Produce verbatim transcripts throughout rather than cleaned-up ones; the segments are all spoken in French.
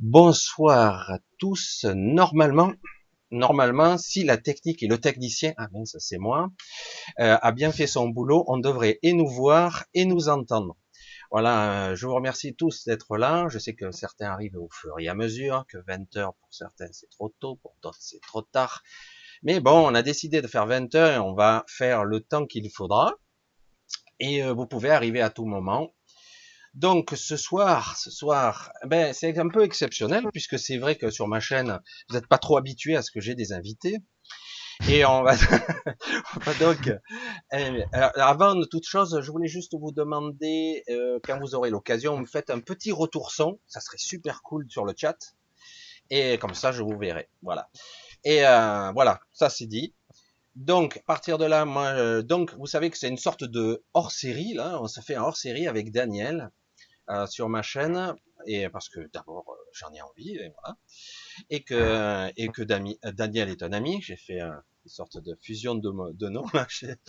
Bonsoir à tous. Normalement, normalement, si la technique et le technicien, ah ben ça c'est moi, euh, a bien fait son boulot, on devrait et nous voir et nous entendre. Voilà, euh, je vous remercie tous d'être là. Je sais que certains arrivent au fur et à mesure, que vingt heures pour certains c'est trop tôt, pour d'autres c'est trop tard. Mais bon, on a décidé de faire vingt heures et on va faire le temps qu'il faudra. Et euh, vous pouvez arriver à tout moment. Donc ce soir, ce soir, ben c'est un peu exceptionnel puisque c'est vrai que sur ma chaîne, vous n'êtes pas trop habitué à ce que j'ai des invités. Et on va, on va donc, euh, alors, avant de toute chose, je voulais juste vous demander, euh, quand vous aurez l'occasion, vous me faites un petit retour son, ça serait super cool sur le chat. Et comme ça, je vous verrai. Voilà. Et euh, voilà, ça c'est dit. Donc, à partir de là, moi, euh, donc, vous savez que c'est une sorte de hors-série, là. On se fait un hors-série avec Daniel euh, sur ma chaîne, et parce que d'abord euh, j'en ai envie, et voilà, et que et que Dami, euh, Daniel est un ami. J'ai fait un, une sorte de fusion de, de noms là.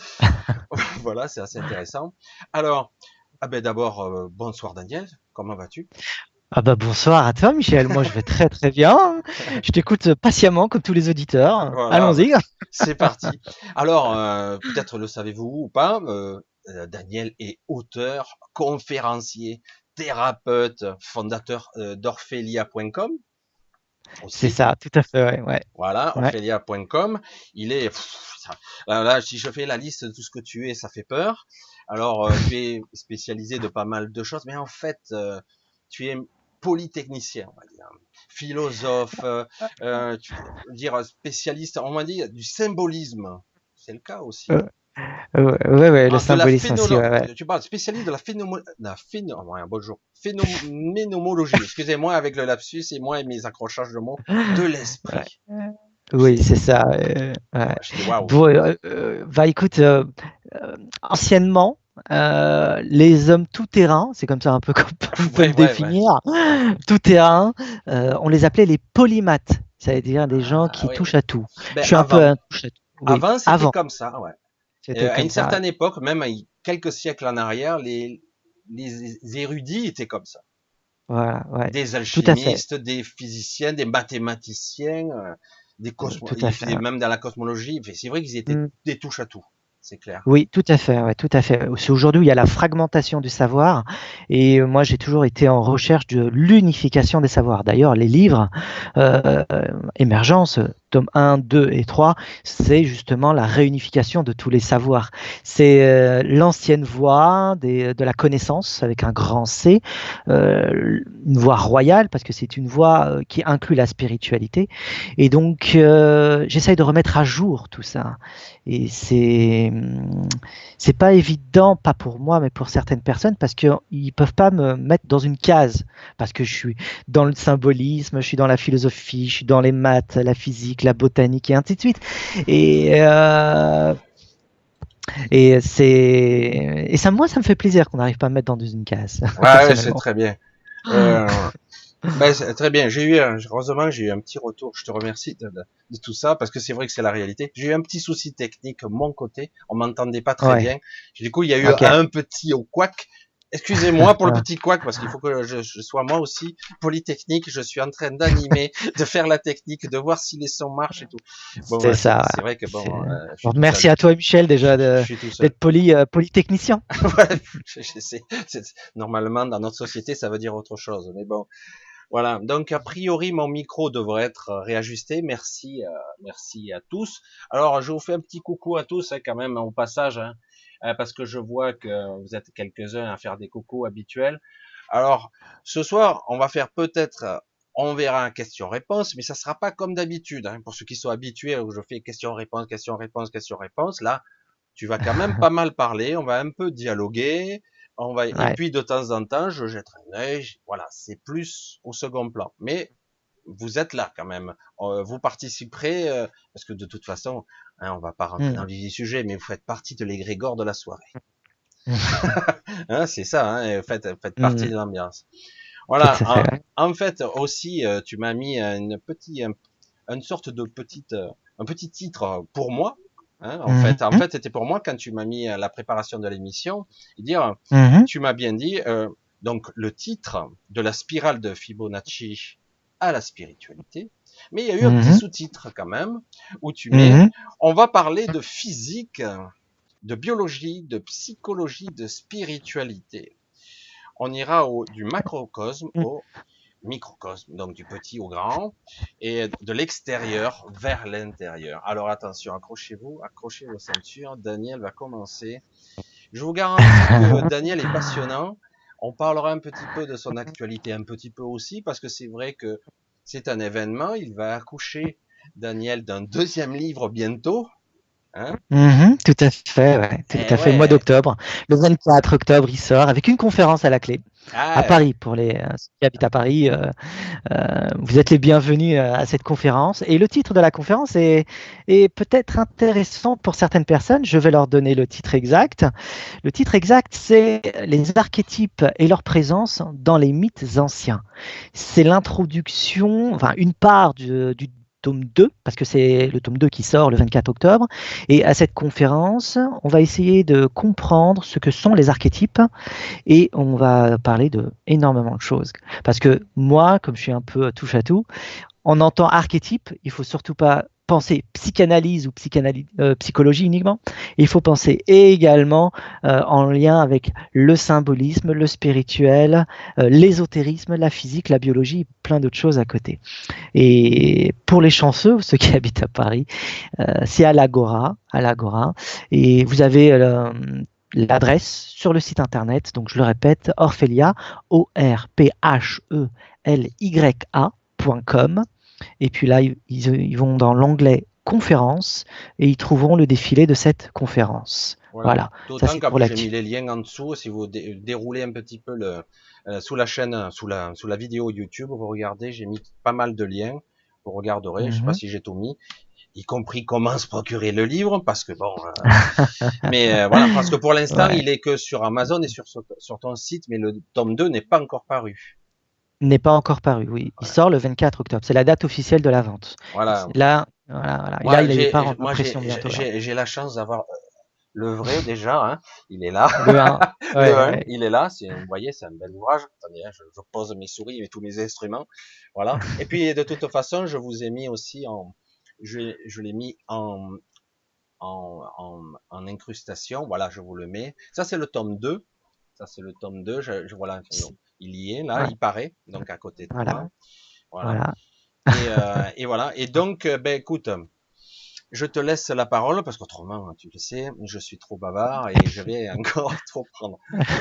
Voilà, c'est assez intéressant. Alors, ah ben d'abord euh, bonsoir Daniel, comment vas-tu? Ah bah bonsoir à toi Michel, moi je vais très très bien. Je t'écoute patiemment comme tous les auditeurs. Voilà, ben, Allons-y. c'est parti. Alors, euh, peut-être le savez-vous ou pas, euh, euh, Daniel est auteur, conférencier, thérapeute, fondateur euh, d'orphelia point com C'est aussi. ça, tout à fait, ouais, ouais. Voilà, Ouais. orphelia point com. Il est, pff, ça- là, là, si je fais la liste de tout ce que tu es, ça fait peur. Alors, euh, tu es spécialisé de pas mal de choses, mais en fait, euh, tu es polytechnicien, on va dire, philosophe, euh, euh, tu veux dire spécialiste, on m'a dit du symbolisme. C'est le cas aussi. Euh, euh, ouais, ouais, le Ah, de la symbolisme aussi, phénolo... ouais, ouais. Tu parles spécialiste de la phénomo... la phéno... oh, ouais, bonjour. Phénoménomologie. Excusez-moi avec le lapsus et moi et mes accrochages de mots. De Ouais. l'esprit. Oui, J'ai c'est ça. euh, ouais. Voilà, je dis waouh. Bon, euh, euh, bah écoute, euh, euh, anciennement, euh, les hommes tout-terrain, c'est comme ça un peu qu'on peut on peut Ouais, me ouais, ouais, définir, ouais. tout-terrain, euh, on les appelait les polymathes, ça veut dire des gens Ah qui oui. touchent à tout. Ben Je suis un peu avant, un touche à tout. Oui, avant c'était avant, comme ça, ouais. Et c'était à comme une ça. certaine époque, même à quelques siècles en arrière, les les érudits étaient comme ça. Voilà, ouais, Des tout à fait, alchimistes, des physiciens, des mathématiciens, euh, des euh, cosmo... tout à fait. Ouais. même dans la cosmologie. C'est vrai qu'ils étaient Mm. des touches à tout. C'est clair. Oui, tout à fait, ouais, tout à fait. C'est aujourd'hui où il y a la fragmentation du savoir et euh, moi j'ai toujours été en recherche de l'unification des savoirs. D'ailleurs, les livres euh, euh, Émergence, tome un, deux et trois, c'est justement la réunification de tous les savoirs. C'est euh, l'ancienne voie des, de la connaissance avec un grand C, euh, une voie royale parce que c'est une voie euh, qui inclut la spiritualité. Et donc euh, j'essaye de remettre à jour tout ça. Et c'est c'est pas évident, pas pour moi, mais pour certaines personnes, parce qu'ils peuvent pas me mettre dans une case, parce que je suis dans le symbolisme, je suis dans la philosophie, je suis dans les maths, la physique, la botanique et ainsi de suite. Et euh, et c'est et ça, moi, ça me fait plaisir qu'on n'arrive pas à me mettre dans une case, Ouais, ouais, c'est personnellement. très bien. Euh, ben, c'est très bien. J'ai eu, un- heureusement, j'ai eu un petit retour. Je te remercie de, de- de tout ça parce que c'est vrai que c'est la réalité. J'ai eu un petit souci technique de mon côté. On m'entendait pas très Ouais, bien. Du coup, il y a eu ok. un petit au couac. Excusez-moi pour le Ouais, petit couac parce qu'il faut que je, je sois moi aussi polytechnique. Je suis en train d'animer, de faire la technique, de voir si les sons marchent et tout. Bon, c'est ouais, c'est ça. c'est vrai que C'est- bon, euh, je suis bon, tout seul. merci à toi, Michel, Je, déjà je- je de- suis tout seul. d'être poly, euh, polytechnicien. Ouais, je- je sais. C'est- Normalement, dans notre société, ça veut dire autre chose. Mais bon. Voilà. Donc a priori mon micro devrait être réajusté. Merci, euh, merci à tous. Alors je vous fais un petit coucou à tous hein, quand même au passage, hein, euh, parce que je vois que vous êtes quelques-uns à faire des coucous habituels. Alors ce soir on va faire peut-être, euh, on verra un question-réponse, mais ça sera pas comme d'habitude. Hein, pour ceux qui sont habitués où je fais question-réponse, question-réponse, question-réponse. Là tu vas quand même pas mal parler, on va un peu dialoguer, on va et Ouais. puis de temps en temps je jette un œil, voilà, c'est plus au second plan. Mais vous êtes là quand même, Euh, vous participerez euh, parce que de toute façon, hein, on va pas rentrer dans Hmm. le vif du sujet, mais vous faites partie de l'égrégore de la soirée. Hein, c'est ça, hein, faites, faites partie Hmm. de l'ambiance. Tout Voilà. à fait. Ouais. En, en fait aussi, euh, tu m'as mis une petite, un- une sorte de petite, euh, un petit titre pour moi. Hein, en fait, en Mhm. fait, c'était pour moi quand tu m'as mis à la préparation de l'émission, et dire, Mhm. tu m'as bien dit, euh, donc le titre de la spirale de Fibonacci. à la spiritualité. Mais il y a eu un petit Mhm. sous-titre quand même, où tu mets, Mhm. on va parler de physique, de biologie, de psychologie, de spiritualité. On ira au, du macrocosme au microcosme, donc du petit au grand, et de l'extérieur vers l'intérieur. Alors attention, accrochez-vous, accrochez vos ceintures, Daniel va commencer. Je vous garantis que Daniel est passionnant. On parlera un petit peu de son actualité, un petit peu aussi, parce que c'est vrai que c'est un événement. Il va accoucher, Daniel, d'un deuxième livre bientôt. Hein. Mhm, tout à fait, ouais, tout Eh à fait. Le mois ouais. d'octobre, le vingt-quatre octobre, il sort avec une conférence à la clé à Ah, Paris pour les euh, ceux qui habitent à Paris. Euh, euh, vous êtes les bienvenus euh, à cette conférence. Et le titre de la conférence est, est peut-être intéressant pour certaines personnes. Je vais leur donner le titre exact. Le titre exact, c'est les archétypes et leur présence dans les mythes anciens. C'est l'introduction, enfin une part du, du tome deux, parce que c'est le tome deux qui sort le vingt-quatre octobre. Et à cette conférence, on va essayer de comprendre ce que sont les archétypes et on va parler de énormément de choses. Parce que moi, comme je suis un peu touche à tout, on entend archétype, il faut surtout pas penser psychanalyse ou psychanalyse, euh, psychologie uniquement. Il faut penser également euh, en lien avec le symbolisme, le spirituel, euh, l'ésotérisme, la physique, la biologie, plein d'autres choses à côté. Et pour les chanceux, ceux qui habitent à Paris, euh, c'est à l'Agora, à l'Agora, et vous avez euh, l'adresse sur le site internet. Donc je le répète, Orphelia, O R P H E L Y A point com. Et puis là, ils, ils vont dans l'onglet conférence et ils trouveront le défilé de cette conférence. voilà. Voilà, ça D'autant c'est qu'en pour plus j'ai mis l'actu. les liens en dessous. Si vous dé déroulez un petit peu le euh, sous la chaîne, sous la sous la vidéo YouTube, vous regardez, j'ai mis pas mal de liens. Vous regarderez. Je sais pas Mhm. si j'ai tout mis, y compris comment se procurer le livre, parce que bon. Euh, mais euh, voilà, parce que pour l'instant, Ouais. il est que sur Amazon et sur sur ton site, mais le tome deux n'est pas encore paru. N'est pas encore paru, oui. Il Voilà. sort le vingt-quatre octobre. C'est la date officielle de la vente. Voilà. Là, voilà, voilà. Et là, Moi, il part j'ai en moi impression j'ai bientôt. Là. j'ai j'ai la chance d'avoir le vrai déjà, hein, il est là. Le un. Le Ouais, un, ouais. il est là. C'est, vous voyez, c'est un bel ouvrage. Attendez, hein, je, je pose mes souris et tous mes instruments. Voilà. Et puis, de toute façon, je vous ai mis aussi en, je, je l'ai mis en, en, en, en incrustation. Voilà, je vous le mets. Ça, c'est le tome deux. Ça, c'est le tome deux. Je, je voilà. Il y est, là. Ouais, Il paraît. Donc, à côté de moi. voilà, Voilà. voilà. Et, euh, et voilà. Et donc, euh, ben, écoute, je te laisse la parole parce qu'autrement, tu le sais, je suis trop bavard et je vais encore trop prendre.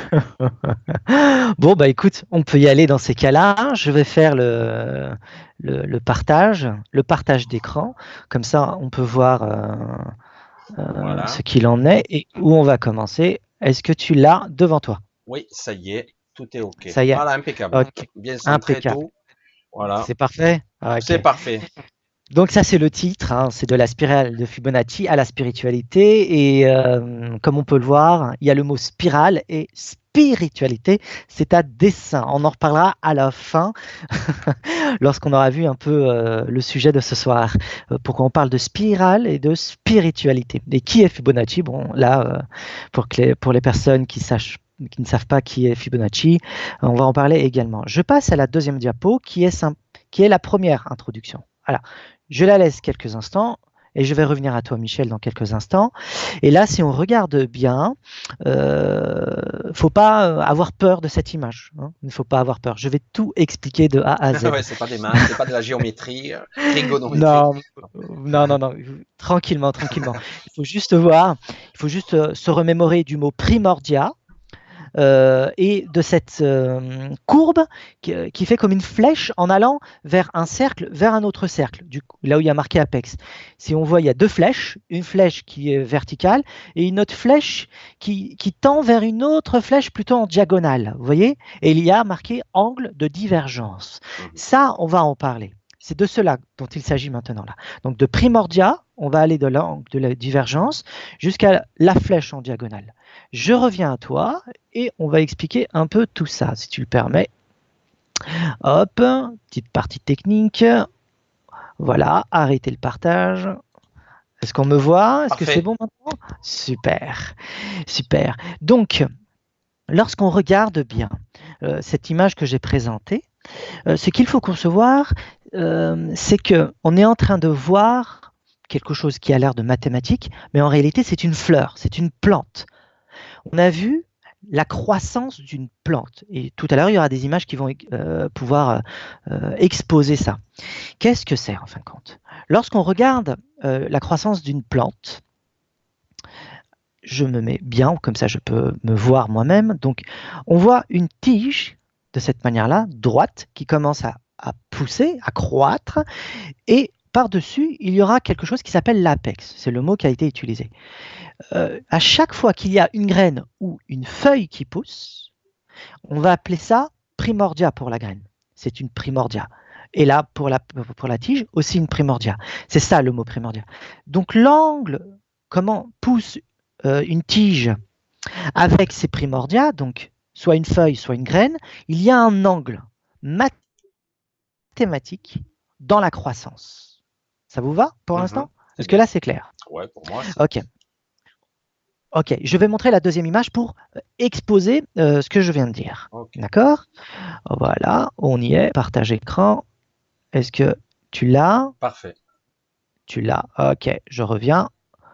Bon, bah écoute, on peut y aller dans ces cas-là. Je vais faire le, le, le partage, le partage d'écran. Comme ça, on peut voir euh, euh, Voilà. ce qu'il en est et où on va commencer. Est-ce que tu l'as devant toi? Oui, ça y est, tout est OK. Ça y est. Voilà, impeccable. Ok. Bien centré Impeccable. tout. Voilà, C'est parfait? c'est Ok. parfait. Donc ça c'est le titre, hein, c'est de la spirale de Fibonacci à la spiritualité et euh, comme on peut le voir, il y a le mot spirale et spiritualité, c'est à dessein. On en reparlera à la fin lorsqu'on aura vu un peu euh, le sujet de ce soir. Euh, pourquoi on parle de spirale et de spiritualité. Et qui est Fibonacci? Bon là, euh, pour, que les, pour les personnes qui sachent qui ne savent pas qui est Fibonacci, on va en parler également. Je passe à la deuxième diapo qui est, qui est la première introduction. Voilà. Je la laisse quelques instants et je vais revenir à toi, Michel, dans quelques instants. Et là, si on regarde bien, il euh, ne faut pas avoir peur de cette image. Hein. Il ne faut pas avoir peur. Je vais tout expliquer de A à Z. Ouais, c'est pas des maths, c'est pas de la géométrie, euh, trigonométrie. Non, non, non, non. Tranquillement, tranquillement. Il faut juste voir, il faut juste euh, se remémorer du mot primordia. Euh, et de cette euh, courbe qui, qui, fait comme une flèche en allant vers un cercle, vers un autre cercle, du, là où il y a marqué Apex. Si on voit, il y a deux flèches, une flèche qui est verticale et une autre flèche qui, qui tend vers une autre flèche plutôt en diagonale, vous voyez? Et il y a marqué angle de divergence. Mmh. Ça, on va en parler. C'est de cela dont il s'agit maintenant là. Donc de primordia, on va aller de l'angle de la divergence jusqu'à la flèche en diagonale. Je reviens à toi et on va expliquer un peu tout ça, si tu le permets. Hop, petite partie technique. Voilà, arrêtez le partage. Est-ce qu'on me voit? Est-ce que c'est Parfait. bon maintenant? Super, super. Donc, lorsqu'on regarde bien euh, cette image que j'ai présentée, euh, ce qu'il faut concevoir, euh, c'est qu'on est en train de voir quelque chose qui a l'air de mathématique, mais en réalité, c'est une fleur, c'est une plante. On a vu la croissance d'une plante. Et tout à l'heure, il y aura des images qui vont euh, pouvoir euh, exposer ça. Qu'est-ce que c'est, en fin de compte? Lorsqu'on regarde euh, la croissance d'une plante, je me mets bien, comme ça je peux me voir moi-même. Donc, on voit une tige de cette manière-là, droite, qui commence à, à pousser, à croître, et par-dessus, il y aura quelque chose qui s'appelle l'apex. C'est le mot qui a été utilisé. Euh, à chaque fois qu'il y a une graine ou une feuille qui pousse, on va appeler ça primordia pour la graine. C'est une primordia. Et là, pour la, pour la tige, aussi une primordia. C'est ça le mot primordia. Donc l'angle, comment pousse euh, une tige avec ses primordia, donc soit une feuille, soit une graine, il y a un angle mathématique dans la croissance. Ça vous va pour l'instant? Mmh, Est-ce que là, c'est clair? Ouais, pour moi, c'est... Ok. Ok, je vais montrer la deuxième image pour exposer euh, ce que je viens de dire. Okay. D'accord? Voilà, on y est. Partage écran. Est-ce que tu l'as? Parfait. Tu l'as. Ok, je reviens.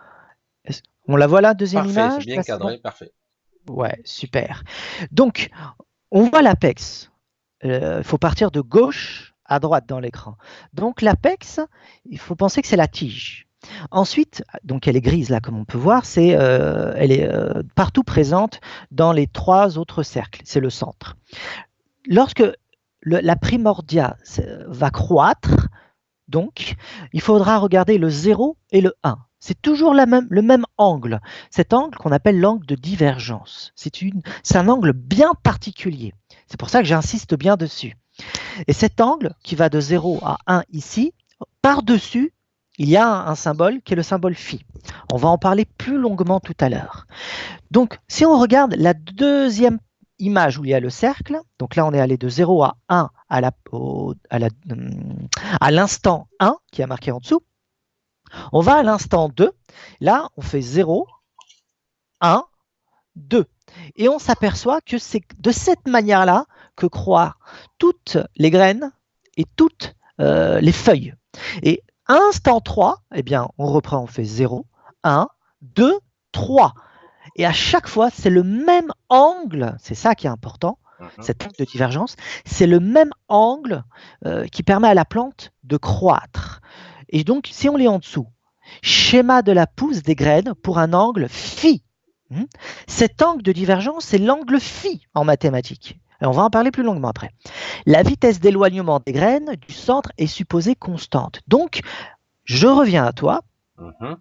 On la voit là, deuxième parfait, image? C'est bien là, cadré, bon parfait. Ouais, super. Donc, on voit l'apex. Il euh, faut partir de gauche à droite dans l'écran. Donc, l'apex, il faut penser que c'est la tige. Ensuite, donc elle est grise là, comme on peut voir, c'est, euh, elle est euh, partout présente dans les trois autres cercles. C'est le centre. Lorsque le, la primordia va croître, donc, il faudra regarder le zéro et le un. C'est toujours la même, le même angle. Cet angle qu'on appelle l'angle de divergence. C'est, une, c'est un angle bien particulier. C'est pour ça que j'insiste bien dessus. Et cet angle qui va de zéro à un ici, par-dessus, il y a un, un symbole qui est le symbole phi. On va en parler plus longuement tout à l'heure. Donc, si on regarde la deuxième image où il y a le cercle, donc là on est allé de zéro à un à, la, au, à, la, à l'instant un qui est marqué en dessous, on va à l'instant deux, là on fait zéro, un, deux. Et on s'aperçoit que c'est de cette manière-là que croient toutes les graines et toutes euh, les feuilles. Et à instant trois, eh bien, on reprend, on fait zéro, un, deux, trois. Et à chaque fois, c'est le même angle, c'est ça qui est important, mm-hmm. cet angle de divergence, c'est le même angle euh, qui permet à la plante de croître. Et donc, si on lit en dessous, schéma de la pousse des graines pour un angle phi. Hmm cet angle de divergence, c'est l'angle phi en mathématiques. Et on va en parler plus longuement après. La vitesse d'éloignement des graines du centre est supposée constante. Donc, je reviens à toi. Mm-hmm.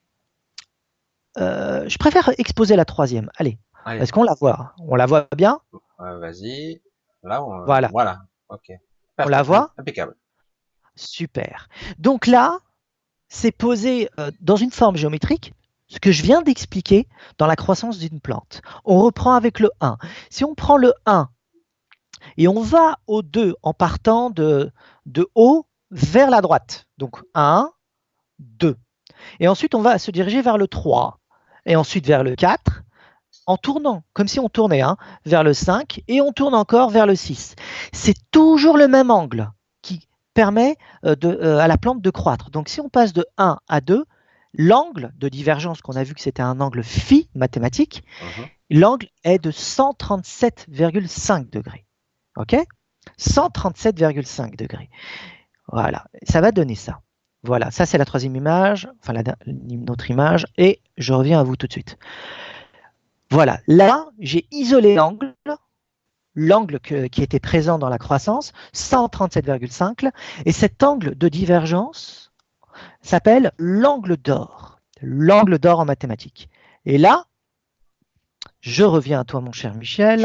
Euh, je préfère exposer la troisième. Allez, Allez. Est-ce qu'on la voit? On la voit bien? euh, Vas-y. Là, on... voilà. Voilà. Ok. Parfait. On la voit? Impeccable. Super. Donc là, c'est posé euh, dans une forme géométrique, ce que je viens d'expliquer dans la croissance d'une plante. On reprend avec le un. Si on prend le un et on va au deux en partant de, de haut vers la droite, donc un, deux. Et ensuite, on va se diriger vers le trois. Et ensuite vers le quatre, en tournant, comme si on tournait, hein, vers le cinq, et on tourne encore vers le six. C'est toujours le même angle qui permet euh, de, euh, à la plante de croître. Donc si on passe de un à deux, l'angle de divergence, qu'on a vu que c'était un angle phi mathématique, uh-huh. l'angle est de cent trente-sept virgule cinq degrés. OK ? cent trente-sept virgule cinq degrés. Voilà, ça va donner ça. Voilà, ça c'est la troisième image, enfin la, une autre image, et je reviens à vous tout de suite. Voilà, là, j'ai isolé l'angle, l'angle que, qui était présent dans la croissance, cent trente-sept virgule cinq, et cet angle de divergence s'appelle l'angle d'or, l'angle d'or en mathématiques. Et là, je reviens à toi, mon cher Michel.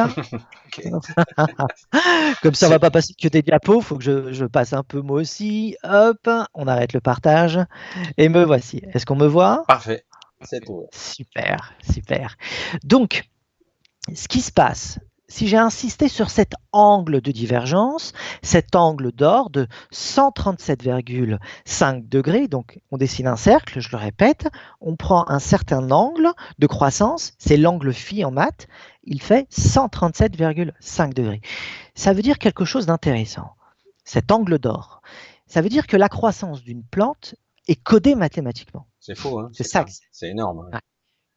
Comme ça, on ne va pas passer que des diapos, il faut que je, je passe un peu moi aussi. Hop, on arrête le partage, et me voici. Est-ce qu'on me voit? Parfait. C'est tout. Super, super. Donc, ce qui se passe, si j'ai insisté sur cet angle de divergence, cet angle d'or de cent trente-sept virgule cinq degrés, donc on dessine un cercle, je le répète, on prend un certain angle de croissance, c'est l'angle phi en maths, il fait cent trente-sept virgule cinq degrés. Ça veut dire quelque chose d'intéressant, cet angle d'or. Ça veut dire que la croissance d'une plante est codée mathématiquement. C'est faux, hein, c'est c'est ça. ça. C'est énorme. Hein. Ouais.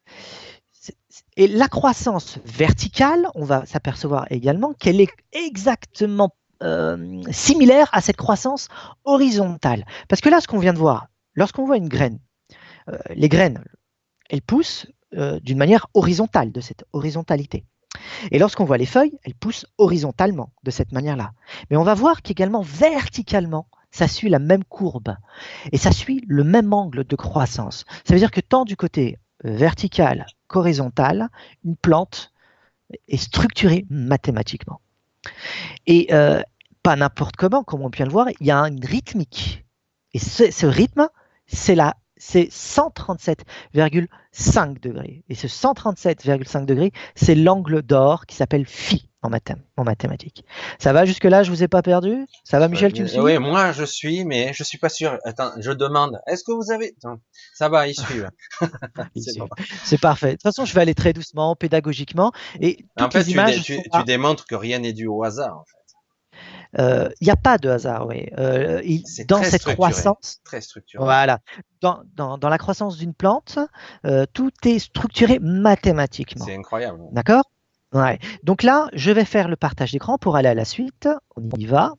Et la croissance verticale, on va s'apercevoir également qu'elle est exactement euh, similaire à cette croissance horizontale. Parce que là, ce qu'on vient de voir, lorsqu'on voit une graine, euh, les graines, elles poussent euh, d'une manière horizontale, de cette horizontalité. Et lorsqu'on voit les feuilles, elles poussent horizontalement, de cette manière-là. Mais on va voir qu'également verticalement, ça suit la même courbe. Et ça suit le même angle de croissance. Ça veut dire que tant du côté vertical qu'horizontal, une plante est structurée mathématiquement. Et euh, pas n'importe comment, comme on peut le voir, il y a une rythmique. Et ce, ce rythme, c'est la c'est cent trente-sept virgule cinq degrés. Et ce cent trente-sept virgule cinq degrés, c'est l'angle d'or qui s'appelle phi en, mathém en mathématiques. Ça va jusque-là, je vous ai pas perdu? Ça va, Michel, tu me suis? Oui, moi je suis, mais je suis pas sûr. Attends, je demande. Est-ce que vous avez... Non, ça va, il suit. C'est bon. Parfait. De toute façon, je vais aller très doucement, pédagogiquement. Et toutes en fait, les images tu, sont tu, tu démontres que rien n'est dû au hasard. En fait. Il euh, n'y a pas de hasard, oui. Euh, il, dans cette croissance, très structuré. Voilà, dans, dans, dans la croissance d'une plante, euh, tout est structuré mathématiquement. C'est incroyable. D'accord. Ouais. Donc là, je vais faire le partage d'écran pour aller à la suite. On y va.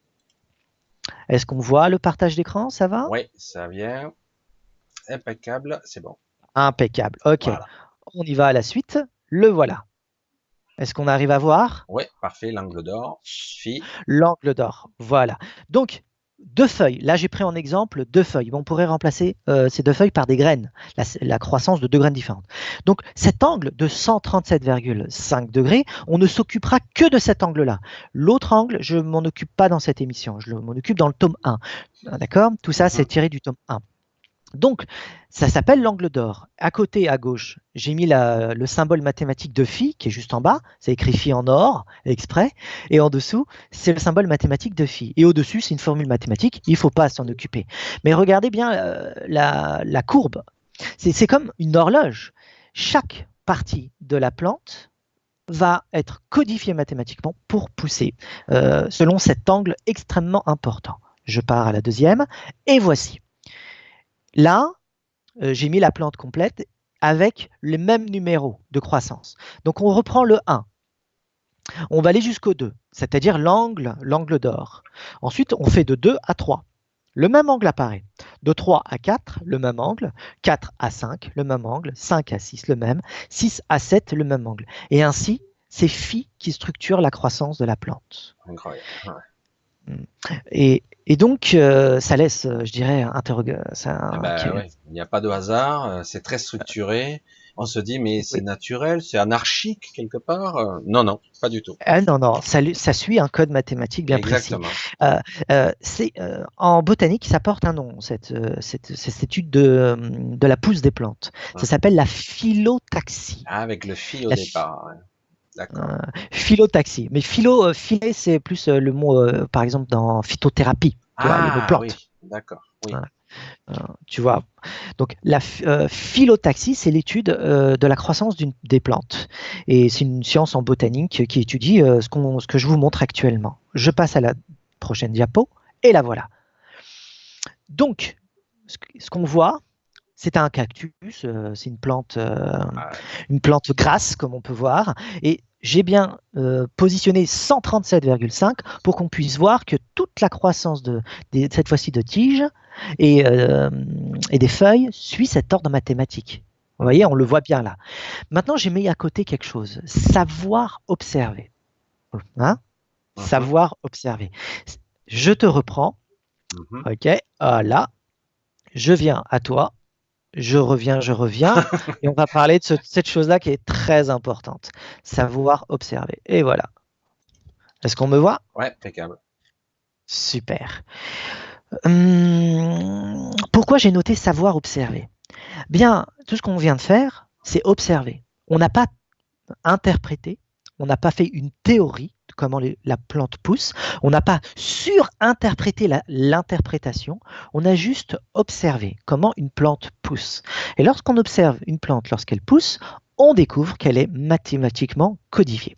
Est-ce qu'on voit le partage d'écran? Ça va? Oui, ça vient. Impeccable, c'est bon. Impeccable. Ok. Voilà. On y va à la suite. Le voilà. Est-ce qu'on arrive à voir? Oui, parfait, l'angle d'or. Phi. L'angle d'or, voilà. Donc, deux feuilles. Là, j'ai pris en exemple deux feuilles. On pourrait remplacer euh, ces deux feuilles par des graines, la, la croissance de deux graines différentes. Donc, cet angle de cent trente-sept virgule cinq degrés, on ne s'occupera que de cet angle-là. L'autre angle, je ne m'en occupe pas dans cette émission. Je m'en occupe dans le tome un. D'accord? Tout ça, c'est tiré du tome un. Donc, ça s'appelle l'angle d'or. À côté, à gauche, j'ai mis la, le symbole mathématique de phi, qui est juste en bas. C'est écrit phi en or, exprès. Et en dessous, c'est le symbole mathématique de phi. Et au-dessus, c'est une formule mathématique. Il ne faut pas s'en occuper. Mais regardez bien euh, la, la courbe. C'est comme une horloge. Chaque partie de la plante va être codifiée mathématiquement pour pousser, euh, selon cet angle extrêmement important. Je pars à la deuxième. Et voici. Là, euh, j'ai mis la plante complète avec les mêmes numéros de croissance. Donc, on reprend le un. On va aller jusqu'au deux, c'est-à-dire l'angle, l'angle d'or. Ensuite, on fait de deux à trois. Le même angle apparaît. De trois à quatre, le même angle. quatre à cinq, le même angle. cinq à six, le même. six à sept, le même angle. Et ainsi, c'est phi qui structure la croissance de la plante. Incroyable. Ouais. Et, et donc, euh, ça laisse, je dirais, interroger. Eh ben, ouais. Il n'y a pas de hasard, c'est très structuré. On se dit, mais c'est oui. naturel, c'est anarchique quelque part. Non, non, pas du tout. Ah, non, non, ça, ça suit un code mathématique bien Exactement. précis. Euh, euh, c'est, euh, en botanique, ça porte un nom, cette, cette, cette étude de, de la pousse des plantes. Ça ah. s'appelle la phyllotaxie. Ah, avec le phi au la départ. Ouais. D'accord. Euh, phyllotaxie. Mais philo, euh, phylé, c'est plus euh, le mot, euh, par exemple, dans phytothérapie. Tu vois, ah, le mot plante. Oui, d'accord. Oui. Voilà. Euh, tu vois. Donc, la euh, phyllotaxie, c'est l'étude euh, de la croissance des plantes. Et c'est une science en botanique qui étudie euh, ce, qu'on, ce que je vous montre actuellement. Je passe à la prochaine diapo, et la voilà. Donc, ce qu'on voit, c'est un cactus, euh, c'est une plante, euh, ah. une plante grasse, comme on peut voir. Et j'ai bien euh, positionné cent trente-sept virgule cinq pour qu'on puisse voir que toute la croissance de, de cette fois-ci de tiges et, euh, et des feuilles suit cet ordre mathématique. Vous voyez, on le voit bien là. Maintenant, j'ai mis à côté quelque chose. Savoir observer. Hein? Uh-huh. Savoir observer. Je te reprends. Uh-huh. OK. Voilà. Je viens à toi. Je reviens, je reviens, et on va parler de ce, cette chose-là qui est très importante, savoir observer. Et voilà. Est-ce qu'on me voit? Ouais, impeccable. Super. Hum, pourquoi j'ai noté savoir observer? Bien, tout ce qu'on vient de faire, c'est observer. On n'a pas interprété, on n'a pas fait une théorie de comment les, la plante pousse, on n'a pas surinterprété la, l'interprétation, on a juste observé comment une plante pousse. Et lorsqu'on observe une plante lorsqu'elle pousse, on découvre qu'elle est mathématiquement codifiée.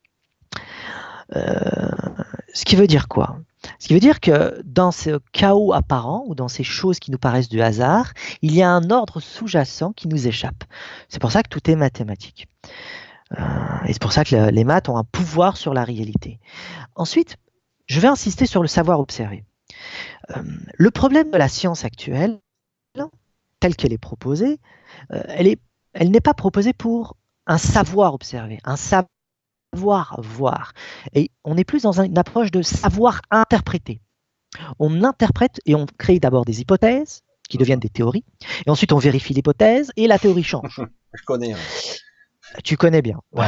Euh, ce qui veut dire quoi? Ce qui veut dire que dans ce chaos apparent ou dans ces choses qui nous paraissent du hasard, il y a un ordre sous-jacent qui nous échappe. C'est pour ça que tout est mathématique. Euh, et c'est pour ça que le, les maths ont un pouvoir sur la réalité. Ensuite, je vais insister sur le savoir observer. Euh, le problème de la science actuelle, telle qu'elle est proposée, euh, elle est, elle n'est pas proposée pour un savoir observer, un savoir savoir voir. Et on est plus dans une approche de savoir interpréter. On interprète et on crée d'abord des hypothèses qui deviennent des théories, et ensuite on vérifie l'hypothèse et la théorie change. Je connais. Hein. Tu connais bien. Ouais.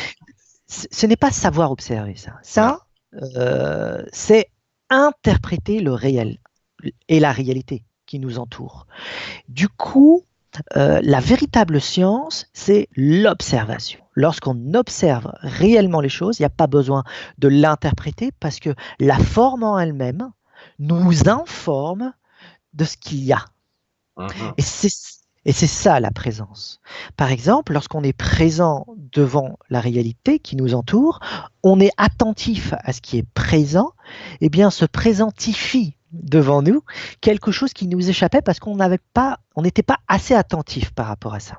Ce n'est pas savoir observer ça. Ça, euh, c'est interpréter le réel et la réalité qui nous entoure. Du coup, Euh, la véritable science, c'est l'observation. Lorsqu'on observe réellement les choses, il n'y a pas besoin de l'interpréter parce que la forme en elle-même nous informe de ce qu'il y a. Mm-hmm. Et c'est, et c'est ça la présence. Par exemple, lorsqu'on est présent devant la réalité qui nous entoure, on est attentif à ce qui est présent, et bien se présentifie devant nous quelque chose qui nous échappait parce qu'on n'avait pas, on n'était pas assez attentif par rapport à ça.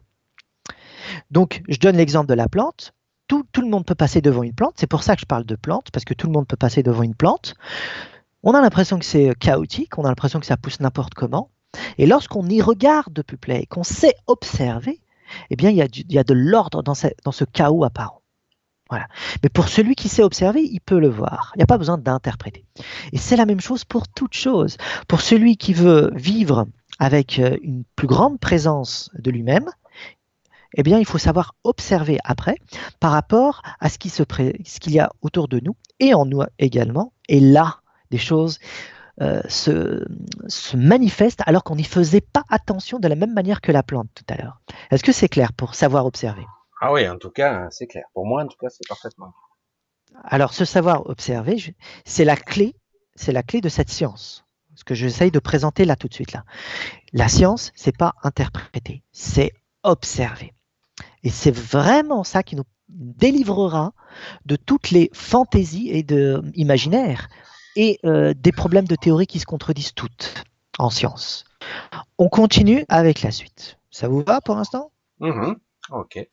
Donc, je donne l'exemple de la plante. Tout, tout le monde peut passer devant une plante. C'est pour ça que je parle de plante, parce que tout le monde peut passer devant une plante. On a l'impression que c'est chaotique, on a l'impression que ça pousse n'importe comment. Et lorsqu'on y regarde de plus près et qu'on sait observer, eh bien, il y a, du, il y a de l'ordre dans ce, dans ce chaos apparent. Voilà. Mais pour celui qui sait observer, il peut le voir. Il n'y a pas besoin d'interpréter. Et c'est la même chose pour toute chose. Pour celui qui veut vivre avec une plus grande présence de lui-même, eh bien, il faut savoir observer après par rapport à ce, qui se pré... ce qu'il y a autour de nous et en nous également. Et là, des choses euh, se, se manifestent alors qu'on n'y faisait pas attention de la même manière que la plante tout à l'heure. Est-ce que c'est clair pour savoir observer ? Ah oui, en tout cas, c'est clair. Pour moi, en tout cas, c'est parfaitement. Alors, ce savoir observer, c'est la clé, c'est la clé de cette science. Ce que j'essaye de présenter là tout de suite là. La science, c'est pas interpréter, c'est observer. Et c'est vraiment ça qui nous délivrera de toutes les fantaisies et de imaginaires et euh, des problèmes de théorie qui se contredisent toutes en science. On continue avec la suite. Ça vous va pour l'instant ? Mmh, ok.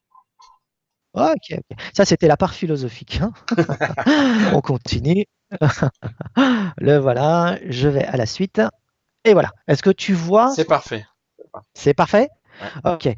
Ok, ok. Ça, c'était la part philosophique. Hein. On continue. Le voilà, je vais à la suite. Et voilà. Est-ce que tu vois ? C'est parfait. C'est parfait ? Ouais. Ok.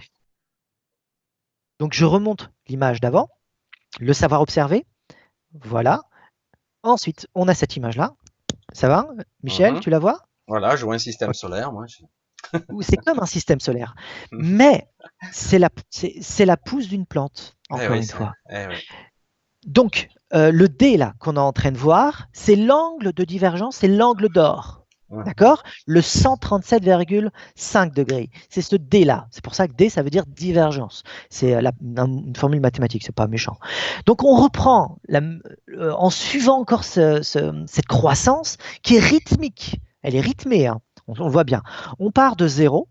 Donc, je remonte l'image d'avant. Le savoir observer. Voilà. Ensuite, on a cette image-là. Ça va ? Michel, Mmh. Tu la vois ? Voilà, je vois un système okay. solaire, moi. C'est comme un système solaire. Mais c'est la, c'est, c'est la pousse d'une plante, encore eh oui, une fois. Eh oui. Donc, euh, le D là qu'on est en train de voir, c'est l'angle de divergence, c'est l'angle d'or. Mmh. D'accord ? Le cent trente-sept virgule cinq degrés. C'est ce D là. C'est pour ça que D, ça veut dire divergence. C'est la, une formule mathématique, c'est pas méchant. Donc, on reprend la, euh, en suivant encore ce, ce, cette croissance qui est rythmique. Elle est rythmée, hein. on, on le voit bien. On part de zéro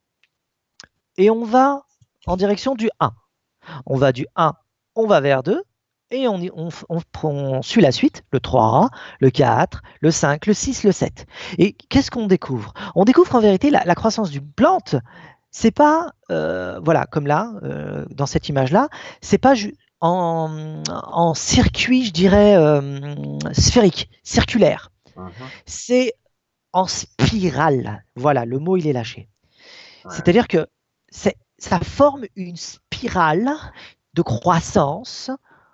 et on va en direction du un. On va du un, on va vers deux. Et on, on, on, on suit la suite, le trois, le quatre, le cinq, le six, le sept. Et qu'est-ce qu'on découvre ? On découvre qu'en vérité, la, la croissance d'une plante, c'est pas, euh, voilà, comme là, euh, dans cette image-là, c'est pas en, en circuit, je dirais, euh, sphérique, circulaire. Uh-huh. C'est en spirale. Voilà, le mot, il est lâché. Ouais. C'est-à-dire que c'est, ça forme une spirale de croissance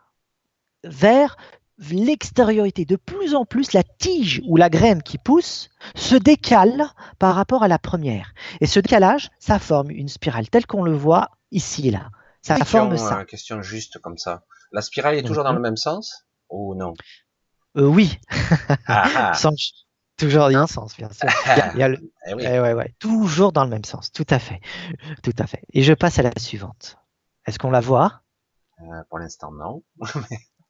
vers l'extériorité. De plus en plus, la tige ou la graine qui pousse se décale par rapport à la première. Et ce décalage, ça forme une spirale telle qu'on le voit ici, là. Ça question, forme ça. Euh, question juste comme ça. La spirale est toujours mmh. dans le même sens ou non ? euh, Oui. Ah, Sans, toujours dans un sens, bien sûr. Il y a, il y a le, eh oui. eh ouais, ouais, toujours dans le même sens, tout à fait. Tout à fait. Et je passe à la suivante. Est-ce qu'on la voit ? Euh, pour l'instant, non.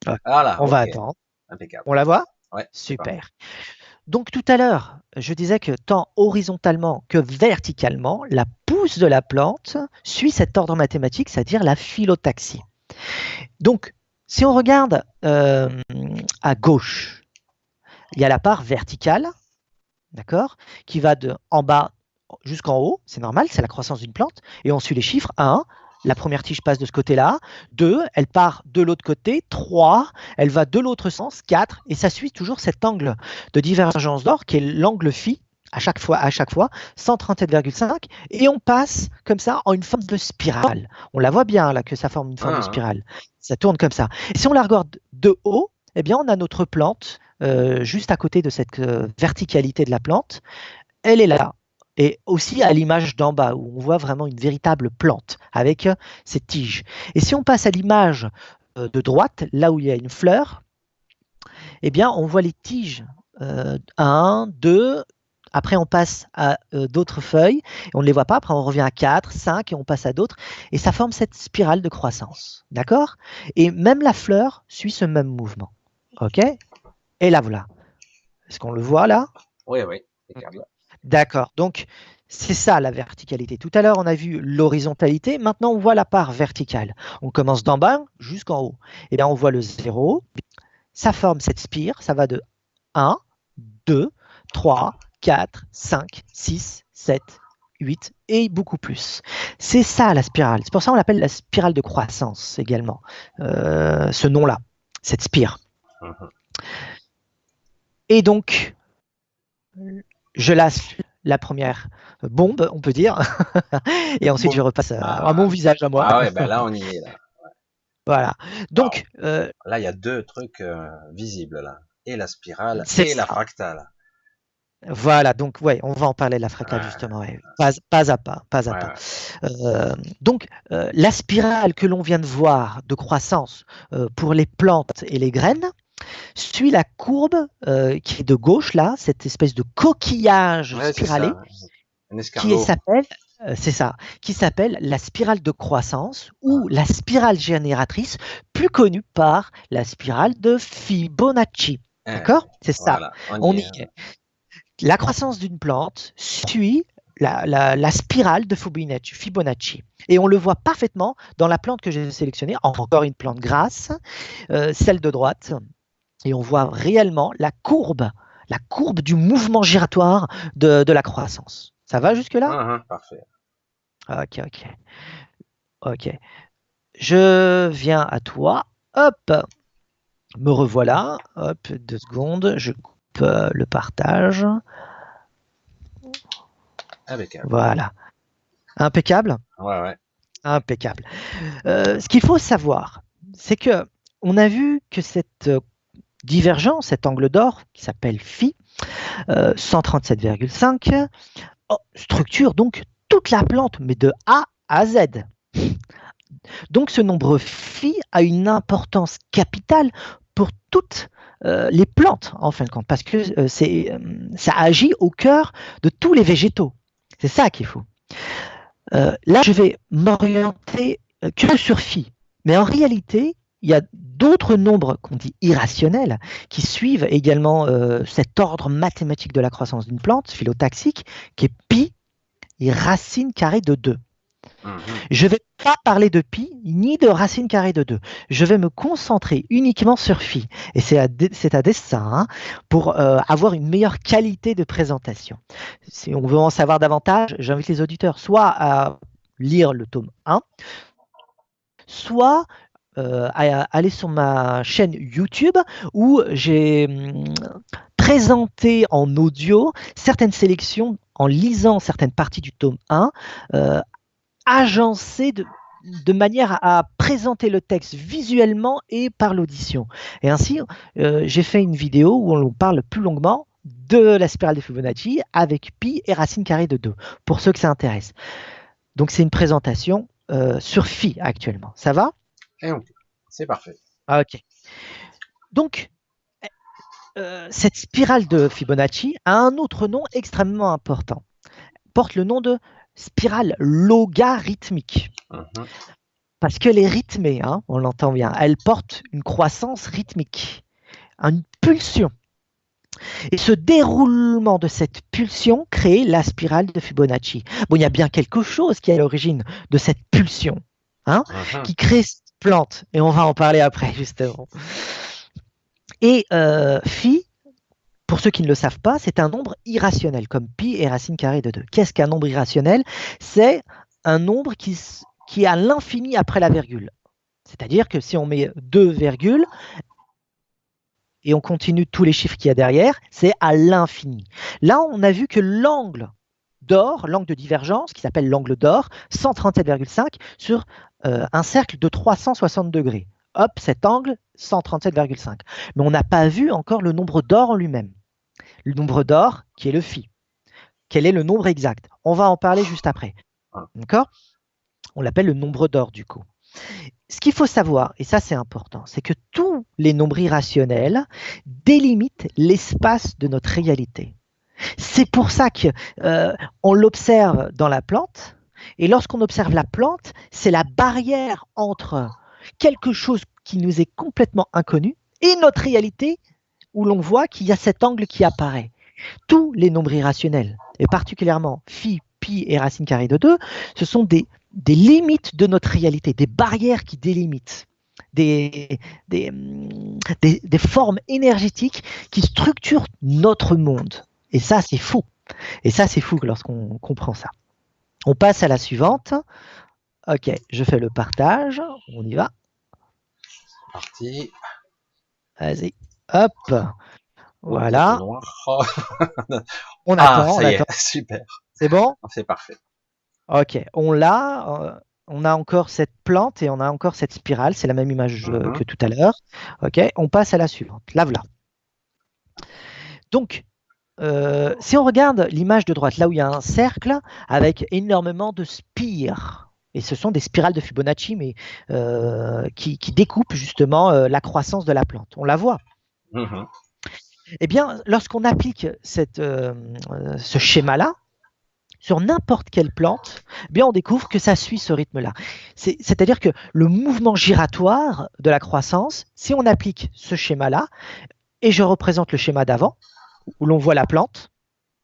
Ouais. Voilà, On va ok. attendre. Impeccable. On la voit? Ouais, c'est parfait. Super. Donc tout à l'heure, je disais que tant horizontalement que verticalement, la pousse de la plante suit cet ordre mathématique, c'est-à-dire la phyllotaxie. Donc, si on regarde euh, à gauche, il y a la part verticale, d'accord, qui va de en bas jusqu'en haut, c'est normal, c'est la croissance d'une plante, et on suit les chiffres. un, la première tige passe de ce côté-là, deux, elle part de l'autre côté, trois, elle va de l'autre sens, quatre, et ça suit toujours cet angle de divergence d'or qui est l'angle phi, à chaque fois, à chaque fois, cent trente-sept virgule cinq, et on passe comme ça en une forme de spirale. On la voit bien là que ça forme une forme Ah, de hein. spirale. Ça tourne comme ça. Et si on la regarde de haut, eh bien on a notre plante euh, juste à côté de cette euh, verticalité de la plante. Elle est là. Et aussi à l'image d'en bas, où on voit vraiment une véritable plante avec euh, ses tiges. Et si on passe à l'image euh, de droite, là où il y a une fleur, eh bien, on voit les tiges. Euh, un, deux, après on passe à euh, d'autres feuilles, et on ne les voit pas, après on revient à quatre, cinq, et on passe à d'autres, et ça forme cette spirale de croissance. D'accord? Et même la fleur suit ce même mouvement. OK? Et là, voilà. Est-ce qu'on le voit là? Oui, oui, impeccable. D'accord. Donc, c'est ça la verticalité. Tout à l'heure, on a vu l'horizontalité. Maintenant, on voit la part verticale. On commence d'en bas jusqu'en haut. Et bien, on voit le zéro. Ça forme cette spire. Ça va de un, deux, trois, quatre, cinq, six, sept, huit et beaucoup plus. C'est ça la spirale. C'est pour ça qu'on l'appelle la spirale de croissance également. Euh, ce nom-là, cette spire. Mhm. Et donc, je lâche la première bombe, on peut dire, et ensuite Bon. je repasse à, Ah, à mon visage à moi. ah ouais, ben là, on y est, là. Voilà. Alors, Donc, euh, là, il y a deux trucs euh, visibles, là. Et la spirale c'est et la ça. fractale. Voilà, donc ouais, on va en parler de la fractale Ouais, justement, ouais. Pas, pas à pas, pas à ouais, pas. ouais. Euh, donc, euh, la spirale que l'on vient de voir de croissance euh, pour les plantes et les graines suit la courbe euh, qui est de gauche là, cette espèce de coquillage Ouais, c'est spiralé ça. Un qui escargot. s'appelle, euh, c'est ça, qui s'appelle la spirale de croissance ou la spirale génératrice, plus connue par la spirale de Fibonacci. Hein, D'accord? C'est ça. voilà, on On y y est. est. La croissance d'une plante suit la, la- la spirale de Fibonacci, Fibonacci. Et on le voit parfaitement dans la plante que j'ai sélectionnée, encore une plante grasse, euh, celle de droite. Et on voit réellement la courbe, la courbe du mouvement giratoire de, de la croissance. Ça va jusque-là? Ah, ah, parfait. Ok, ok, ok. Je viens à toi. Hop, me revoilà. Hop, deux secondes. Je coupe euh, le partage. Impeccable. Voilà. Impeccable. Ouais, ouais. Impeccable. Euh, ce qu'il faut savoir, c'est que on a vu que cette euh, divergence, cet angle d'or qui s'appelle phi, euh, cent trente-sept virgule cinq, oh, structure donc toute la plante, mais de A à Z. Donc ce nombre phi a une importance capitale pour toutes euh, les plantes, en fin de compte, parce que euh, c'est, euh, ça agit au cœur de tous les végétaux. C'est ça qu'il faut. Euh, là, je vais m'orienter euh, que sur phi. Mais en réalité, il y a d'autres nombres qu'on dit irrationnels qui suivent également euh, cet ordre mathématique de la croissance d'une plante phyllotaxique, qui est pi et racine carrée de deux. Mhm. Je ne vais pas parler de pi ni de racine carrée de deux. Je vais me concentrer uniquement sur phi. Et c'est à, c'est à dessein hein, pour euh, avoir une meilleure qualité de présentation. Si on veut en savoir davantage, j'invite les auditeurs soit à lire le tome un, soit euh, à aller sur ma chaîne YouTube où j'ai hum, présenté en audio certaines sélections en lisant certaines parties du tome un, euh, agencées de, de manière à présenter le texte visuellement et par l'audition. Et ainsi, euh, j'ai fait une vidéo où on parle plus longuement de la spirale de Fibonacci avec pi et racine carrée de deux, pour ceux que ça intéresse. Donc c'est une présentation euh, sur phi actuellement. Ça va? Et ok, c'est parfait. Ah, ok. Donc, euh, cette spirale de Fibonacci a un autre nom extrêmement important. Porte le nom de spirale logarithmique. Mhm. Parce qu'elle est rythmée, hein, on l'entend bien. Elle porte une croissance rythmique, une pulsion. Et ce déroulement de cette pulsion crée la spirale de Fibonacci. Bon, il y a bien quelque chose qui est à l'origine de cette pulsion, hein, uh-huh. qui crée cette plante. Et on va en parler après, justement. Et euh, phi, pour ceux qui ne le savent pas, c'est un nombre irrationnel, comme pi est racine carrée de deux. Qu'est-ce qu'un nombre irrationnel? C'est un nombre qui, qui est à l'infini après la virgule. C'est-à-dire que si on met deux virgules, et on continue tous les chiffres qu'il y a derrière, c'est à l'infini. Là, on a vu que l'angle d'or, l'angle de divergence, qui s'appelle l'angle d'or, cent trente-sept virgule cinq sur euh, un cercle de trois cent soixante degrés. Hop, cet angle, cent trente-sept virgule cinq. Mais on n'a pas vu encore le nombre d'or en lui-même. Le nombre d'or, qui est le phi. Quel est le nombre exact? On va en parler juste après. D'accord? On l'appelle le nombre d'or, du coup. Ce qu'il faut savoir, et ça c'est important, c'est que tous les nombres irrationnels délimitent l'espace de notre réalité. C'est pour ça qu'on euh, l'observe dans la plante, et lorsqu'on observe la plante, c'est la barrière entre quelque chose qui nous est complètement inconnu et notre réalité où l'on voit qu'il y a cet angle qui apparaît. Tous les nombres irrationnels, et particulièrement phi, pi et racine carrée de deux, ce sont des des limites de notre réalité, des barrières qui délimitent, des, des, des, des formes énergétiques qui structurent notre monde. Et ça, c'est fou. Et ça, c'est fou lorsqu'on comprend ça. On passe à la suivante. Ok, je fais le partage. On y va. C'est parti. Vas-y. Hop. Voilà. Oh. On ah, attend. ça on y attend. est, super. C'est bon? C'est parfait. Ok, on l'a. Euh, on a encore cette plante et on a encore cette spirale. C'est la même image euh, mm-hmm. que tout à l'heure. Ok, on passe à la suivante. La voilà. Donc, euh, si on regarde l'image de droite, là où il y a un cercle avec énormément de spires, et ce sont des spirales de Fibonacci, mais euh, qui, qui découpent justement euh, la croissance de la plante. On la voit. Mm-hmm. Eh bien, lorsqu'on applique cette, euh, ce schéma-là, sur n'importe quelle plante, eh bien on découvre que ça suit ce rythme-là. C'est, c'est-à-dire que le mouvement giratoire de la croissance, si on applique ce schéma-là, et je représente le schéma d'avant, où l'on voit la plante,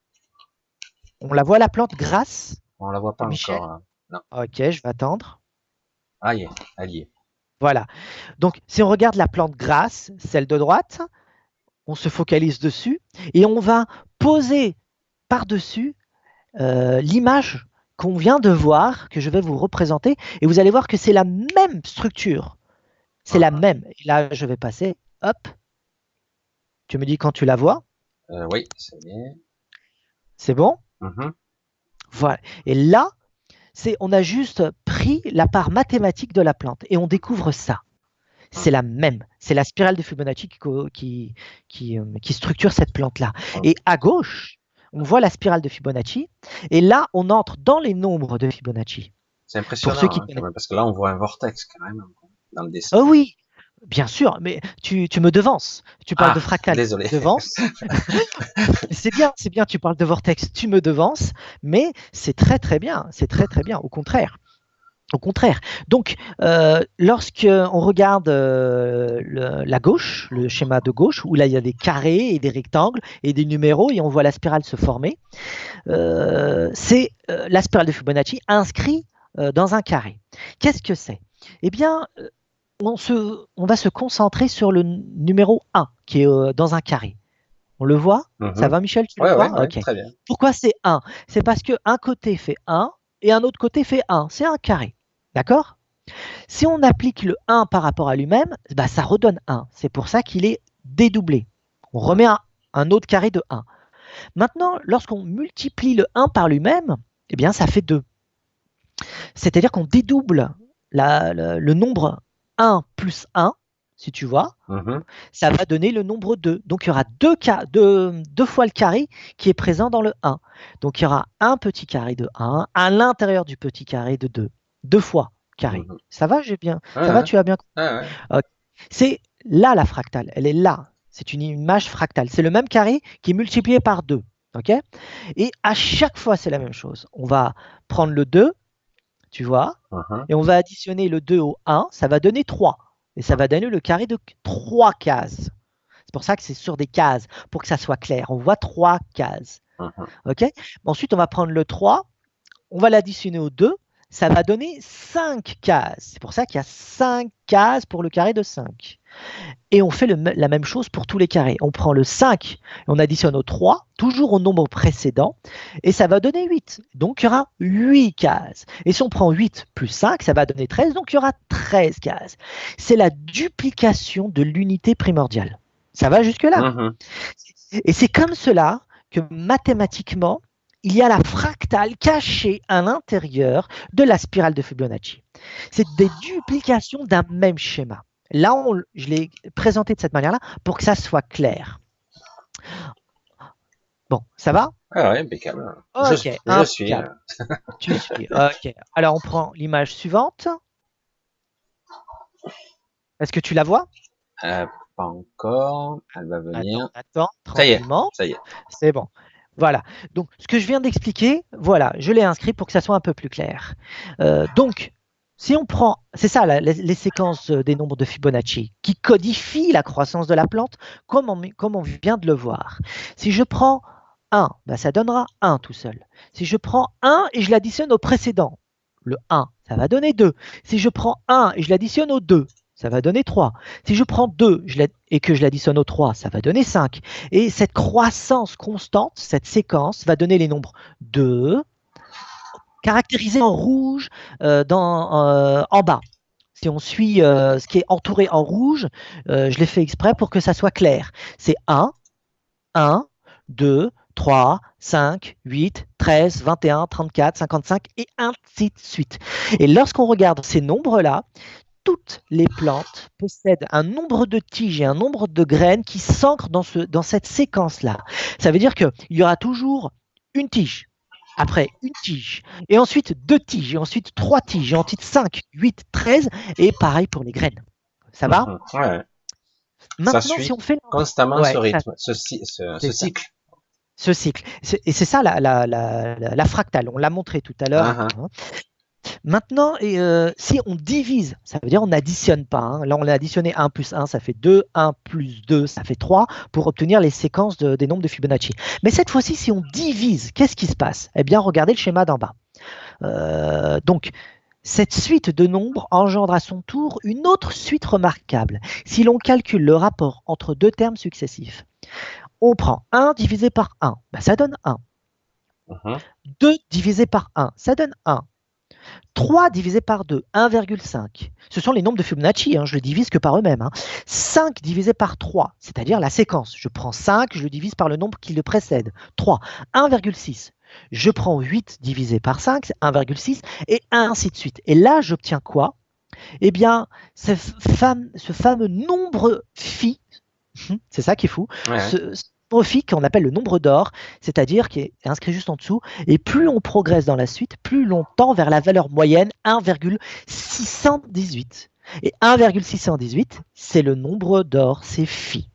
on la voit la plante grâce... On la voit pas Michel. encore. Hein. Non. Ok, je vais attendre. Ah, y est, elle y est. Voilà. Donc, si on regarde la plante grâce, celle de droite, on se focalise dessus, et on va poser par-dessus Euh, l'image qu'on vient de voir, que je vais vous représenter, et vous allez voir que c'est la même structure. C'est ah. la même. Et là, je vais passer. Hop. Tu me dis quand tu la vois. Euh, oui, c'est bien. C'est bon mm-hmm. Voilà. Et là, c'est, on a juste pris la part mathématique de la plante et on découvre ça. C'est la même. C'est la spirale de Fibonacci qui, qui, qui, qui structure cette plante-là. Ah. Et à gauche, on voit la spirale de Fibonacci, et là, on entre dans les nombres de Fibonacci. C'est impressionnant, Pour ceux qui hein, parce que là, on voit un vortex quand même dans le dessin. Oh oui, bien sûr, mais tu, tu me devances. Tu parles ah, de fractal, désolé. tu me devances. c'est bien, c'est bien, tu parles de vortex, tu me devances, mais c'est très très bien, c'est très très bien, au contraire. Au contraire. Donc, euh, lorsqu'on regarde euh, le, la gauche, le schéma de gauche, où là il y a des carrés et des rectangles et des numéros, et on voit la spirale se former, euh, c'est euh, la spirale de Fibonacci inscrite euh, dans un carré. Qu'est-ce que c'est? Eh bien, on, se, on va se concentrer sur le numéro un, qui est euh, dans un carré. On le voit? mm-hmm. Ça va, Michel? Tu ouais, le vois? ouais, ouais, okay. Très bien. Pourquoi c'est un? C'est parce qu'un côté fait un et un autre côté fait un. C'est un carré. D'accord? Si on applique le un par rapport à lui-même, bah, ça redonne un. C'est pour ça qu'il est dédoublé. On remet un, un autre carré de un. Maintenant, lorsqu'on multiplie le un par lui-même, eh bien, ça fait deux. C'est-à-dire qu'on dédouble la, la, le nombre un plus un, si tu vois, mm-hmm. ça va donner le nombre deux. Donc, il y aura deux, deux, deux fois le carré qui est présent dans le un. Donc, il y aura un petit carré de un à l'intérieur du petit carré de deux. Deux fois carré. Mmh. Ça va, j'ai bien. Ouais, ça va, tu as bien compris. ouais, ouais. Okay. C'est là la fractale. Elle est là. C'est une image fractale. C'est le même carré qui est multiplié par deux. Okay? Et à chaque fois, c'est la même chose. On va prendre le deux, tu vois, uh-huh. et on va additionner le deux au un, ça va donner trois. Et ça va donner le carré de trois cases. C'est pour ça que c'est sur des cases, pour que ça soit clair. On voit trois cases. Uh-huh. Okay. Ensuite, on va prendre le trois, on va l'additionner au deux, ça va donner cinq cases. C'est pour ça qu'il y a cinq cases pour le carré de cinq. Et on fait le, la même chose pour tous les carrés. On prend le cinq et on additionne au trois, toujours au nombre précédent, et ça va donner huit. Donc, il y aura huit cases. Et si on prend huit plus cinq, ça va donner treize, donc il y aura treize cases. C'est la duplication de l'unité primordiale. Ça va jusque-là. Uh-huh. Et c'est comme cela que mathématiquement, il y a la fractale cachée à l'intérieur de la spirale de Fibonacci. C'est des duplications d'un même schéma. Là, on, je l'ai présenté de cette manière-là pour que ça soit clair. Bon, ça va? Ah ouais, impeccable. Ok, je, je impeccable. suis. Tu suis. Ok. Alors, on prend l'image suivante. Est-ce que tu la vois? euh, Pas encore. Elle va venir. Attends, attends, tranquillement. Ça y est, ça y est. C'est bon. Voilà. Donc, ce que je viens d'expliquer, voilà, je l'ai inscrit pour que ça soit un peu plus clair. Euh, donc, si on prend, c'est ça la, les, les séquences des nombres de Fibonacci qui codifient la croissance de la plante, comme on, comme on vient de le voir. Si je prends un, ben ça donnera un tout seul. Si je prends un et je l'additionne au précédent, le un, ça va donner deux. Si je prends un et je l'additionne au deux, ça va donner trois. Si je prends deux je et que je l'additionne au trois, ça va donner cinq. Et cette croissance constante, cette séquence, va donner les nombres deux, caractérisés en rouge euh, dans, euh, en bas. Si on suit euh, ce qui est entouré en rouge, euh, je l'ai fait exprès pour que ça soit clair. C'est un, un, deux, trois, cinq, huit, treize, vingt et un, trente-quatre, cinquante-cinq et ainsi de suite. Et lorsqu'on regarde ces nombres-là, toutes les plantes possèdent un nombre de tiges et un nombre de graines qui s'ancrent dans, ce, dans cette séquence-là. Ça veut dire qu'il y aura toujours une tige, après une tige, et ensuite deux tiges, et ensuite trois tiges, et ensuite cinq, huit, treize, et pareil pour les graines. Ça va? Mmh, ouais. Maintenant, ça suit si on fait constamment ouais, ce rythme, ça, ce, ce, ce cycle. Ce cycle. Et c'est ça la, la, la, la, fractale. On l'a montré tout à l'heure. Ah, hein. Maintenant, et, euh, si on divise, ça veut dire on n'additionne pas. Hein. Là, on a additionné un plus un, ça fait deux. un plus deux, ça fait trois, pour obtenir les séquences de, des nombres de Fibonacci. Mais cette fois-ci, si on divise, qu'est-ce qui se passe? Eh bien, regardez le schéma d'en bas. Euh, donc, cette suite de nombres engendre à son tour une autre suite remarquable. Si l'on calcule le rapport entre deux termes successifs, on prend un divisé par un, ben ça donne un. uh-huh. deux divisé par un, ça donne un. trois divisé par deux, un virgule cinq. Ce sont les nombres de Fibonacci, hein, je ne les divise que par eux-mêmes. Hein. cinq divisé par trois, c'est-à-dire la séquence. Je prends cinq, je le divise par le nombre qui le précède. trois, un virgule six. Je prends huit divisé par cinq, c'est un virgule six, et ainsi de suite. Et là, j'obtiens quoi? Eh bien, ce, fam ce fameux nombre phi, c'est ça qui est fou, ouais. ce, ce nombre phi qu'on appelle le nombre d'or, c'est-à-dire qui est inscrit juste en dessous, et plus on progresse dans la suite, plus l'on tend vers la valeur moyenne un virgule six cent dix-huit. Et un virgule six cent dix-huit, c'est le nombre d'or, c'est phi.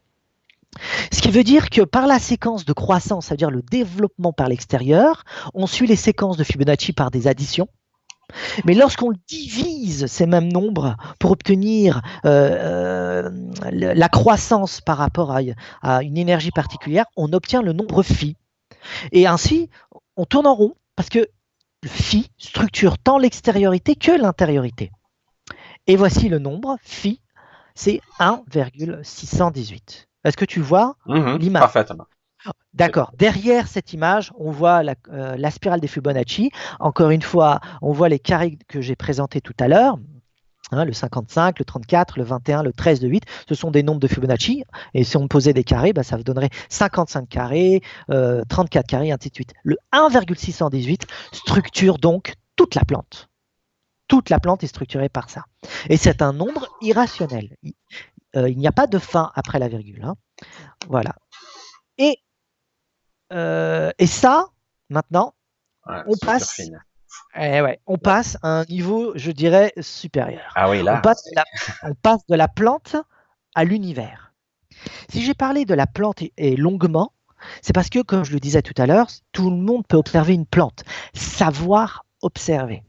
Ce qui veut dire que par la séquence de croissance, ça veut dire le développement par l'extérieur, on suit les séquences de Fibonacci par des additions. Mais lorsqu'on divise ces mêmes nombres pour obtenir euh, euh, la croissance par rapport à, à une énergie particulière, on obtient le nombre phi. Et ainsi, on tourne en rond parce que le phi structure tant l'extériorité que l'intériorité. Et voici le nombre phi, c'est un virgule six cent dix-huit. Est-ce que tu vois mmh, l'image? Parfaitement. D'accord. Derrière cette image, on voit la, euh, la spirale des Fibonacci. Encore une fois, on voit les carrés que j'ai présentés tout à l'heure. Hein, le cinquante-cinq, le trente-quatre, le vingt et un, le treize, le huit, ce sont des nombres de Fibonacci. Et si on posait des carrés, bah, ça vous donnerait cinquante-cinq carrés, euh, trente-quatre carrés, ainsi de suite. Le un virgule six cent dix-huit structure donc toute la plante. Toute la plante est structurée par ça. Et c'est un nombre irrationnel. Il euh, n'y a pas de fin après la virgule. Hein. Voilà. Et Euh, et ça, maintenant, ouais, on passe, eh ouais, on passe à un niveau, je dirais, supérieur. Ah oui, là. On passe, la, on passe de la plante à l'univers. Si j'ai parlé de la plante et, et longuement, c'est parce que, comme je le disais tout à l'heure, tout le monde peut observer une plante, savoir observer.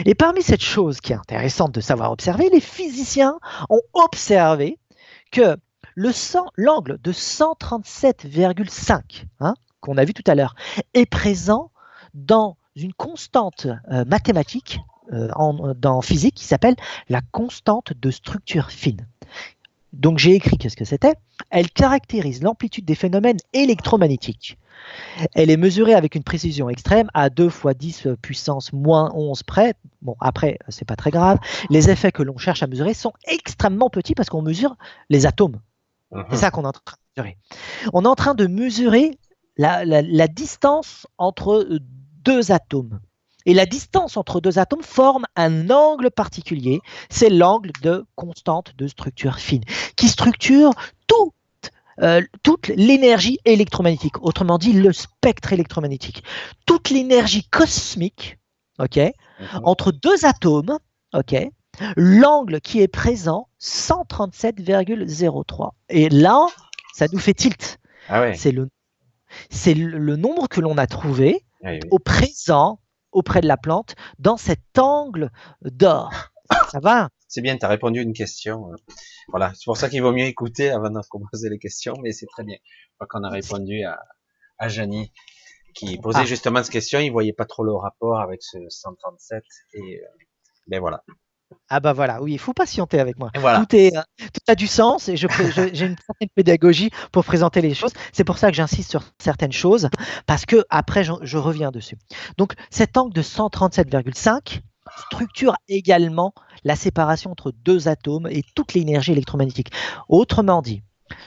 Et parmi cette chose qui est intéressante de savoir observer, les physiciens ont observé que le cent- l'angle de cent trente-sept virgule cinq, hein, qu'on a vu tout à l'heure, est présent dans une constante euh, mathématique euh, en, dans physique qui s'appelle la constante de structure fine. Donc j'ai écrit qu'est-ce que c'était. Elle caractérise l'amplitude des phénomènes électromagnétiques. Elle est mesurée avec une précision extrême à deux fois dix puissance moins onze près. Bon, après, c'est pas très grave. Les effets que l'on cherche à mesurer sont extrêmement petits parce qu'on mesure les atomes. Mhm. C'est ça qu'on est en train de mesurer. On est en train de mesurer la, la, la distance entre deux atomes. Et la distance entre deux atomes forme un angle particulier. C'est l'angle de constante de structure fine qui structure tout Euh, toute l'énergie électromagnétique, autrement dit le spectre électromagnétique, toute l'énergie cosmique, ok, mm-hmm. entre deux atomes, ok, l'angle qui est présent, cent trente-sept virgule zéro trois. Et là, ça nous fait tilt. Ah ouais. C'est le, c'est le, le nombre que l'on a trouvé ah oui. au présent auprès de la plante dans cet angle d'or. Ça va? C'est bien, tu as répondu à une question. Voilà, c'est pour ça qu'il vaut mieux écouter avant de poser les questions, mais c'est très bien. Je crois qu'on a répondu à, à Janie, qui posait ah. justement cette question, il voyait pas trop le rapport avec ce cent trente-sept, et ben voilà. Ah bah voilà, oui, il faut patienter avec moi. Voilà. Tout, est, tout a du sens et je, je, j'ai une certaine pédagogie pour présenter les choses. C'est pour ça que j'insiste sur certaines choses, parce que après je, je reviens dessus. Donc cet angle de cent trente-sept virgule cinq structure également la séparation entre deux atomes et toute l'énergie électromagnétique. Autrement dit,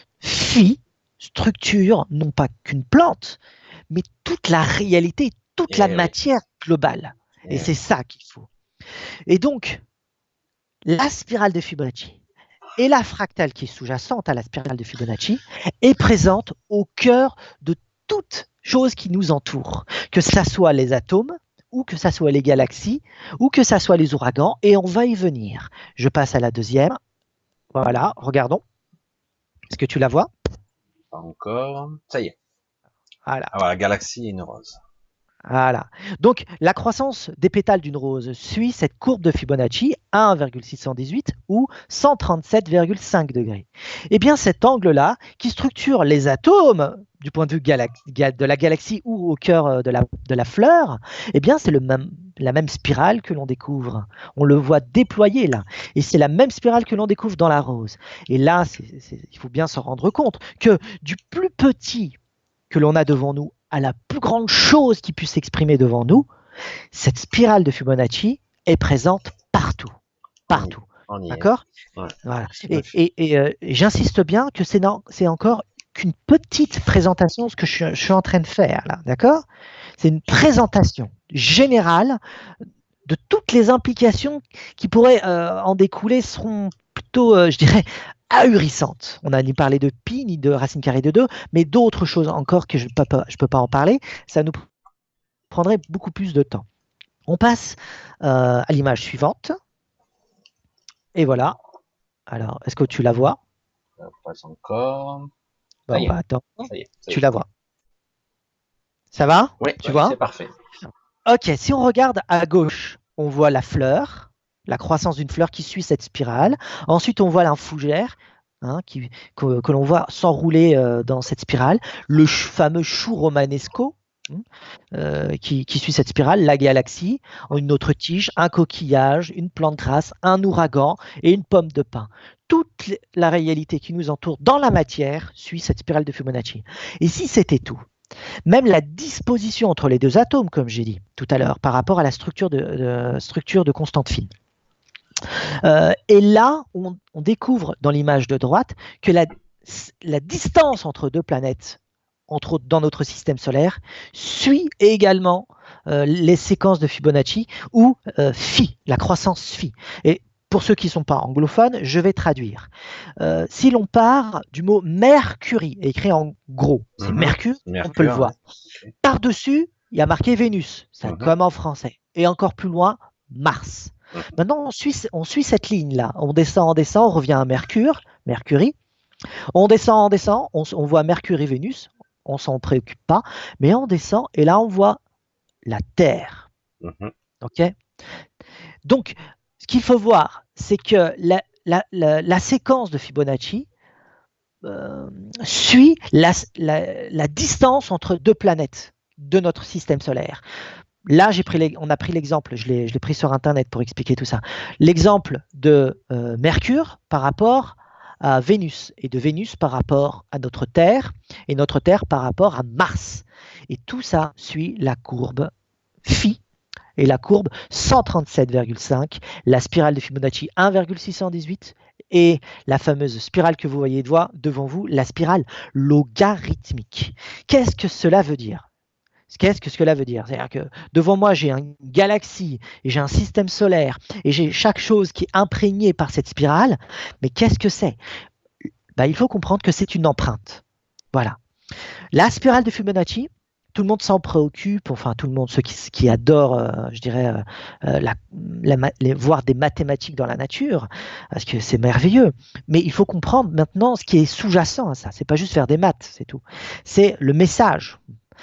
phi structure non pas qu'une plante, mais toute la réalité, toute et la oui. matière globale. Et, et c'est ça qu'il faut. Et donc, la spirale de Fibonacci et la fractale qui est sous-jacente à la spirale de Fibonacci est présente au cœur de toute chose qui nous entoure, que ce soit les atomes, ou que ça soit les galaxies, ou que ça soit les ouragans, et on va y venir. Je passe à la deuxième. Voilà, regardons. Est-ce que tu la vois? Pas encore. Ça y est. Voilà. Ah, la galaxie est une rose. Voilà. Donc, la croissance des pétales d'une rose suit cette courbe de Fibonacci, un virgule six cent dix-huit ou cent trente-sept virgule cinq degrés. Eh bien, cet angle-là, qui structure les atomes du point de vue de la galaxie ou au cœur de la, de la fleur, eh bien, c'est le même, la même spirale que l'on découvre. On le voit déployer là. Et c'est la même spirale que l'on découvre dans la rose. Et là, c'est, c'est, il faut bien se rendre compte que du plus petit que l'on a devant nous à la plus grande chose qui puisse s'exprimer devant nous, cette spirale de Fibonacci est présente partout. Partout. On y est. D'accord ? Ouais. Voilà. Et, et, et euh, j'insiste bien que c'est, non, c'est encore qu'une petite présentation, ce que je, je suis en train de faire là. D'accord ? C'est une présentation générale de toutes les implications qui pourraient euh, en découler seront plutôt, euh, je dirais, ahurissantes. On n'a ni parlé de pi, ni de racine carrée de deux, mais d'autres choses encore que je ne peux pas, je peux pas en parler. Ça nous prendrait beaucoup plus de temps. On passe euh, à l'image suivante. Et voilà. Alors, est-ce que tu la vois? On passe encore. Bon, bah, attends, ça y est, ça y tu est. la vois. Ça va? Oui, tu ouais, vois? c'est parfait. Ok, si on regarde à gauche, on voit la fleur, la croissance d'une fleur qui suit cette spirale. Ensuite, on voit la fougère hein, qui, que, que l'on voit s'enrouler euh, dans cette spirale. Le ch- fameux chou romanesco hein, euh, qui, qui suit cette spirale, la galaxie, une autre tige, un coquillage, une plante grasse, un ouragan et une pomme de pin. Toute la réalité qui nous entoure dans la matière suit cette spirale de Fibonacci. Et si c'était tout, même la disposition entre les deux atomes, comme j'ai dit tout à l'heure, par rapport à la structure de, de, structure de constante fine. Euh, et là, on, on découvre dans l'image de droite que la, la distance entre deux planètes, entre autres dans notre système solaire, suit également euh, les séquences de Fibonacci ou euh, phi, la croissance phi. Et pour ceux qui ne sont pas anglophones, je vais traduire. Euh, si l'on part du mot Mercury, écrit en gros, c'est mmh, Mercure, Mercure, on peut le voir. Okay. Par-dessus, il y a marqué Vénus, ça mmh. comme en français. Et encore plus loin, Mars. Mmh. Maintenant, on suit, on suit cette ligne-là. On descend, on descend, on revient à Mercure, Mercury. On descend, on descend, on, on voit Mercure et Vénus, on ne s'en préoccupe pas. Mais on descend et là, on voit la Terre. Mmh. OK ? Donc, ce qu'il faut voir, c'est que la, la, la, la séquence de Fibonacci euh, suit la, la, la distance entre deux planètes de notre système solaire. Là, j'ai pris on a pris l'exemple, je l'ai, je l'ai pris sur Internet pour expliquer tout ça. L'exemple de euh, Mercure par rapport à Vénus, et de Vénus par rapport à notre Terre, et notre Terre par rapport à Mars. Et tout ça suit la courbe Phi, et la courbe cent trente-sept virgule cinq, la spirale de Fibonacci un virgule six cent dix-huit, et la fameuse spirale que vous voyez devant vous, la spirale logarithmique. Qu'est-ce que cela veut dire ? Qu'est-ce que cela veut dire ? C'est-à-dire que devant moi, j'ai une galaxie, et j'ai un système solaire, et j'ai chaque chose qui est imprégnée par cette spirale. Mais qu'est-ce que c'est ? Ben, il faut comprendre que c'est une empreinte. Voilà. La spirale de Fibonacci, tout le monde s'en préoccupe, enfin tout le monde, ceux qui, qui adorent, euh, je dirais, euh, la, la, les, voir des mathématiques dans la nature, parce que c'est merveilleux. Mais il faut comprendre maintenant ce qui est sous-jacent à ça. C'est pas juste faire des maths, c'est tout. C'est le message.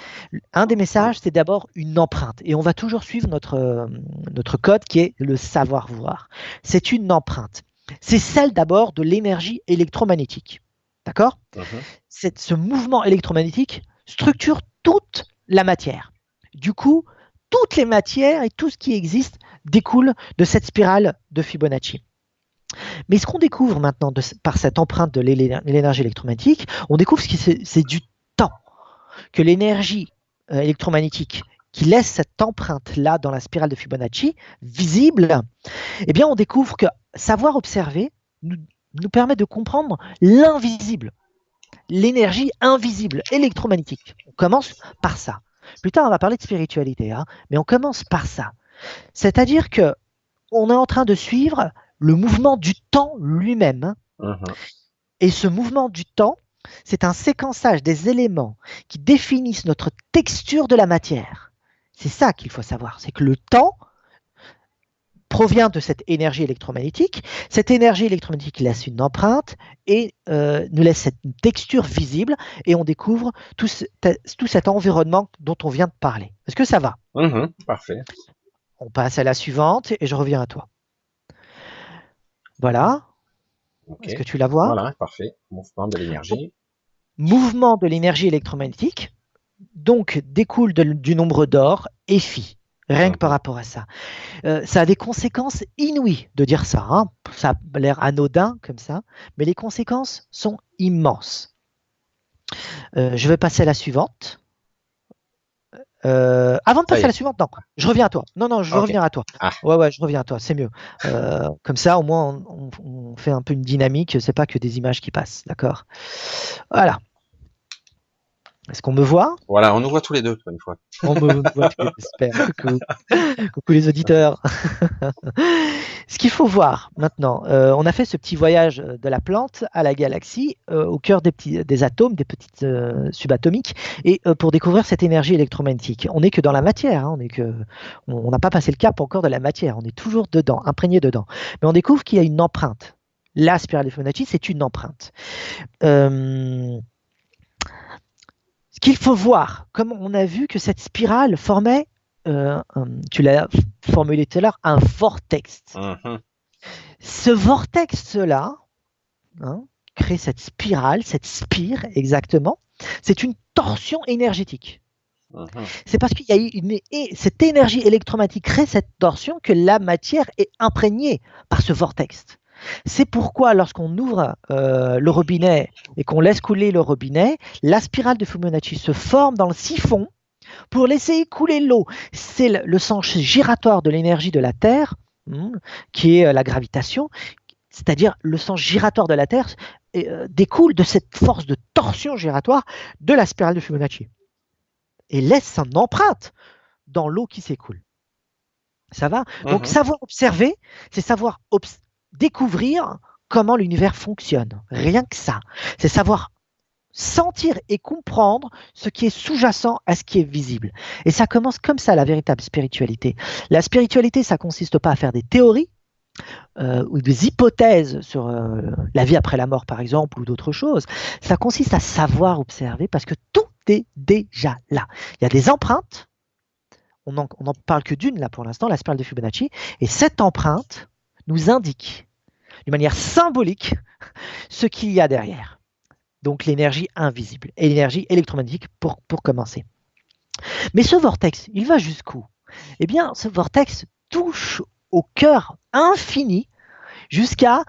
Un des messages, c'est d'abord une empreinte. Et on va toujours suivre notre, euh, notre code qui est le savoir-voir. C'est une empreinte. C'est celle d'abord de l'énergie électromagnétique. D'accord ? uh-huh. C'est, ce mouvement électromagnétique structure toute la matière. Du coup, toutes les matières et tout ce qui existe découle de cette spirale de Fibonacci. Mais ce qu'on découvre maintenant de, par cette empreinte de l'énergie électromagnétique, on découvre que c'est, c'est du temps. Que l'énergie euh, électromagnétique qui laisse cette empreinte-là dans la spirale de Fibonacci visible, eh bien on découvre que savoir observer nous, nous permet de comprendre l'invisible, l'énergie invisible électromagnétique. On commence par ça. Plus tard, on va parler de spiritualité, hein, mais on commence par ça. C'est-à-dire que on est en train de suivre le mouvement du temps lui-même. Uh-huh. Et ce mouvement du temps, c'est un séquençage des éléments qui définissent notre texture de la matière. C'est ça qu'il faut savoir, c'est que le temps provient de cette énergie électromagnétique. Cette énergie électromagnétique laisse une empreinte et euh, nous laisse cette texture visible et on découvre tout, ce, tout cet environnement dont on vient de parler. Est-ce que ça va ? Mmh, parfait. On passe à la suivante et je reviens à toi. Voilà. Okay. Est-ce que tu la vois ? Voilà, parfait. Mouvement de l'énergie. Mouvement de l'énergie électromagnétique, donc découle de, du nombre d'or et phi, rien que par rapport à ça. Euh, ça a des conséquences inouïes de dire ça. Hein. Ça a l'air anodin comme ça, mais les conséquences sont immenses. Euh, je vais passer à la suivante. Euh, avant de passer à la suivante, non, je reviens à toi. Non, non, je veux okay. revenir à toi. Ah. Ouais, ouais, je reviens à toi, c'est mieux. Euh, comme ça, au moins, on, on, on fait un peu une dynamique, c'est pas que des images qui passent, d'accord ? Voilà. Est-ce qu'on me voit ? Voilà, on nous voit tous les deux, une fois. On me voit tous les deux, j'espère. Coucou. Coucou les auditeurs. Ce qu'il faut voir maintenant, euh, on a fait ce petit voyage de la plante à la galaxie, euh, au cœur des, petits, des atomes, des petites euh, subatomiques, et euh, pour découvrir cette énergie électromagnétique. On n'est que dans la matière, hein, on est que, on n'a pas passé le cap encore de la matière, on est toujours dedans, imprégné dedans. Mais on découvre qu'il y a une empreinte. La spirale de Fibonacci, c'est une empreinte. Euh, Ce qu'il faut voir, comme on a vu que cette spirale formait, euh, un, tu l'as formulé tout à l'heure, un vortex. Uh-huh. Ce vortex-là, hein, crée cette spirale, cette spire exactement, c'est une torsion énergétique. Uh-huh. C'est parce qu'il y a une, et cette énergie électromagnétique crée cette torsion que la matière est imprégnée par ce vortex. C'est pourquoi lorsqu'on ouvre euh, le robinet et qu'on laisse couler le robinet, la spirale de Fibonacci se forme dans le siphon pour laisser écouler l'eau. C'est le, le sens giratoire de l'énergie de la Terre, hmm, qui est euh, la gravitation, c'est-à-dire le sens giratoire de la Terre euh, découle de cette force de torsion giratoire de la spirale de Fibonacci et laisse son empreinte dans l'eau qui s'écoule. Ça va ? Mm-hmm. Donc savoir observer, c'est savoir observer, découvrir comment l'univers fonctionne. Rien que ça. C'est savoir sentir et comprendre ce qui est sous-jacent à ce qui est visible. Et ça commence comme ça, la véritable spiritualité. La spiritualité, ça consiste pas à faire des théories euh, ou des hypothèses sur euh, la vie après la mort, par exemple, ou d'autres choses. Ça consiste à savoir observer parce que tout est déjà là. Il y a des empreintes. on n'en on en parle que d'une là pour l'instant, la spirale de Fibonacci, et cette empreinte nous indique d'une manière symbolique ce qu'il y a derrière. Donc l'énergie invisible et l'énergie électromagnétique pour, pour commencer. Mais ce vortex, il va jusqu'où? Eh bien, ce vortex touche au cœur infini jusqu'à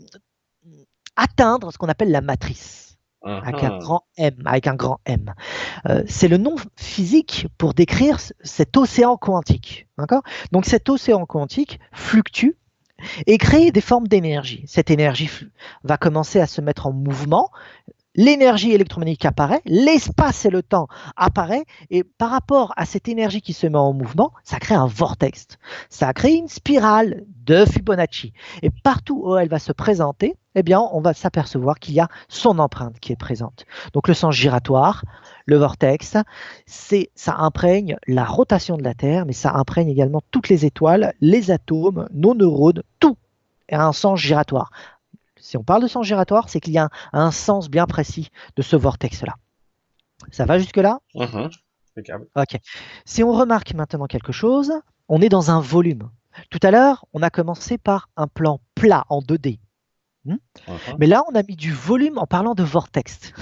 atteindre ce qu'on appelle la matrice, uh-huh. avec un grand M. Avec un grand M. Euh, c'est le nom physique pour décrire cet océan quantique. D'accord? Donc cet océan quantique fluctue et crée des formes d'énergie. Cette énergie va commencer à se mettre en mouvement. L'énergie électromagnétique apparaît, l'espace et le temps apparaissent, et par rapport à cette énergie qui se met en mouvement, ça crée un vortex. Ça crée une spirale de Fibonacci. Et partout où elle va se présenter, eh bien, on va s'apercevoir qu'il y a son empreinte qui est présente. Donc le sens giratoire, le vortex, c'est, ça imprègne la rotation de la Terre, mais ça imprègne également toutes les étoiles, les atomes, nos neurones, tout a un sens giratoire. Si on parle de sens giratoire, c'est qu'il y a un, un sens bien précis de ce vortex-là. Ça va jusque-là? Mmh. Ok. Si on remarque maintenant quelque chose, on est dans un volume. Tout à l'heure, on a commencé par un plan plat en deux D. Hmm? Uh-huh. Mais là, on a mis du volume en parlant de vortex.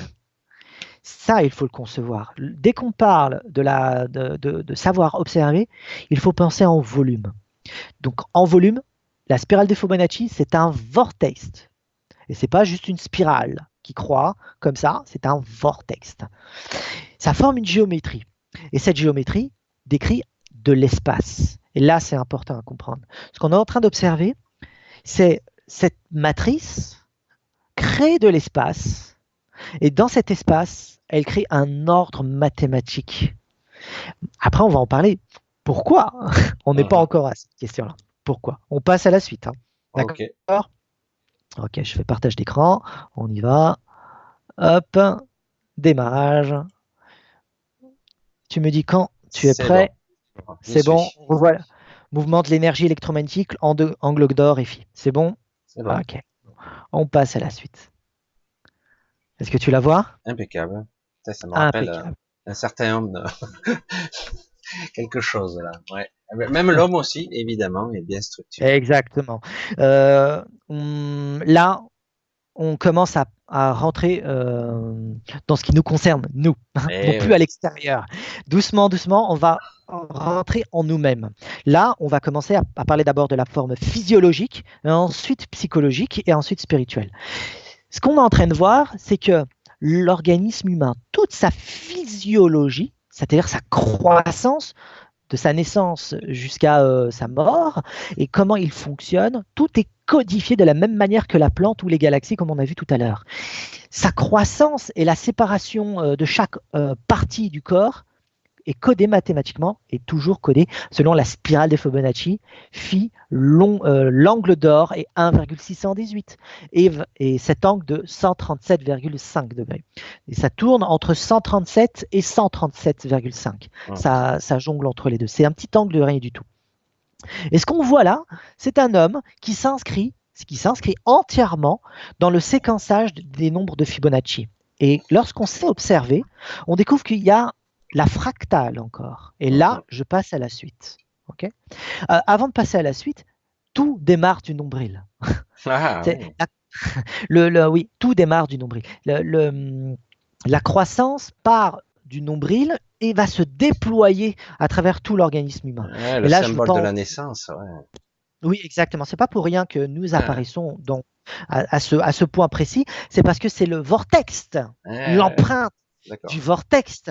Ça, il faut le concevoir. Dès qu'on parle de, la, de, de, de savoir observer, il faut penser en volume. Donc, en volume, la spirale de Fibonacci, c'est un vortex. Et ce n'est pas juste une spirale qui croît comme ça, c'est un vortex. Ça forme une géométrie. Et cette géométrie décrit de l'espace. Et là, c'est important à comprendre. Ce qu'on est en train d'observer, c'est cette matrice crée de l'espace. Et dans cet espace, elle crée un ordre mathématique. Après, on va en parler. Pourquoi? On n'est pas encore à cette question-là. Pourquoi? On passe à la suite. Hein. D'accord? Okay. Ok, je fais partage d'écran, on y va. Hop, démarrage. Tu me dis quand tu es prêt. Bon. C'est bon, voilà. Mouvement de l'énergie électromagnétique en deux angles d'or et phi. C'est bon? C'est bon. Ok. On passe à la suite. Est-ce que tu la vois? Impeccable. Ça, ça me rappelle Impeccable. un certain homme de... quelque chose là. Ouais. Même l'homme aussi, évidemment, est bien structuré. Exactement. Euh, on, là, on commence à, à rentrer euh, dans ce qui nous concerne, nous, Et non oui. plus à l'extérieur. Doucement, doucement, on va rentrer en nous-mêmes. Là, on va commencer à, à parler d'abord de la forme physiologique, ensuite psychologique et ensuite spirituelle. Ce qu'on est en train de voir, c'est que l'organisme humain, toute sa physiologie, c'est-à-dire sa croissance, de sa naissance jusqu'à euh, sa mort, et comment il fonctionne, tout est codifié de la même manière que la plante ou les galaxies, comme on a vu tout à l'heure. Sa croissance et la séparation euh, de chaque euh, partie du corps est codée mathématiquement et toujours codée selon la spirale de Fibonacci, phi, long, euh, l'angle d'or est un virgule six cent dix-huit et, et cet angle de cent trente-sept virgule cinq degrés. Et ça tourne entre cent trente-sept et cent trente-sept virgule cinq. Ouais. Ça, ça jongle entre les deux. C'est un petit angle de rien du tout. Et ce qu'on voit là, c'est un homme qui s'inscrit, qui s'inscrit entièrement dans le séquençage des nombres de Fibonacci. Et lorsqu'on sait observer, on découvre qu'il y a la fractale encore. Et là, je passe à la suite. Okay, euh, avant de passer à la suite, tout démarre du nombril. Ah, oui. La, le, le, oui, tout démarre du nombril. Le, le, la croissance part du nombril et va se déployer à travers tout l'organisme humain. Ouais, le là, symbole je pense... de la naissance. Ouais. Oui, exactement. C'est pas pour rien que nous apparaissons dans, à, à, ce, à ce point précis. C'est parce que c'est le vortex, ouais, l'empreinte du vortex.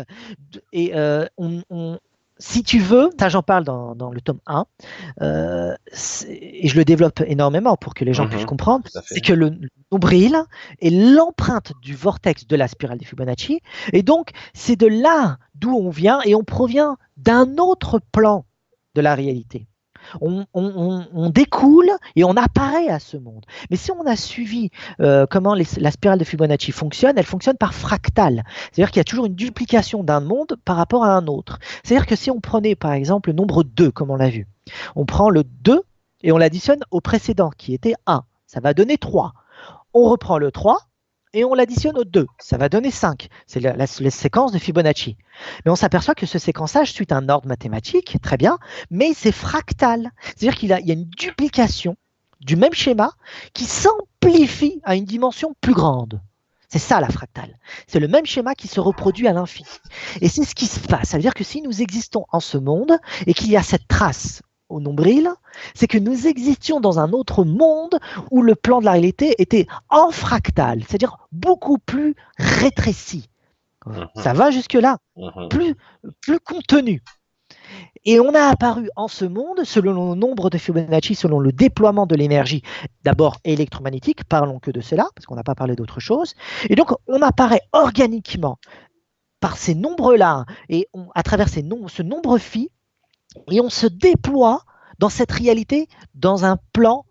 Et euh, on, on, si tu veux, ça j'en parle dans, dans le tome un, euh, et je le développe énormément pour que les gens mmh, puissent comprendre, c'est que le nombril est l'empreinte du vortex de la spirale de Fibonacci, et donc c'est de là d'où on vient, et on provient d'un autre plan de la réalité. On, on, on découle et on apparaît à ce monde. Mais si on a suivi euh, comment les, la spirale de Fibonacci fonctionne, elle fonctionne par fractal. C'est-à-dire qu'il y a toujours une duplication d'un monde par rapport à un autre. C'est-à-dire que si on prenait par exemple le nombre deux, comme on l'a vu, on prend le deux et on l'additionne au précédent qui était un. Ça va donner trois. On reprend le trois, et on l'additionne aux deux. Ça va donner cinq. C'est la, la, la séquence de Fibonacci. Mais on s'aperçoit que ce séquençage suit un ordre mathématique, très bien, mais c'est fractal. C'est-à-dire qu'il y a, il y a une duplication du même schéma qui s'amplifie à une dimension plus grande. C'est ça la fractale. C'est le même schéma qui se reproduit à l'infini. Et c'est ce qui se passe. Ça veut dire que si nous existons en ce monde et qu'il y a cette trace au nombril, c'est que nous existions dans un autre monde où le plan de la réalité était en fractal, c'est-à-dire beaucoup plus rétréci. Mmh. Ça va jusque-là, mmh. plus, plus contenu. Et on a apparu en ce monde, selon le nombre de Fibonacci, selon le déploiement de l'énergie, d'abord électromagnétique, parlons que de cela, parce qu'on n'a pas parlé d'autre chose. Et donc, on apparaît organiquement par ces nombres-là, et on, à travers ces nombres, ce nombre phi, et on se déploie dans cette réalité, dans un plan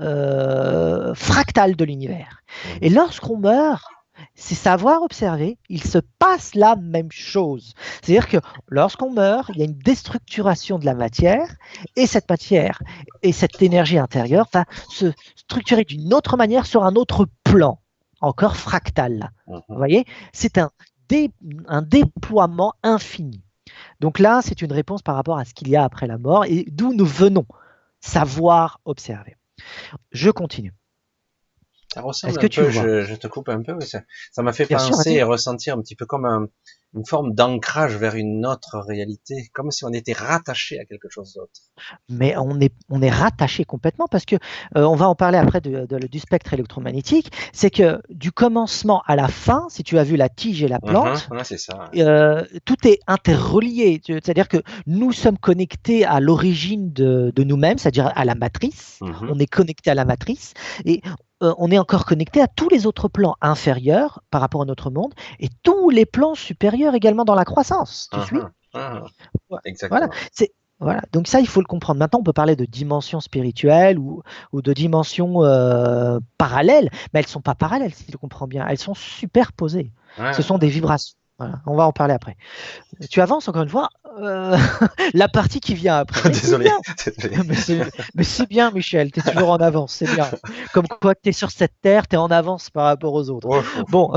euh, fractal de l'univers. Et lorsqu'on meurt, c'est savoir observer, il se passe la même chose. C'est-à-dire que lorsqu'on meurt, il y a une déstructuration de la matière, et cette matière et cette énergie intérieure va se structurer d'une autre manière sur un autre plan, encore fractal. Vous voyez, c'est un, dé, un déploiement infini. Donc là, c'est une réponse par rapport à ce qu'il y a après la mort et d'où nous venons, savoir observer. Je continue. Ça ressemble un peu, je, je te coupe un peu, ça, ça m'a fait Bien penser sûr, et ressentir un petit peu comme un, une forme d'ancrage vers une autre réalité, comme si on était rattaché à quelque chose d'autre. Mais on est, on est rattaché complètement parce que, euh, on va en parler après de, de, du spectre électromagnétique, c'est que du commencement à la fin, si tu as vu la tige et la plante, uh-huh, ouais, c'est ça. Euh, tout est interrelié, c'est-à-dire que nous sommes connectés à l'origine de, de nous-mêmes, c'est-à-dire à la matrice, uh-huh. On est connecté à la matrice, et euh, on est encore connecté à tous les autres plans inférieurs par rapport à notre monde, et tous les plans supérieurs également dans la croissance, tu uh-huh. suis uh-huh. Exactement. Voilà, c'est Voilà, donc ça, il faut le comprendre. Maintenant, on peut parler de dimensions spirituelles ou, ou de dimensions euh, parallèles, mais elles ne sont pas parallèles, si tu comprends bien. Elles sont superposées. Ouais. Ce sont des vibrations. Voilà, on va en parler après. Tu avances encore une fois. Euh, la partie qui vient après. Mais Désolé. Mais c'est bien, Michel. Tu es toujours en avance. C'est bien. Comme quoi que tu es sur cette terre, tu es en avance par rapport aux autres. Oh, oh. Bon.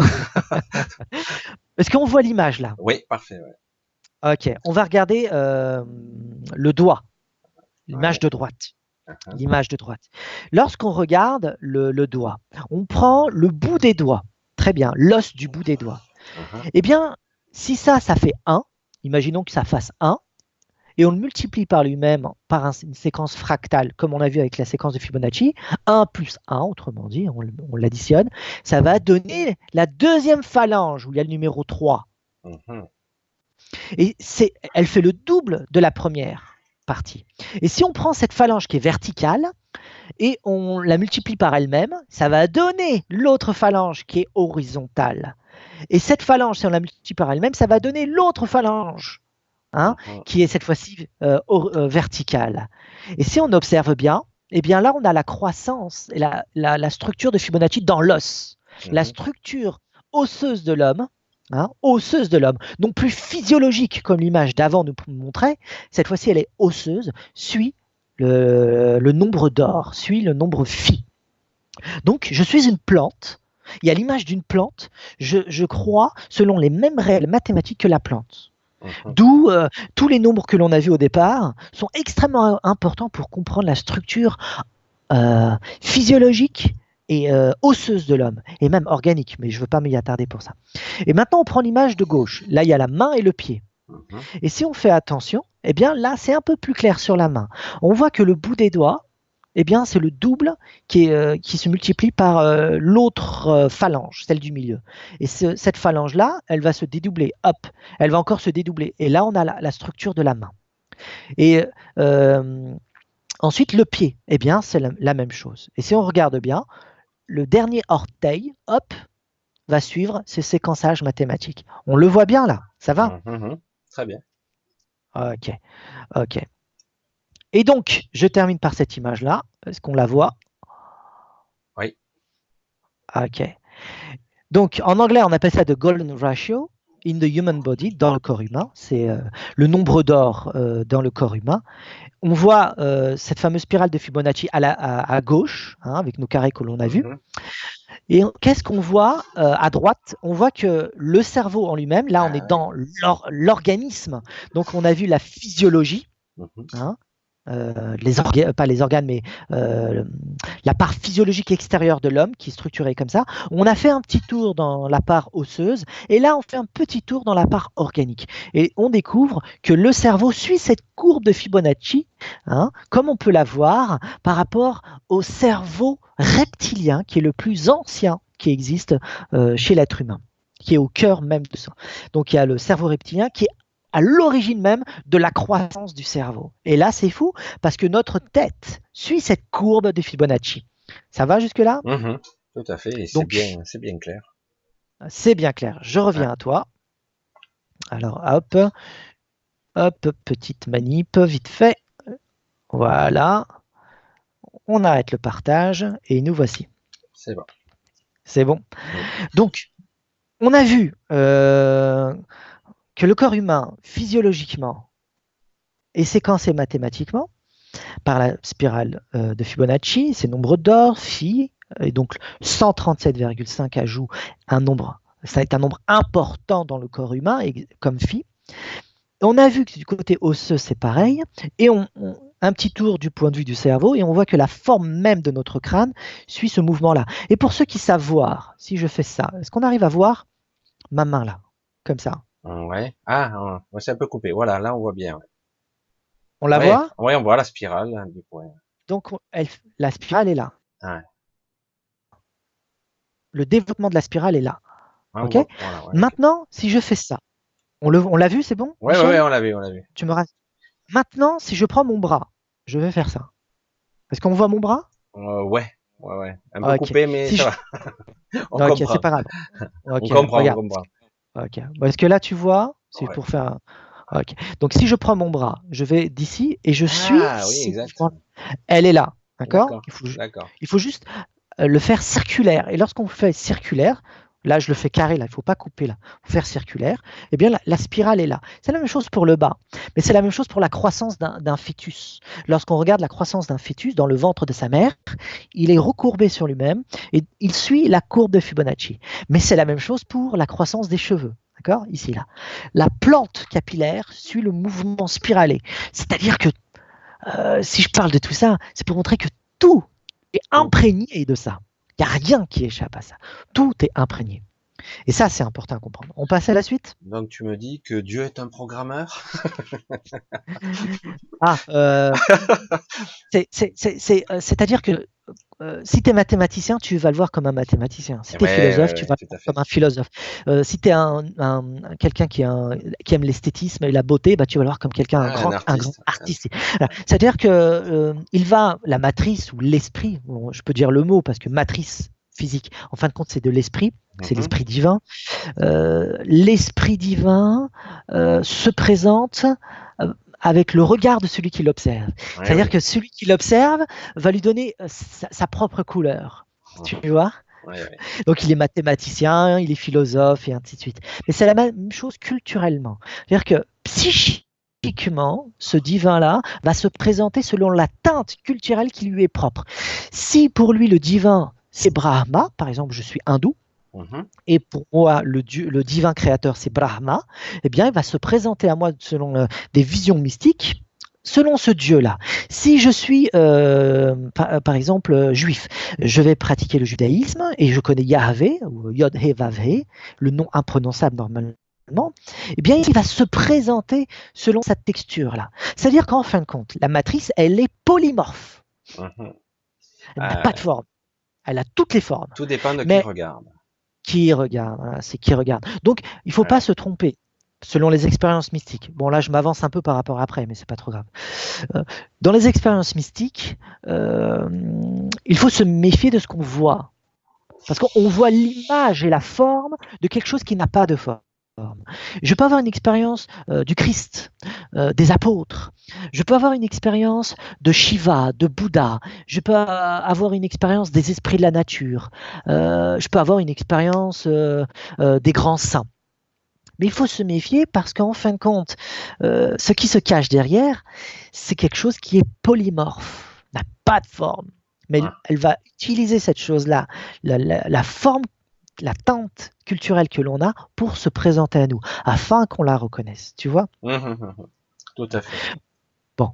Est-ce qu'on voit l'image là? Oui, parfait. Ouais. Ok, on va regarder euh, le doigt, l'image ouais. de droite. Uh-huh. L'image de droite. Lorsqu'on regarde le, le doigt, on prend le bout des doigts. Très bien, l'os du bout des doigts. Uh-huh. Eh bien, si ça, ça fait un, imaginons que ça fasse un, et on le multiplie par lui-même par un, une séquence fractale, comme on a vu avec la séquence de Fibonacci, un plus un, autrement dit, on, on l'additionne, ça va donner la deuxième phalange, où il y a le numéro trois. Uh-huh. Et c'est, elle fait le double de la première partie. Et si on prend cette phalange qui est verticale et on la multiplie par elle-même, ça va donner l'autre phalange qui est horizontale. Et cette phalange, si on la multiplie par elle-même, ça va donner l'autre phalange, hein, qui est cette fois-ci euh, euh, verticale. Et si on observe bien, eh bien là, on a la croissance et la, la, la structure de Fibonacci dans l'os. Mmh. La structure osseuse de l'homme, Hein, osseuse de l'homme, non plus physiologique comme l'image d'avant nous montrait, cette fois-ci elle est osseuse, suit le, le nombre d'or, suit le nombre phi. Donc je suis une plante, et à l'image d'une plante, je, je crois selon les mêmes règles mathématiques que la plante. Uh-huh. D'où euh, tous les nombres que l'on a vus au départ sont extrêmement importants pour comprendre la structure euh, physiologique et euh, osseuse de l'homme, et même organique, mais je ne veux pas m'y attarder pour ça. Et maintenant, on prend l'image de gauche. Là, il y a la main et le pied. Uh-huh. Et si on fait attention, eh bien là, c'est un peu plus clair sur la main. On voit que le bout des doigts, eh bien, c'est le double qui, est, euh, qui se multiplie par euh, l'autre euh, phalange, celle du milieu. Et ce, cette phalange-là, elle va se dédoubler, hop, elle va encore se dédoubler. Et là, on a la, la structure de la main. Et euh, ensuite, le pied, eh bien, c'est la, la même chose. Et si on regarde bien, le dernier orteil, hop, va suivre ce séquençage mathématique. On le voit bien là, ça va? Mmh, très bien. Ok, ok. Et donc, je termine par cette image-là. Est-ce qu'on la voit? Oui. Ok. Donc, en anglais, on appelle ça the golden ratio in the human body, dans le corps humain. C'est euh, le nombre d'or euh, dans le corps humain. On voit euh, cette fameuse spirale de Fibonacci à, la, à, à gauche, hein, avec nos carrés que l'on a vus. Mm-hmm. Et qu'est-ce qu'on voit euh, à droite? On voit que le cerveau en lui-même, là, on est dans l'or l'organisme. Donc, on a vu la physiologie, hein, euh, les organes, pas les organes, mais euh, la part physiologique extérieure de l'homme qui est structurée comme ça. On a fait un petit tour dans la part osseuse et là, on fait un petit tour dans la part organique. Et on découvre que le cerveau suit cette courbe de Fibonacci, hein, comme on peut la voir par rapport au cerveau reptilien qui est le plus ancien qui existe euh, chez l'être humain, qui est au cœur même de ça. Donc, il y a le cerveau reptilien qui est à l'origine même de la croissance du cerveau. Et là, c'est fou, parce que notre tête suit cette courbe de Fibonacci. Ça va jusque-là? Mmh, tout à fait, et c'est bien, c'est bien clair. C'est bien clair. Je reviens ah. à toi. Alors, hop, hop, petite manip, vite fait. Voilà. On arrête le partage, et nous voici. C'est bon. C'est bon. Mmh. Donc, on a vu... Euh, que le corps humain, physiologiquement, est séquencé mathématiquement par la spirale euh, de Fibonacci, c'est nombre d'or, phi, et donc cent trente-sept virgule cinq ajout un nombre, ça est un nombre important dans le corps humain, comme phi. On a vu que du côté osseux, c'est pareil, et on, on, un petit tour du point de vue du cerveau, et on voit que la forme même de notre crâne suit ce mouvement-là. Et pour ceux qui savent voir, si je fais ça, est-ce qu'on arrive à voir ma main là, comme ça? Ouais. Ah, ouais, c'est un peu coupé. Voilà, là on voit bien. Ouais. On la ouais, voit? Oui, on voit la spirale. Hein, du coup, ouais. Donc, elle, la spirale est là. Ouais. Le développement de la spirale est là. Ah, okay voit, voilà, ouais. Maintenant, si je fais ça, on l'a on vu, c'est bon? Oui, ouais, on l'a vu, on l'a vu. Tu me rassures. Maintenant, si je prends mon bras, je vais faire ça. Est-ce qu'on voit mon bras? euh, Ouais, ouais, ouais. Un peu okay. coupé, mais si ça je... va. on ok, c'est pas grave. Okay, on comprend, regarde. on comprend. Ok. Bon, est-ce que là, tu vois? C'est ouais. pour faire... Ok. Donc, si je prends mon bras, je vais d'ici et je suis... Ah oui, exact. Elle est là, d'accord? Il, faut... D'accord. il faut juste le faire circulaire. Et lorsqu'on fait circulaire, là, je le fais carré, là, il ne faut pas couper, là. Il faut faire circulaire. Eh bien, la, la spirale est là. C'est la même chose pour le bas. Mais c'est la même chose pour la croissance d'un fœtus. Lorsqu'on regarde la croissance d'un fœtus dans le ventre de sa mère, il est recourbé sur lui-même et il suit la courbe de Fibonacci. Mais c'est la même chose pour la croissance des cheveux. D'accord? Ici, là. La plante capillaire suit le mouvement spiralé. C'est-à-dire que, euh, si je parle de tout ça, c'est pour montrer que tout est imprégné de ça. Il n'y a rien qui échappe à ça. Tout est imprégné. Et ça, c'est important à comprendre. On passe à la suite? Donc, tu me dis que Dieu est un programmeur? Ah, euh, c'est-à-dire que euh, si tu es mathématicien, tu vas le voir comme un mathématicien. Si tu es ouais, philosophe, ouais, tu vas le voir comme un philosophe. Euh, si tu es un, un, quelqu'un qui, qui aime l'esthétisme et la beauté, bah, tu vas le voir comme quelqu'un, ah, un, grand, un, artiste, un grand artiste. Voilà. C'est-à-dire que euh, il va, la matrice ou l'esprit, bon, je peux dire le mot parce que matrice physique, en fin de compte, c'est de l'esprit, c'est mm-hmm. l'esprit divin. Euh, l'esprit divin euh, se présente euh, avec le regard de celui qui l'observe. Ouais, C'est-à-dire oui. que celui qui l'observe va lui donner euh, sa, sa propre couleur. Mmh. Tu vois? ouais, ouais. Donc il est mathématicien, il est philosophe et ainsi de suite. Mais c'est la même chose culturellement. C'est-à-dire que psychiquement, ce divin-là va se présenter selon la teinte culturelle qui lui est propre. Si pour lui le divin, c'est Brahma, par exemple, je suis hindou, Mmh. et pour moi, le, dieu, le divin créateur, c'est Brahma, eh bien, il va se présenter à moi selon euh, des visions mystiques, selon ce dieu-là. Si je suis, euh, par, par exemple, euh, juif, je vais pratiquer le judaïsme et je connais Yahvé, ou Yod-He-Vav-He, le nom imprononçable normalement, eh bien, il va se présenter selon cette texture-là. C'est-à-dire qu'en fin de compte, la matrice, elle est polymorphe. Mmh. Elle n'a euh... pas de forme. Elle a toutes les formes. Tout dépend de Mais, qui regarde. Qui regarde, voilà, c'est qui regarde. Donc, il ne faut ouais. pas se tromper selon les expériences mystiques. Bon, là, je m'avance un peu par rapport à après, mais c'est pas trop grave. Euh, dans les expériences mystiques, euh, il faut se méfier de ce qu'on voit. Parce qu'on voit l'image et la forme de quelque chose qui n'a pas de forme. Je peux avoir une expérience euh, du Christ, euh, des apôtres. Je peux avoir une expérience de Shiva, de Bouddha. Je peux avoir une expérience des esprits de la nature. Euh, je peux avoir une expérience euh, euh, des grands saints. Mais il faut se méfier parce qu'en fin de compte, euh, ce qui se cache derrière, c'est quelque chose qui est polymorphe, n'a pas de forme. mais Ouais. elle va utiliser cette chose-là, la, la, la forme, la teinte culturelle que l'on a pour se présenter à nous, afin qu'on la reconnaisse, tu vois. Hum, hum, hum, hum. Tout à fait. Bon,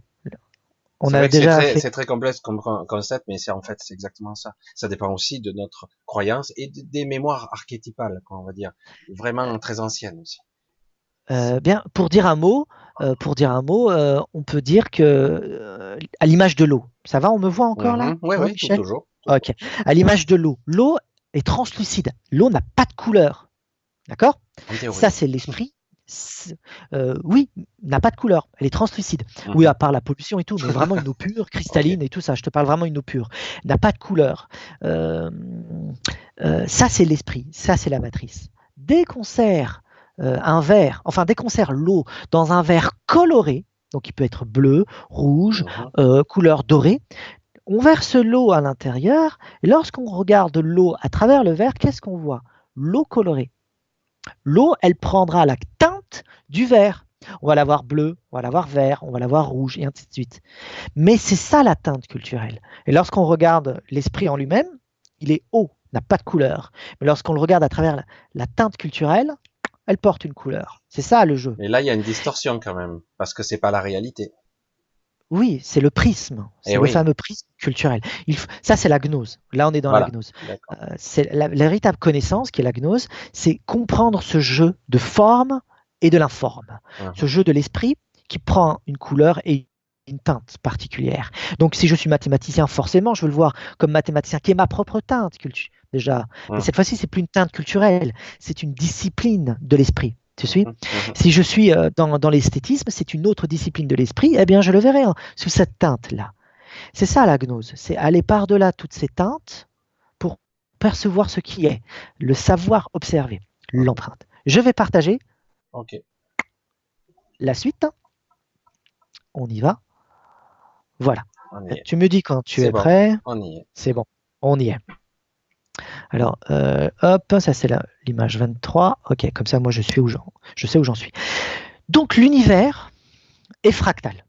on C'est a vrai que c'est déjà très, fait. c'est très complexe comme con- concept, mais c'est en fait, c'est exactement ça. Ça dépend aussi de notre croyance et de- des mémoires archétypales, quoi, on va dire, vraiment très anciennes aussi. Euh, bien, pour dire un mot, euh, pour dire un mot, euh, on peut dire que euh, à l'image de l'eau, ça va, on me voit encore là, Mhm. Oui, hein, oui, tout Michel? toujours, toujours. Ok. À l'image de l'eau, l'eau est translucide. L'eau n'a pas de couleur, d'accord? En Ça, théorie. c'est l'esprit. C'est- euh, oui, n'a pas de couleur. Elle est translucide. Oui, Mhm. à part la pollution et tout, mais vraiment une eau pure, Ok. cristalline et tout ça. Je te parle vraiment une eau pure. N'a pas de couleur. Euh, euh, ça, c'est l'esprit. Ça, c'est la matrice. Dès qu'on sert euh, un verre, enfin, dès qu'on sert l'eau dans un verre coloré, donc il peut être bleu, rouge, Mhm. euh, couleur dorée, on verse l'eau à l'intérieur. Et lorsqu'on regarde l'eau à travers le verre, qu'est-ce qu'on voit? L'eau colorée. L'eau, elle prendra la teinte du verre. On va l'avoir bleu, on va l'avoir vert, on va l'avoir rouge, et ainsi de suite. Mais c'est ça la teinte culturelle. Et lorsqu'on regarde l'esprit en lui-même, il est haut, n'a pas de couleur. Mais lorsqu'on le regarde à travers la, la teinte culturelle, elle porte une couleur. C'est ça le jeu. Mais là, il y a une distorsion quand même, parce que c'est pas la réalité. Oui, c'est le prisme, Eh c'est le oui, fameux prisme culturel. Il f- ça, c'est la gnose. Là, on est dans la voilà. gnose. D'accord. Euh, c'est la, la véritable connaissance qui est la gnose, c'est comprendre ce jeu de forme et de l'informe, ce Mhm. jeu de l'esprit qui prend une couleur et une teinte particulière. Donc, si je suis mathématicien, forcément, je veux le voir comme mathématicien qui est ma propre teinte culturelle déjà. Mais Mhm. cette fois-ci, c'est plus une teinte culturelle, c'est une discipline de l'esprit. Tu suis? Mhm. Mhm. Si je suis euh, dans, dans l'esthétisme, c'est une autre discipline de l'esprit, eh bien, je le verrai hein, sous cette teinte-là. C'est ça la gnose, c'est aller par-delà toutes ces teintes pour percevoir ce qui est, le savoir observer, Mhm. l'empreinte. Je vais partager Ok. la suite. On y va. Voilà. On y est. Tu me dis quand tu C'est es bon. prêt. On y est. C'est bon. On y est. Alors, euh, hop, ça c'est l'image vingt-trois. Ok, comme ça, moi je, suis où je sais où j'en suis. Donc, l'univers est fractal.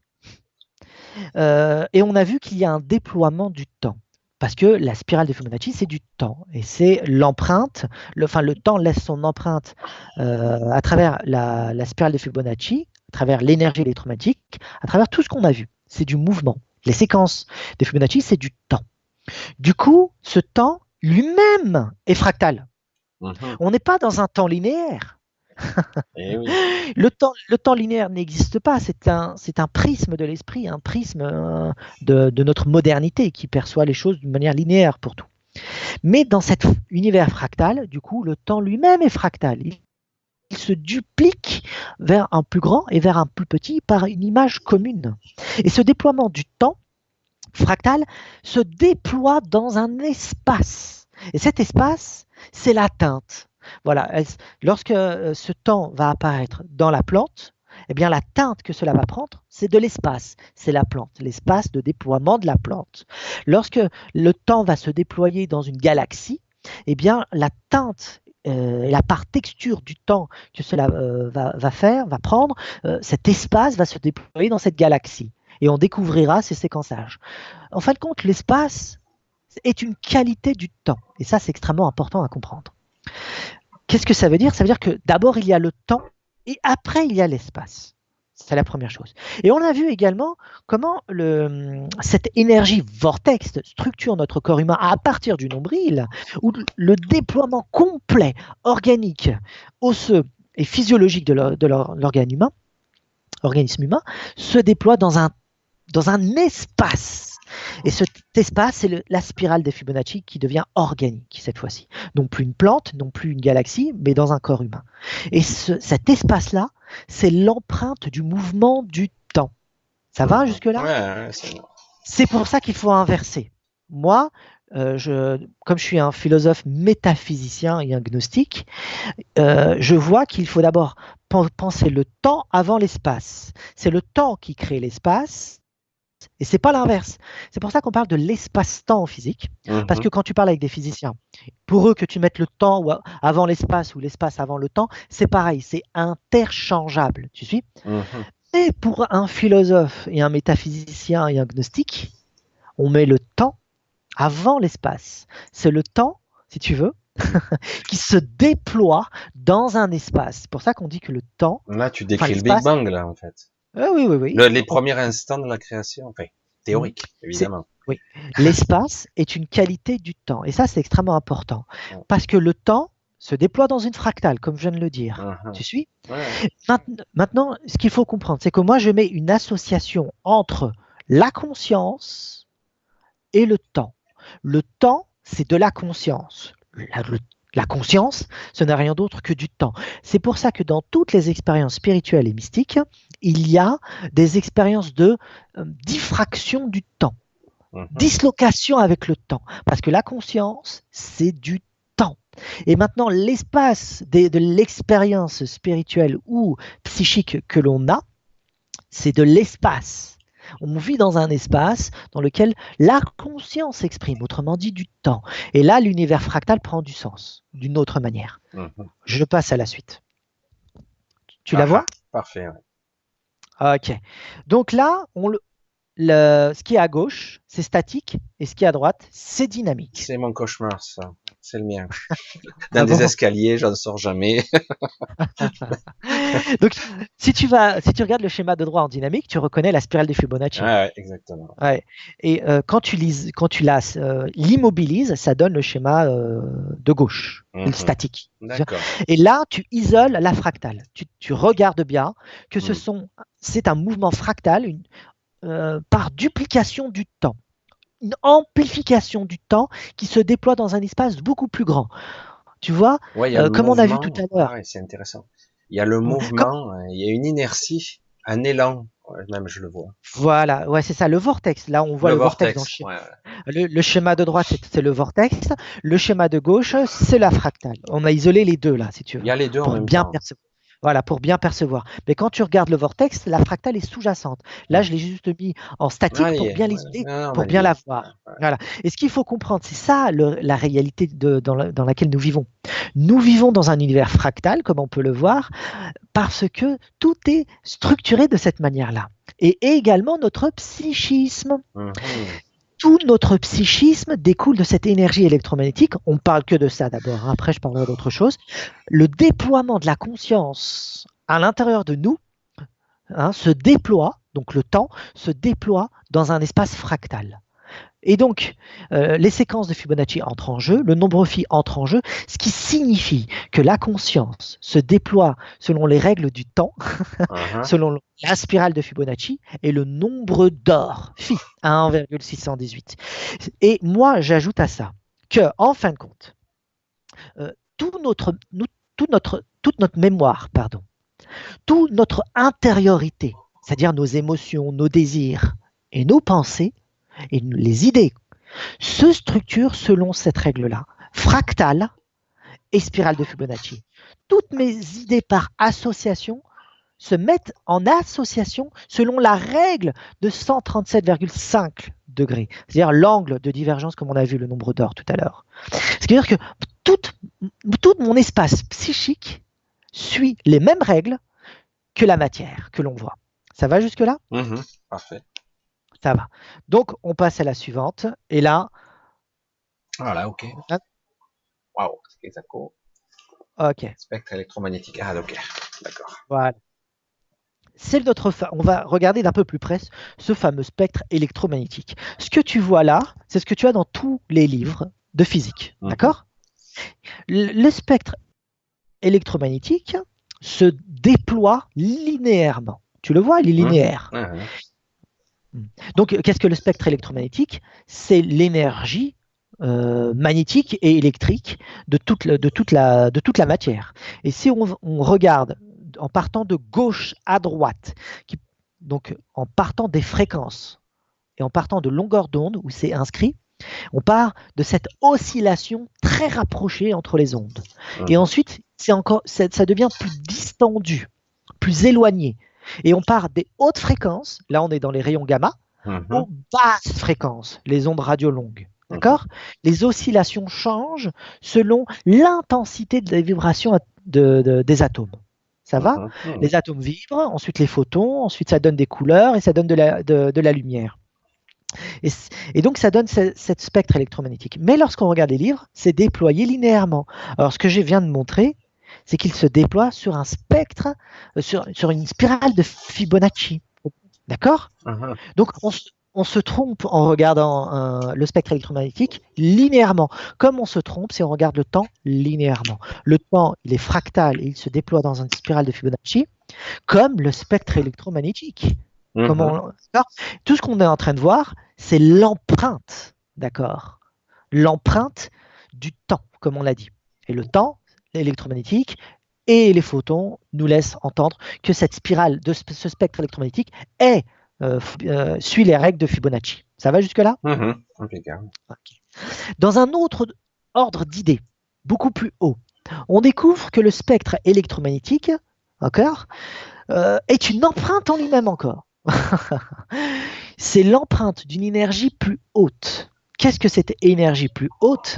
Euh, et on a vu qu'il y a un déploiement du temps. Parce que la spirale de Fibonacci, c'est du temps. Et c'est l'empreinte, le, enfin le temps laisse son empreinte euh, à travers la, la spirale de Fibonacci, à travers l'énergie électromagnétique, à travers tout ce qu'on a vu. C'est du mouvement. Les séquences de Fibonacci, c'est du temps. Du coup, ce temps lui-même est fractal. Mhm. On n'est pas dans un temps linéaire. Eh oui. Le temps, le temps linéaire n'existe pas, c'est un, c'est un prisme de l'esprit, un prisme euh, de, de notre modernité qui perçoit les choses d'une manière linéaire pour tout. Mais dans cet univers fractal, du coup, le temps lui-même est fractal. Il, il se duplique vers un plus grand et vers un plus petit par une image commune. Et ce déploiement du temps fractal se déploie dans un espace. Et cet espace, c'est la teinte. Voilà, lorsque ce temps va apparaître dans la plante, eh bien la teinte que cela va prendre, c'est de l'espace, c'est la plante, l'espace de déploiement de la plante. Lorsque le temps va se déployer dans une galaxie, eh bien la teinte euh, la part texture du temps que cela euh, va, va, faire, va prendre, euh, cet espace va se déployer dans cette galaxie et on découvrira ces séquençages. En fin de compte, l'espace est une qualité du temps et ça c'est extrêmement important à comprendre. Qu'est-ce que ça veut dire? Ça veut dire que d'abord il y a le temps et après il y a l'espace. C'est la première chose. Et on a vu également comment le, cette énergie vortex structure notre corps humain à partir du nombril, où le déploiement complet, organique, osseux et physiologique de l'organisme humain, organisme humain se déploie dans un, dans un espace. Et cet espace, c'est le, la spirale des Fibonacci qui devient organique cette fois-ci. Non plus une plante, non plus une galaxie, mais dans un corps humain. Et ce, cet espace-là, c'est l'empreinte du mouvement du temps. Ça va jusque-là? Ouais, ouais, c'est bon. C'est pour ça qu'il faut inverser. Moi, euh, je, comme je suis un philosophe métaphysicien et un gnostique, euh, je vois qu'il faut d'abord penser le temps avant l'espace. C'est le temps qui crée l'espace. Et c'est pas l'inverse. C'est pour ça qu'on parle de l'espace-temps en physique. Mhm. Parce que quand tu parles avec des physiciens, pour eux, que tu mettes le temps avant l'espace ou l'espace avant le temps, c'est pareil, c'est interchangeable. Tu suis? Mhm. Et pour un philosophe et un métaphysicien et un gnostique, on met le temps avant l'espace. C'est le temps, si tu veux, qui se déploie dans un espace. C'est pour ça qu'on dit que le temps, Là, tu enfin décris le Big l'espace, Bang, là, en fait. euh, oui, oui, oui. Le- les On- premiers instants de la création, enfin, hmm, théorique, c'est, évidemment. oui. L'espace est une qualité du temps. Et ça, c'est extrêmement important. Ouais. Parce que le temps se déploie dans une fractale, comme je viens de le dire. Mhm. Tu suis? Ouais. Mainte- Maintenant, ce qu'il faut comprendre, c'est que moi, je mets une association entre la conscience et le temps. Le temps, c'est de la conscience. La, le- la conscience, ce n'est rien d'autre que du temps. C'est pour ça que dans toutes les expériences spirituelles et mystiques, il y a des expériences de euh, diffraction du temps, Mhm. dislocation avec le temps. Parce que la conscience, c'est du temps. Et maintenant, l'espace des- de l'expérience spirituelle ou psychique que l'on a, c'est de l'espace. On vit dans un espace dans lequel la conscience s'exprime, autrement dit du temps. Et là, l'univers fractal prend du sens, d'une autre manière. Mhm. Je passe à la suite. Tu la Ah, vois? ah, parfait. Ouais. Ok. Donc là, on le, le- ce qui est à gauche, c'est statique, et ce qui est à droite, c'est dynamique. C'est mon cauchemar, ça. C'est le mien. Dans Ah des bon? escaliers, j'en sors jamais. Donc, si tu vas, si tu regardes le schéma de droit en dynamique, tu reconnais la spirale de Ouais, Fibonacci. ouais, exactement. Ouais. Et euh, quand tu lises, quand tu la, euh, l'immobilises, ça donne le schéma euh, de gauche, le Mhm. statique. D'accord. Et là, tu isoles la fractale. Tu, tu regardes bien que ce Mhm. sont, c'est un mouvement fractal une, euh, par duplication du temps, une amplification du temps qui se déploie dans un espace beaucoup plus grand. Tu vois, Ouais, il y a euh, le comme on a vu tout mouvement. à Ah l'heure. ouais, c'est intéressant. Il y a le Comme, mouvement, euh, il y a une inertie, un élan. Ouais, même je le vois. voilà, ouais, c'est ça, le vortex. Là, on voit Le le vortex dans le vortex. schéma. Ouais. Le, le schéma de droite, c'est c'est le vortex. Le schéma de gauche, c'est la fractale. On a isolé les deux là, si tu Il veux, y a les deux en pour même bien temps. percevoir. Voilà, pour bien percevoir. Mais quand tu regardes le vortex, la fractale est sous-jacente. Là, Mhm. je l'ai juste mis en Ah, statique il y pour est. bien Ouais. l'isoler, Non, on a pour bien lié. la Ouais, voir. ouais. Voilà. Et ce qu'il faut comprendre, c'est ça le- la réalité de- dans, la- dans laquelle nous vivons. Nous vivons dans un univers fractal, comme on peut le voir, parce que tout est structuré de cette manière-là. Et également notre psychisme. Mhm. Tout notre psychisme découle de cette énergie électromagnétique. On ne parle que de ça d'abord, hein. Après je parlerai d'autre chose. Le déploiement de la conscience à l'intérieur de nous, hein, se déploie, donc le temps se déploie dans un espace fractal. Et donc, euh, les séquences de Fibonacci entrent en jeu, le nombre phi entre en jeu, ce qui signifie que la conscience se déploie selon les règles du temps, Mhm. selon la spirale de Fibonacci et le nombre d'or, phi, à un virgule six cent dix-huit. Et moi, j'ajoute à ça que, en fin de compte, euh, tout notre, nous, tout notre, toute notre mémoire, pardon, toute notre intériorité, c'est-à-dire nos émotions, nos désirs et nos pensées et les idées, se structurent selon cette règle-là, fractale et spirale de Fibonacci. Toutes mes idées par association se mettent en association selon la règle de cent trente-sept virgule cinq degrés, c'est-à-dire l'angle de divergence comme on a vu le nombre d'or tout à l'heure. C'est-à-dire que tout, tout mon espace psychique suit les mêmes règles que la matière que l'on voit. Ça va jusque-là? Mhm. Parfait. Ça va. Donc, on passe à la suivante. Et là, Voilà, ok. hein, Waouh, c'est exactement. ok, Spectre électromagnétique. Ah, ok. D'accord. voilà. C'est notre fa- on va regarder d'un peu plus près ce fameux spectre électromagnétique. Ce que tu vois là, c'est ce que tu as dans tous les livres de physique. Mhm. D'accord? Le le spectre électromagnétique se déploie linéairement. Tu le vois, il est Mhm. linéaire. Ouais, ouais. Donc, qu'est-ce que le spectre électromagnétique? C'est l'énergie euh, magnétique et électrique de toute, le- de, toute la, de toute la matière. Et si on, on regarde en partant de gauche à droite, qui- donc en partant des fréquences et en partant de longueur d'onde où c'est inscrit, on part de cette oscillation très rapprochée entre les ondes. Et Mhm. ensuite, c'est encore, ça, ça devient plus distendu, plus éloigné. Et on part des hautes fréquences, là on est dans les rayons gamma, Mhm. aux basses fréquences, les ondes radio longues. Mhm. D'accord? Les oscillations changent selon l'intensité des vibrations de- de- des atomes. Ça va? Mhm. Mhm. Les atomes vibrent, ensuite les photons, ensuite ça donne des couleurs et ça donne de la, de- de la lumière. Et, et donc, ça donne ce, cette spectre électromagnétique. Mais lorsqu'on regarde les livres, c'est déployé linéairement. Alors, ce que je viens de montrer, c'est qu'il se déploie sur un spectre, euh, sur, sur une spirale de Fibonacci. D'accord? Uh-huh. Donc, on, on se trompe en regardant euh, le spectre électromagnétique linéairement, comme on se trompe si on regarde le temps linéairement. Le temps, il est fractal et il se déploie dans une spirale de Fibonacci, comme le spectre électromagnétique. Uh-huh. Comment, tout ce qu'on est en train de voir, c'est l'empreinte, d'accord? L'empreinte du temps, comme on l'a dit. Et le temps électromagnétique et les photons nous laissent entendre que cette spirale de ce spectre électromagnétique est, euh, euh, suit les règles de Fibonacci. Ça va jusque-là? Uh-huh. Impeccable. Okay. Dans un autre ordre d'idées, beaucoup plus haut, on découvre que le spectre électromagnétique, encore, euh, est une empreinte en lui-même encore. C'est l'empreinte d'une énergie plus haute. Qu'est-ce que cette énergie plus haute?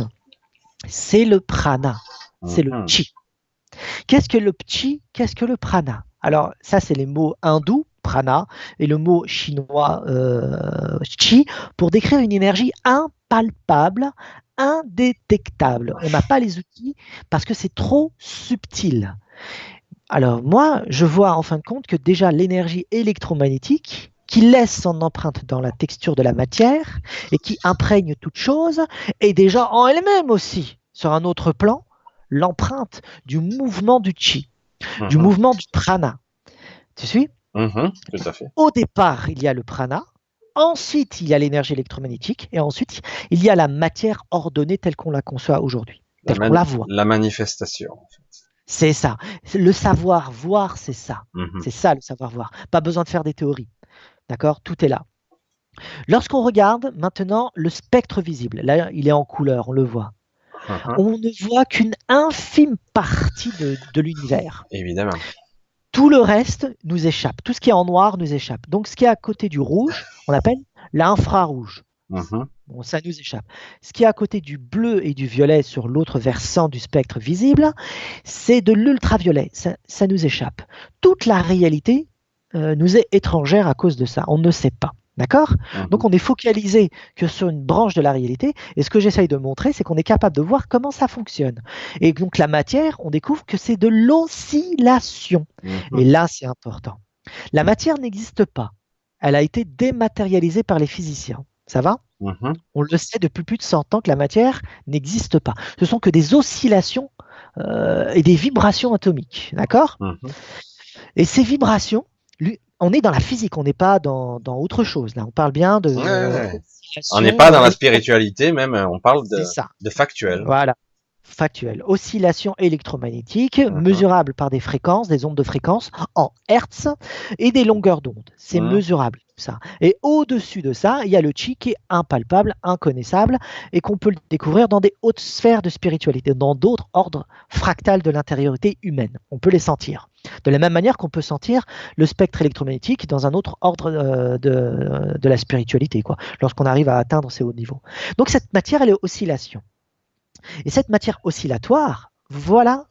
C'est le prana, c'est le chi. Qu'est-ce que le chi? Qu'est-ce que le prana? Alors, ça, c'est les mots hindous, prana, et le mot chinois, euh, chi, pour décrire une énergie impalpable, indétectable. On n'a pas les outils parce que c'est trop subtil. Alors moi, je vois en fin de compte que déjà l'énergie électromagnétique qui laisse son empreinte dans la texture de la matière et qui imprègne toute chose est déjà en elle-même aussi, sur un autre plan, l'empreinte du mouvement du chi, mm-hmm. du mouvement du prana. Tu suis? Mm-hmm, tout à fait. Au départ, il y a le prana, ensuite il y a l'énergie électromagnétique et ensuite il y a la matière ordonnée telle qu'on la conçoit aujourd'hui, telle la qu'on la voit. La manifestation, en fait. C'est ça. Le savoir-voir, c'est ça. Mm-hmm. C'est ça le savoir-voir. Pas besoin de faire des théories. D'accord? Tout est là. Lorsqu'on regarde maintenant le spectre visible, là il est en couleur, on le voit. Mm-hmm. On ne voit qu'une infime partie de, de l'univers. Évidemment. Tout le reste nous échappe. Tout ce qui est en noir nous échappe. Donc ce qui est à côté du rouge, on appelle l'infrarouge. Mm-hmm. Bon, ça nous échappe. Ce qui est à côté du bleu et du violet sur l'autre versant du spectre visible, c'est de l'ultraviolet. Ça, ça nous échappe. Toute la réalité euh, nous est étrangère à cause de ça. On ne sait pas. D'accord ? Mmh. Donc on est focalisé que sur une branche de la réalité. Et ce que j'essaye de montrer, c'est qu'on est capable de voir comment ça fonctionne. Et donc la matière, on découvre que c'est de l'oscillation. Mmh. Et là, c'est important. La matière n'existe pas. Elle a été dématérialisée par les physiciens. Ça va ? Mmh. On le sait depuis plus de cent ans que la matière n'existe pas. Ce sont que des oscillations euh, et des vibrations atomiques. D'accord ? Mmh. Et ces vibrations, lui, on est dans la physique, on n'est pas dans, dans autre chose. Là, on parle bien de. Ouais, ouais. On n'est pas dans la spiritualité, même. On parle de, de factuel. Voilà. Factuel. Oscillation électromagnétique, uh-huh. mesurable par des fréquences, des ondes de fréquence en hertz et des longueurs d'onde. C'est uh-huh. mesurable, ça. Et au-dessus de ça, il y a le chi qui est impalpable, inconnaissable et qu'on peut le découvrir dans des hautes sphères de spiritualité, dans d'autres ordres fractals de l'intériorité humaine. On peut les sentir. De la même manière qu'on peut sentir le spectre électromagnétique dans un autre ordre euh, de, de la spiritualité, quoi, lorsqu'on arrive à atteindre ces hauts niveaux. Donc cette matière, elle est oscillation. Et cette matière oscillatoire, voilà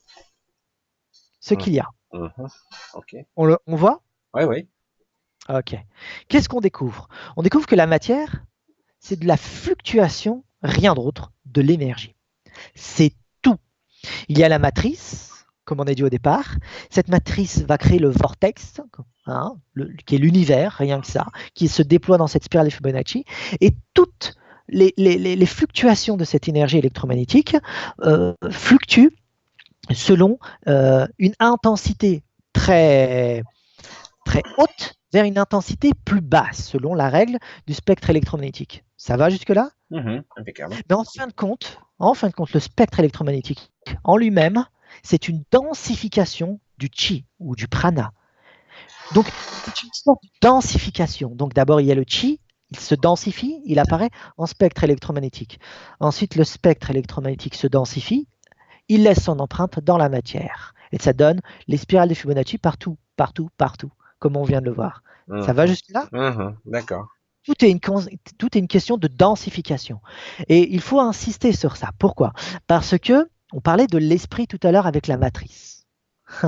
ce mmh. qu'il y a. Mmh. Okay. On, le, on voit ? Oui, oui. Ok. Qu'est-ce qu'on découvre ? On découvre que la matière, c'est de la fluctuation, rien d'autre, de l'énergie. C'est tout. Il y a la matrice, comme on a dit au départ. Cette matrice va créer le vortex, hein, le, qui est l'univers, rien que ça, qui se déploie dans cette spirale de Fibonacci. Et toute Les, les, les fluctuations de cette énergie électromagnétique euh, fluctuent selon euh, une intensité très, très haute vers une intensité plus basse, selon la règle du spectre électromagnétique. Ça va jusque-là ? Mmh, impeccable. Mais en fin de compte, en fin de compte, le spectre électromagnétique en lui-même, c'est une densification du chi ou du prana. Donc, c'est une sorte de densification. Donc, d'abord, il y a le chi. Il se densifie, il apparaît en spectre électromagnétique. Ensuite, le spectre électromagnétique se densifie, il laisse son empreinte dans la matière. Et ça donne les spirales de Fibonacci partout, partout, partout, comme on vient de le voir. Mmh. Ça va jusque-là ? Mmh, d'accord. Tout est, une, tout est une question de densification. Et il faut insister sur ça. Pourquoi ? Parce que on parlait de l'esprit tout à l'heure avec la matrice.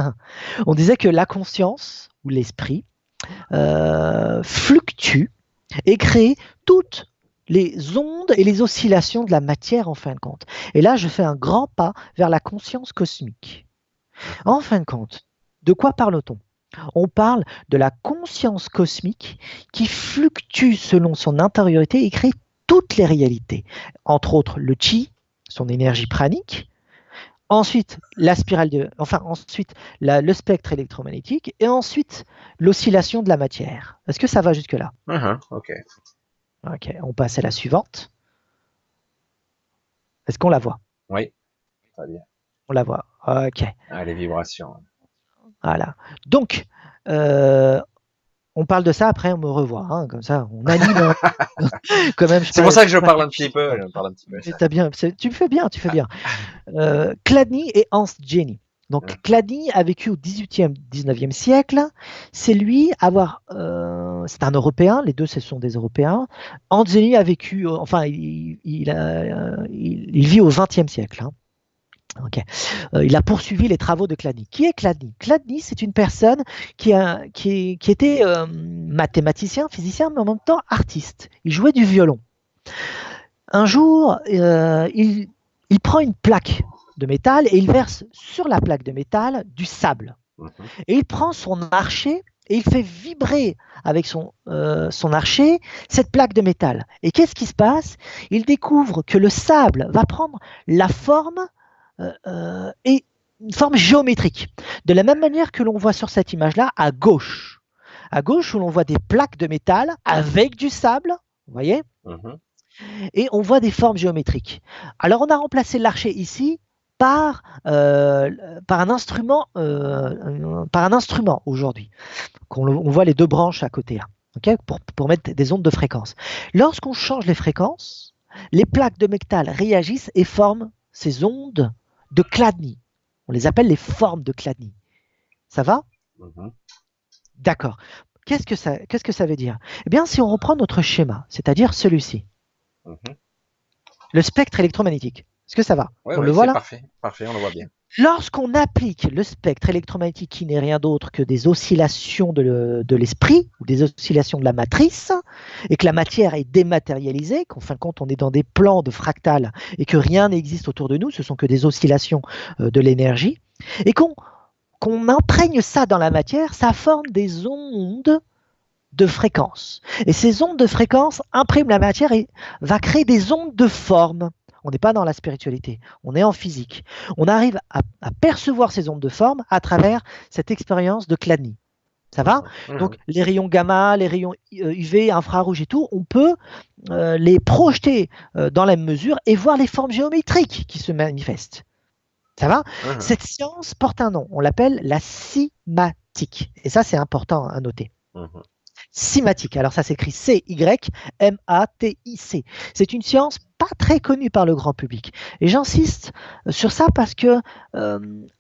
On disait que la conscience, ou l'esprit, euh, fluctue et créer toutes les ondes et les oscillations de la matière en fin de compte. Et là, je fais un grand pas vers la conscience cosmique. En fin de compte, de quoi parle-t-on? On parle de la conscience cosmique qui fluctue selon son intériorité et crée toutes les réalités, entre autres le chi, son énergie pranique, ensuite la spirale de, enfin ensuite la, le spectre électromagnétique et ensuite l'oscillation de la matière. Est-ce que ça va jusque-là? Uh-huh, ok. Ok, on passe à la suivante. Est-ce qu'on la voit? Oui, très bien. On la voit. Ok, Ah, les vibrations. voilà. Donc, euh, on parle de ça, après on me revoit, hein, comme ça, on anime hein. Quand même. C'est pour ça que je parle un petit peu. Je parle un petit peu. T'as bien, tu fais bien, tu fais bien. Euh, Chladni et Hans Jenny. Donc Chladni a vécu au dix-huitième, dix-neuvième siècle. C'est lui avoir, euh, c'est un Européen, les deux ce sont des Européens. Hans Jenny a vécu, euh, enfin il, il, a, euh, il, il vit au vingtième siècle. Hein. Okay. Euh, il a poursuivi les travaux de Chladni. Qui est Chladni? Chladni, c'est une personne qui, a, qui, qui était euh, mathématicien, physicien, mais en même temps artiste. Il jouait du violon. Un jour, euh, il, il prend une plaque de métal et il verse sur la plaque de métal du sable. Mmh. Et il prend son archet et il fait vibrer avec son, euh, son archet cette plaque de métal. Et qu'est-ce qui se passe? Il découvre que le sable va prendre la forme euh, euh, et une forme géométrique. De la même manière que l'on voit sur cette image-là, à gauche. À gauche, où l'on voit des plaques de métal avec du sable, vous voyez? Mmh. Et on voit des formes géométriques. Alors, on a remplacé l'archet ici par, euh, par un instrument, euh, par un instrument aujourd'hui. On, on voit les deux branches à côté, là, okay, pour, pour mettre des ondes de fréquence. Lorsqu'on change les fréquences, les plaques de métal réagissent et forment ces ondes de Chladni. On les appelle les formes de Chladni. Ça va? Mm-hmm. D'accord. Qu'est-ce que ça, qu'est-ce que ça veut dire? Eh bien, si on reprend notre schéma, c'est-à-dire celui-ci, mm-hmm. le spectre électromagnétique, est-ce que ça va? Oui, on oui, le voit là? Parfait, parfait, on le voit bien. Lorsqu'on applique le spectre électromagnétique, qui n'est rien d'autre que des oscillations de, le, de l'esprit, ou des oscillations de la matrice, et que la matière est dématérialisée, qu'en fin de compte on est dans des plans de fractales, et que rien n'existe autour de nous, ce sont que des oscillations euh, de l'énergie, et qu'on, qu'on imprègne ça dans la matière, ça forme des ondes de fréquence. Et ces ondes de fréquence impriment la matière et va créer des ondes de forme. On n'est pas dans la spiritualité, on est en physique. On arrive à, à percevoir ces ondes de forme à travers cette expérience de Chladni. Ça va? Mmh. Donc les rayons gamma, les rayons U V, infrarouge et tout, on peut euh, les projeter euh, dans la même mesure et voir les formes géométriques qui se manifestent. Ça va? Mmh. Cette science porte un nom, on l'appelle la cymatique. Et ça, c'est important à noter. Mmh. Cymatique. Alors ça s'écrit C Y M A T I C. C'est une science pas très connue par le grand public. Et j'insiste sur ça parce que euh,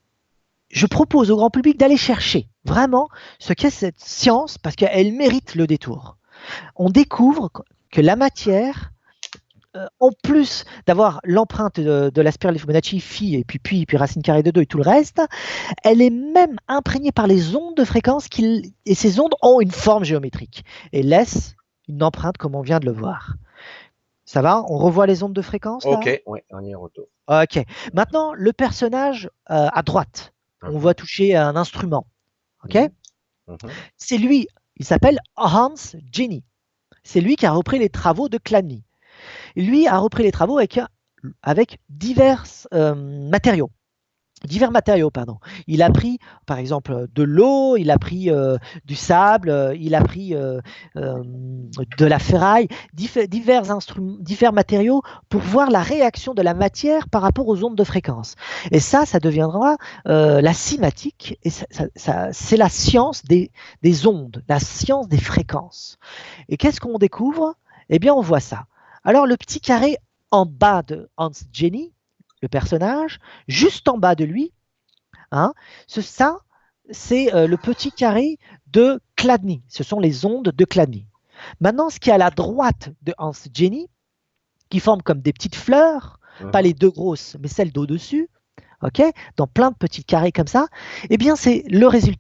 je propose au grand public d'aller chercher vraiment ce qu'est cette science parce qu'elle mérite le détour. On découvre que la matière, euh, en plus d'avoir l'empreinte de, de la spirale de Fibonacci, phi, et puis puis, puis racine carrée de deux et tout le reste, elle est même imprégnée par les ondes de fréquence qui, et ces ondes ont une forme géométrique et laissent une empreinte comme on vient de le voir. Ça va? On revoit les ondes de fréquence là? Ok, oui, on y est retour. Ok. Maintenant, le personnage euh, à droite, mm-hmm. on voit toucher un instrument. Ok? Mm-hmm. C'est lui, il s'appelle Hans Jenny. C'est lui qui a repris les travaux de Chladni. Lui a repris les travaux avec, avec divers euh, matériaux. Divers matériaux, pardon. Il a pris, par exemple, de l'eau, il a pris euh, du sable, euh, il a pris euh, euh, de la ferraille, diff- divers, instruments, divers matériaux pour voir la réaction de la matière par rapport aux ondes de fréquence. Et ça, ça deviendra euh, la cymatique, et ça, ça, ça, c'est la science des, des ondes, la science des fréquences. Et qu'est-ce qu'on découvre? Eh bien, on voit ça. Alors, le petit carré en bas de Hans Jenny, le personnage, juste en bas de lui, hein, ce, ça, c'est euh, le petit carré de Chladni. Ce sont les ondes de Chladni. Maintenant, ce qui est à la droite de Hans Jenny, qui forment comme des petites fleurs, mmh. pas les deux grosses, mais celles d'au-dessus, okay, dans plein de petits carrés comme ça, eh bien, c'est le résultat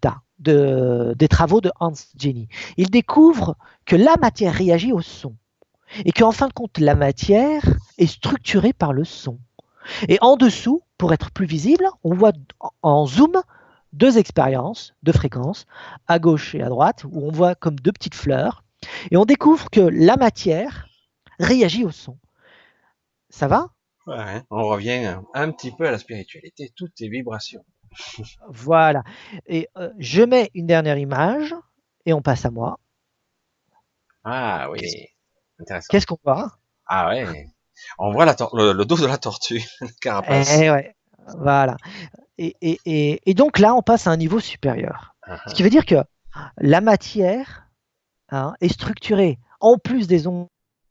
de, des travaux de Hans Jenny. Il découvre que la matière réagit au son et qu'en fin de compte, la matière est structurée par le son. Et en dessous, pour être plus visible, on voit en zoom deux expériences de fréquences, à gauche et à droite, où on voit comme deux petites fleurs, et on découvre que la matière réagit au son. Ça va? Ouais, on revient un petit peu à la spiritualité, toutes tes vibrations. Voilà. Et euh, je mets une dernière image, et on passe à moi. Ah oui, Qu'est-ce intéressant. qu'est-ce qu'on voit? Ah ouais, on voit la tor- le, le dos de la tortue, le carapace. Eh ouais, voilà. Et, et, et, et donc là, on passe à un niveau supérieur. Ah, Ce qui ah. veut dire que la matière, hein, est structurée, en plus des ondes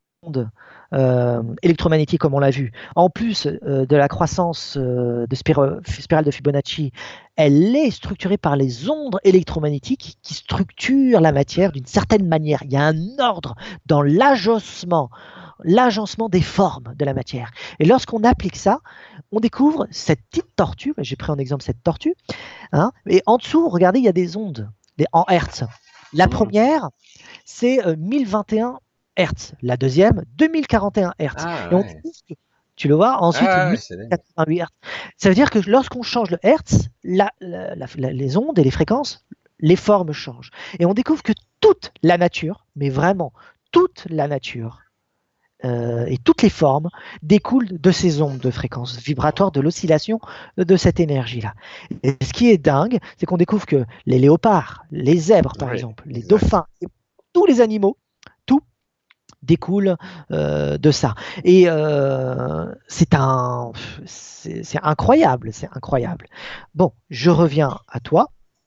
euh, électromagnétiques, comme on l'a vu, en plus euh, de la croissance euh, de spira- spirale de Fibonacci, elle est structurée par les ondes électromagnétiques qui structurent la matière d'une certaine manière. Il y a un ordre dans l'agencement, l'agencement des formes de la matière. Et lorsqu'on applique ça, on découvre cette petite tortue, j'ai pris en exemple cette tortue, hein, et en dessous, regardez, il y a des ondes des, en Hertz. La Mmh. première, c'est euh, mille vingt et un Hertz. La deuxième, deux mille quarante et un Hertz. Ah Et on ouais, découvre que, tu le vois, ensuite ah ouais, c'est dingue. mille quatre-vingt-huit Hertz. Ça veut dire que lorsqu'on change le Hertz, la, la, la, la, les ondes et les fréquences, les formes changent. Et on découvre que toute la nature, mais vraiment toute la nature, euh, et toutes les formes découlent de ces ondes de fréquence vibratoire, de l'oscillation de cette énergie-là. Et ce qui est dingue, c'est qu'on découvre que les léopards, les zèbres par Oui, exemple, les exact. dauphins, tous les animaux, tout découle euh, de ça. Et euh, c'est un, c'est, c'est incroyable, c'est incroyable. Bon, je reviens à toi.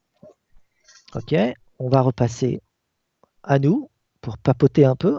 Ok, on va repasser à nous pour papoter un peu.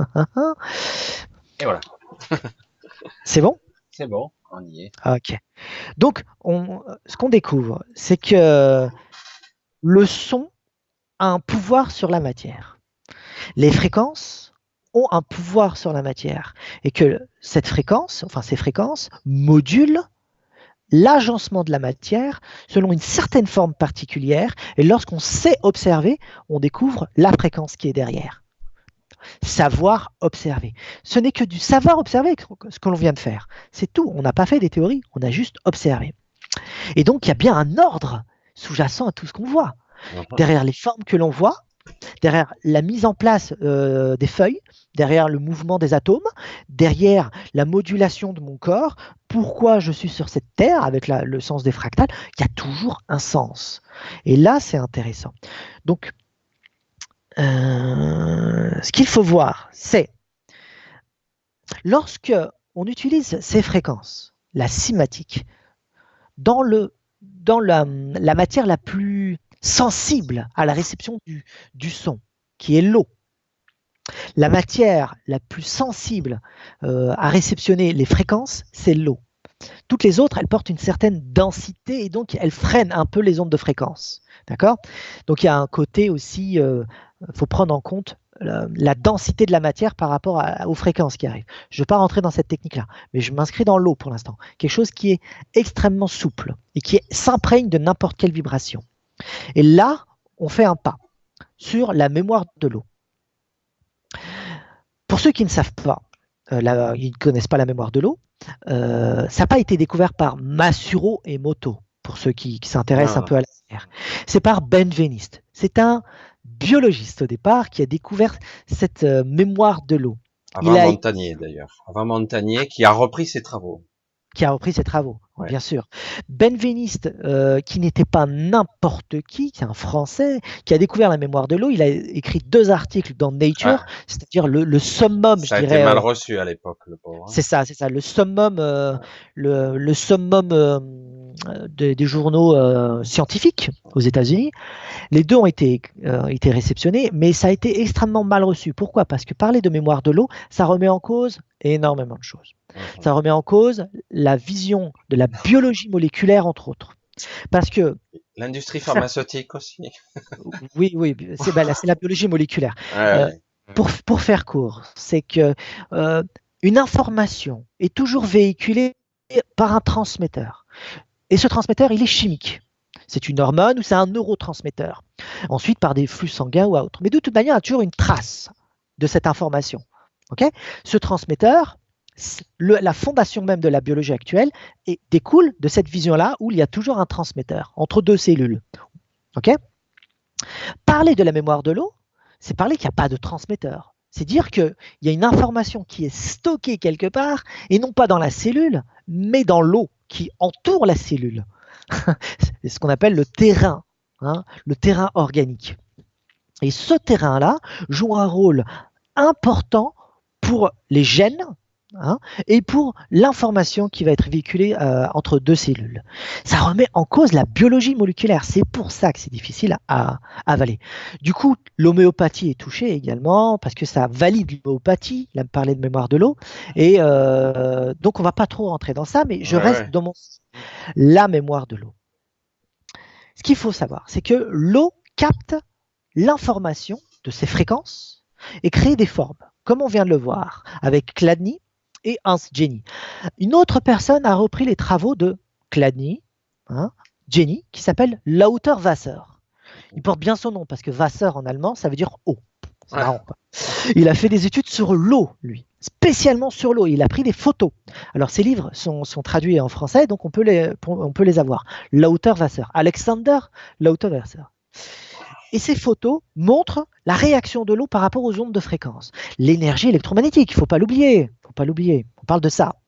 Et voilà, C'est bon? c'est bon, on y est. Ok. Donc, on, ce qu'on découvre, c'est que le son a un pouvoir sur la matière. Les fréquences ont un pouvoir sur la matière et que cette fréquence, enfin ces fréquences, modulent l'agencement de la matière selon une certaine forme particulière et lorsqu'on sait observer, on découvre la fréquence qui est derrière. Savoir observer. Ce n'est que du savoir observer ce que l'on vient de faire. C'est tout. On n'a pas fait des théories, on a juste observé. Et donc, il y a bien un ordre sous-jacent à tout ce qu'on voit. Mmh. Derrière les formes que l'on voit, derrière la mise en place euh, des feuilles, derrière le mouvement des atomes, derrière la modulation de mon corps, pourquoi je suis sur cette terre avec la, le sens des fractales, il y a toujours un sens. Et là, c'est intéressant. Donc, euh, ce qu'il faut voir, c'est lorsque on utilise ces fréquences, la cymatique, dans, le, dans la, la matière la plus sensible à la réception du, du son, qui est l'eau. La matière la plus sensible euh, à réceptionner les fréquences, c'est l'eau. Toutes les autres, elles portent une certaine densité et donc elles freinent un peu les ondes de fréquence. D'accord? Donc il y a un côté aussi, il euh, faut prendre en compte la, la densité de la matière par rapport à, aux fréquences qui arrivent. Je ne veux pas rentrer dans cette technique-là, mais je m'inscris dans l'eau pour l'instant. Quelque chose qui est extrêmement souple et qui s'imprègne de n'importe quelle vibration. Et là, on fait un pas sur la mémoire de l'eau. Pour ceux qui ne savent pas, euh, la, ils ne connaissent pas la mémoire de l'eau, euh, ça n'a pas été découvert par Masuro Emoto, pour ceux qui, qui s'intéressent Non, un peu à la matière. C'est par Benveniste. C'est un biologiste au départ qui a découvert cette euh, mémoire de l'eau. avant Il a Montagnier d'ailleurs, avant Montagnier qui a repris ses travaux. qui a repris ses travaux, Ouais. bien sûr. Benveniste, euh, qui n'était pas n'importe qui, c'est un Français, qui a découvert la mémoire de l'eau, il a écrit deux articles dans Nature, Ah, c'est-à-dire le, le summum, ça je a dirais. été mal euh, reçu à l'époque, le pauvre. Hein. C'est ça, c'est ça, le summum, euh, Ouais. le, le summum euh, des, des journaux euh, scientifiques aux États-Unis. Les deux ont été, euh, été réceptionnés, mais ça a été extrêmement mal reçu. Pourquoi? Parce que parler de mémoire de l'eau, ça remet en cause énormément de choses. Mmh. Ça remet en cause la vision de la biologie moléculaire, entre autres. Parce que L'industrie ça, pharmaceutique aussi. oui, oui, c'est bah, c'est la biologie moléculaire. Ouais, Euh, ouais. pour, pour faire court, c'est que euh, une information est toujours véhiculée par un transmetteur. Et ce transmetteur, il est chimique. C'est une hormone ou c'est un neurotransmetteur. ensuite par des flux sanguins ou autres. Mais de toute manière, il y a toujours une trace de cette information. Okay, ce transmetteur, le, la fondation même de la biologie actuelle et découle de cette vision-là où il y a toujours un transmetteur entre deux cellules. Okay, parler de la mémoire de l'eau, c'est parler qu'il n'y a pas de transmetteur. C'est dire qu'il y a une information qui est stockée quelque part, et non pas dans la cellule, mais dans l'eau qui entoure la cellule. C'est ce qu'on appelle le terrain, hein, le terrain organique. Et ce terrain-là joue un rôle important pour les gènes, hein, et pour l'information qui va être véhiculée euh, entre deux cellules. Ça remet en cause la biologie moléculaire. C'est pour ça que c'est difficile à, à avaler. Du coup, l'homéopathie est touchée également parce que ça valide l'homéopathie. Là, me parler de mémoire de l'eau. Et euh, donc, on ne va pas trop rentrer dans ça, mais je Ouais, reste ouais. dans mon la mémoire de l'eau. Ce qu'il faut savoir, c'est que l'eau capte l'information de ses fréquences et crée des formes, comme on vient de le voir avec Chladni et Hans Jenny. Une autre personne a repris les travaux de Chladni, hein, Jenny, qui s'appelle Lauter Wasser. Il porte bien son nom parce que Wasser en allemand, ça veut dire eau. C'est Ouais. marrant, quoi. Il a fait des études sur l'eau, lui, spécialement sur l'eau. Il a pris des photos. Alors, ces livres sont, sont traduits en français, donc on peut les, on peut les avoir. Lauter Wasser, Alexander Lauter Wasser. Et ces photos montrent la réaction de l'eau par rapport aux ondes de fréquence. L'énergie électromagnétique, il ne faut pas l'oublier. Il faut pas l'oublier. On parle de ça.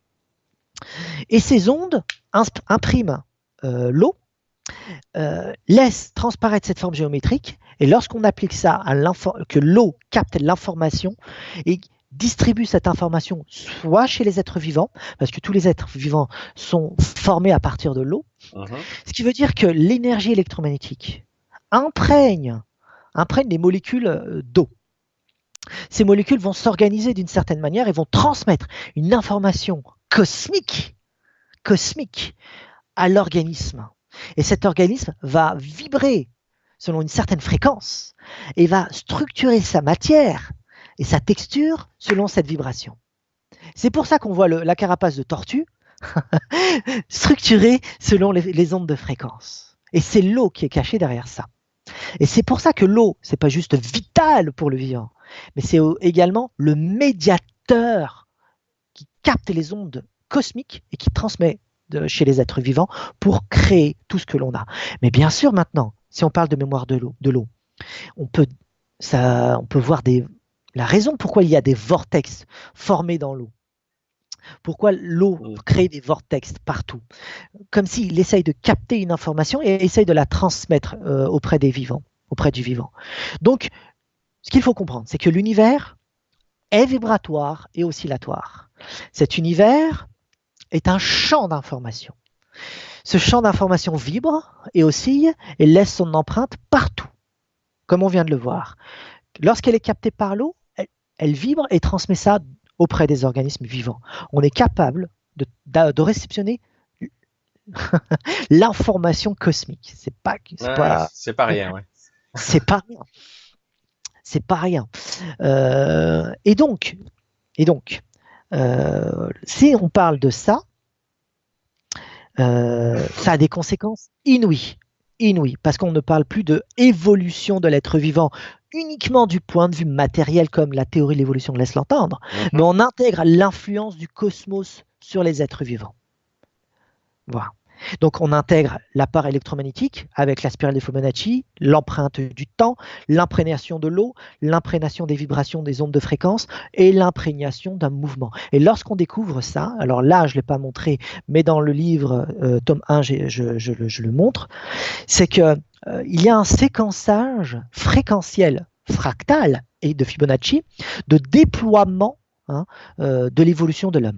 Et ces ondes impriment euh, l'eau, euh, laissent transparaître cette forme géométrique, et lorsqu'on applique ça à que l'eau capte l'information et distribue cette information soit chez les êtres vivants, parce que tous les êtres vivants sont formés à partir de l'eau, uh-huh. Ce qui veut dire que l'énergie électromagnétique imprègne, imprègne les molécules d'eau. Ces molécules vont s'organiser d'une certaine manière et vont transmettre une information cosmique, cosmique à l'organisme. Et cet organisme va vibrer selon une certaine fréquence et va structurer sa matière et sa texture selon cette vibration. C'est pour ça qu'on voit le, la carapace de tortue structurée selon les, les ondes de fréquence. Et c'est l'eau qui est cachée derrière ça. Et c'est pour ça que l'eau, c'est pas juste vital pour le vivant, mais c'est également le médiateur qui capte les ondes cosmiques et qui transmet de, chez les êtres vivants pour créer tout ce que l'on a. Mais bien sûr, maintenant, si on parle de mémoire de l'eau, de l'eau, on peut, ça, on peut voir des, la raison pourquoi il y a des vortex formés dans l'eau. Pourquoi l'eau crée des vortex partout? Comme s'il essaye de capter une information et essaye de la transmettre euh, auprès des vivants, auprès du vivant. Donc, ce qu'il faut comprendre, c'est que l'univers est vibratoire et oscillatoire. Cet univers est un champ d'information. Ce champ d'information vibre et oscille et laisse son empreinte partout, comme on vient de le voir. Lorsqu'elle est captée par l'eau, elle, elle vibre et transmet ça auprès des organismes vivants. On est capable de, de, de réceptionner l'information cosmique. C'est pas, c'est ouais, pas, c'est pas rien. Ouais. C'est pas rien. C'est pas rien. Euh, et donc, et donc, euh, si on parle de ça, euh, ça a des conséquences inouïes, inouïes, parce qu'on ne parle plus de évolution de l'être vivant uniquement du point de vue matériel comme la théorie de l'évolution laisse l'entendre, mm-hmm. mais on intègre l'influence du cosmos sur les êtres vivants. Voilà. Donc on intègre la part électromagnétique avec la spirale de Fibonacci, l'empreinte du temps, l'imprégnation de l'eau, l'imprégnation des vibrations des ondes de fréquence et l'imprégnation d'un mouvement. Et lorsqu'on découvre ça, alors là je ne l'ai pas montré, mais dans le livre euh, tome un, je, je, je, je le montre, c'est qu'il euh, y a un séquençage fréquentiel fractal et de Fibonacci de déploiement hein, euh, de l'évolution de l'homme.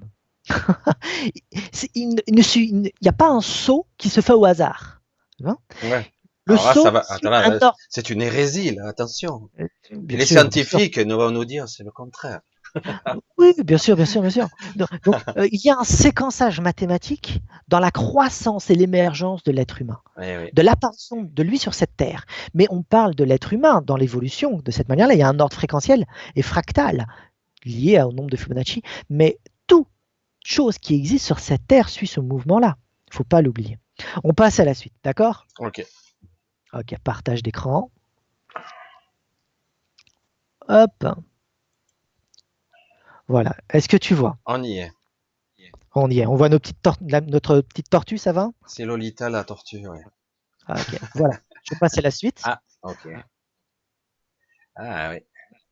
il n'y a pas un saut qui se fait au hasard. Hein ouais. Le Alors là, saut, ça va. Attends, là, un... c'est une hérésie, là, attention. Bien les sûr, scientifiques nous vont nous dire c'est le contraire. Oui, bien sûr, bien sûr, bien sûr. Donc, donc euh, il y a un séquençage mathématique dans la croissance et l'émergence de l'être humain, oui, oui. de l'apparition de lui sur cette terre. Mais on parle de l'être humain dans l'évolution de cette manière-là. Il y a un ordre fréquentiel et fractal lié au nombre de Fibonacci, mais tout chose qui existe sur cette terre suit ce mouvement-là. Il ne faut pas l'oublier. On passe à la suite, d'accord? Ok. Ok, partage d'écran. Hop. Voilà. Est-ce que tu vois? On y est. On y est. On voit nos petites tor- la- notre petite tortue, ça va? C'est Lolita la tortue, ouais. Ah, ok. Voilà. Je passe à la suite. Ah, ok. Ah oui.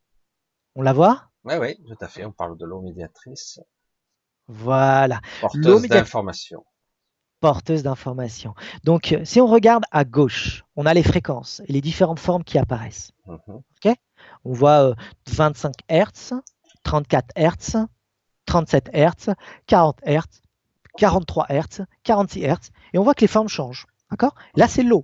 On la voit? Ouais, ouais, tout à fait. On parle de l'eau médiatrice, Voilà. L'eau porteuse médiatrice, d'informations. porteuse d'informations. Donc, euh, si on regarde à gauche, on a les fréquences et les différentes formes qui apparaissent. Mhm. Ok? On voit euh, vingt-cinq hertz, trente-quatre hertz, trente-sept hertz, quarante hertz, quarante-trois hertz, quarante-six hertz, et on voit que les formes changent. D'accord? Là, c'est l'eau.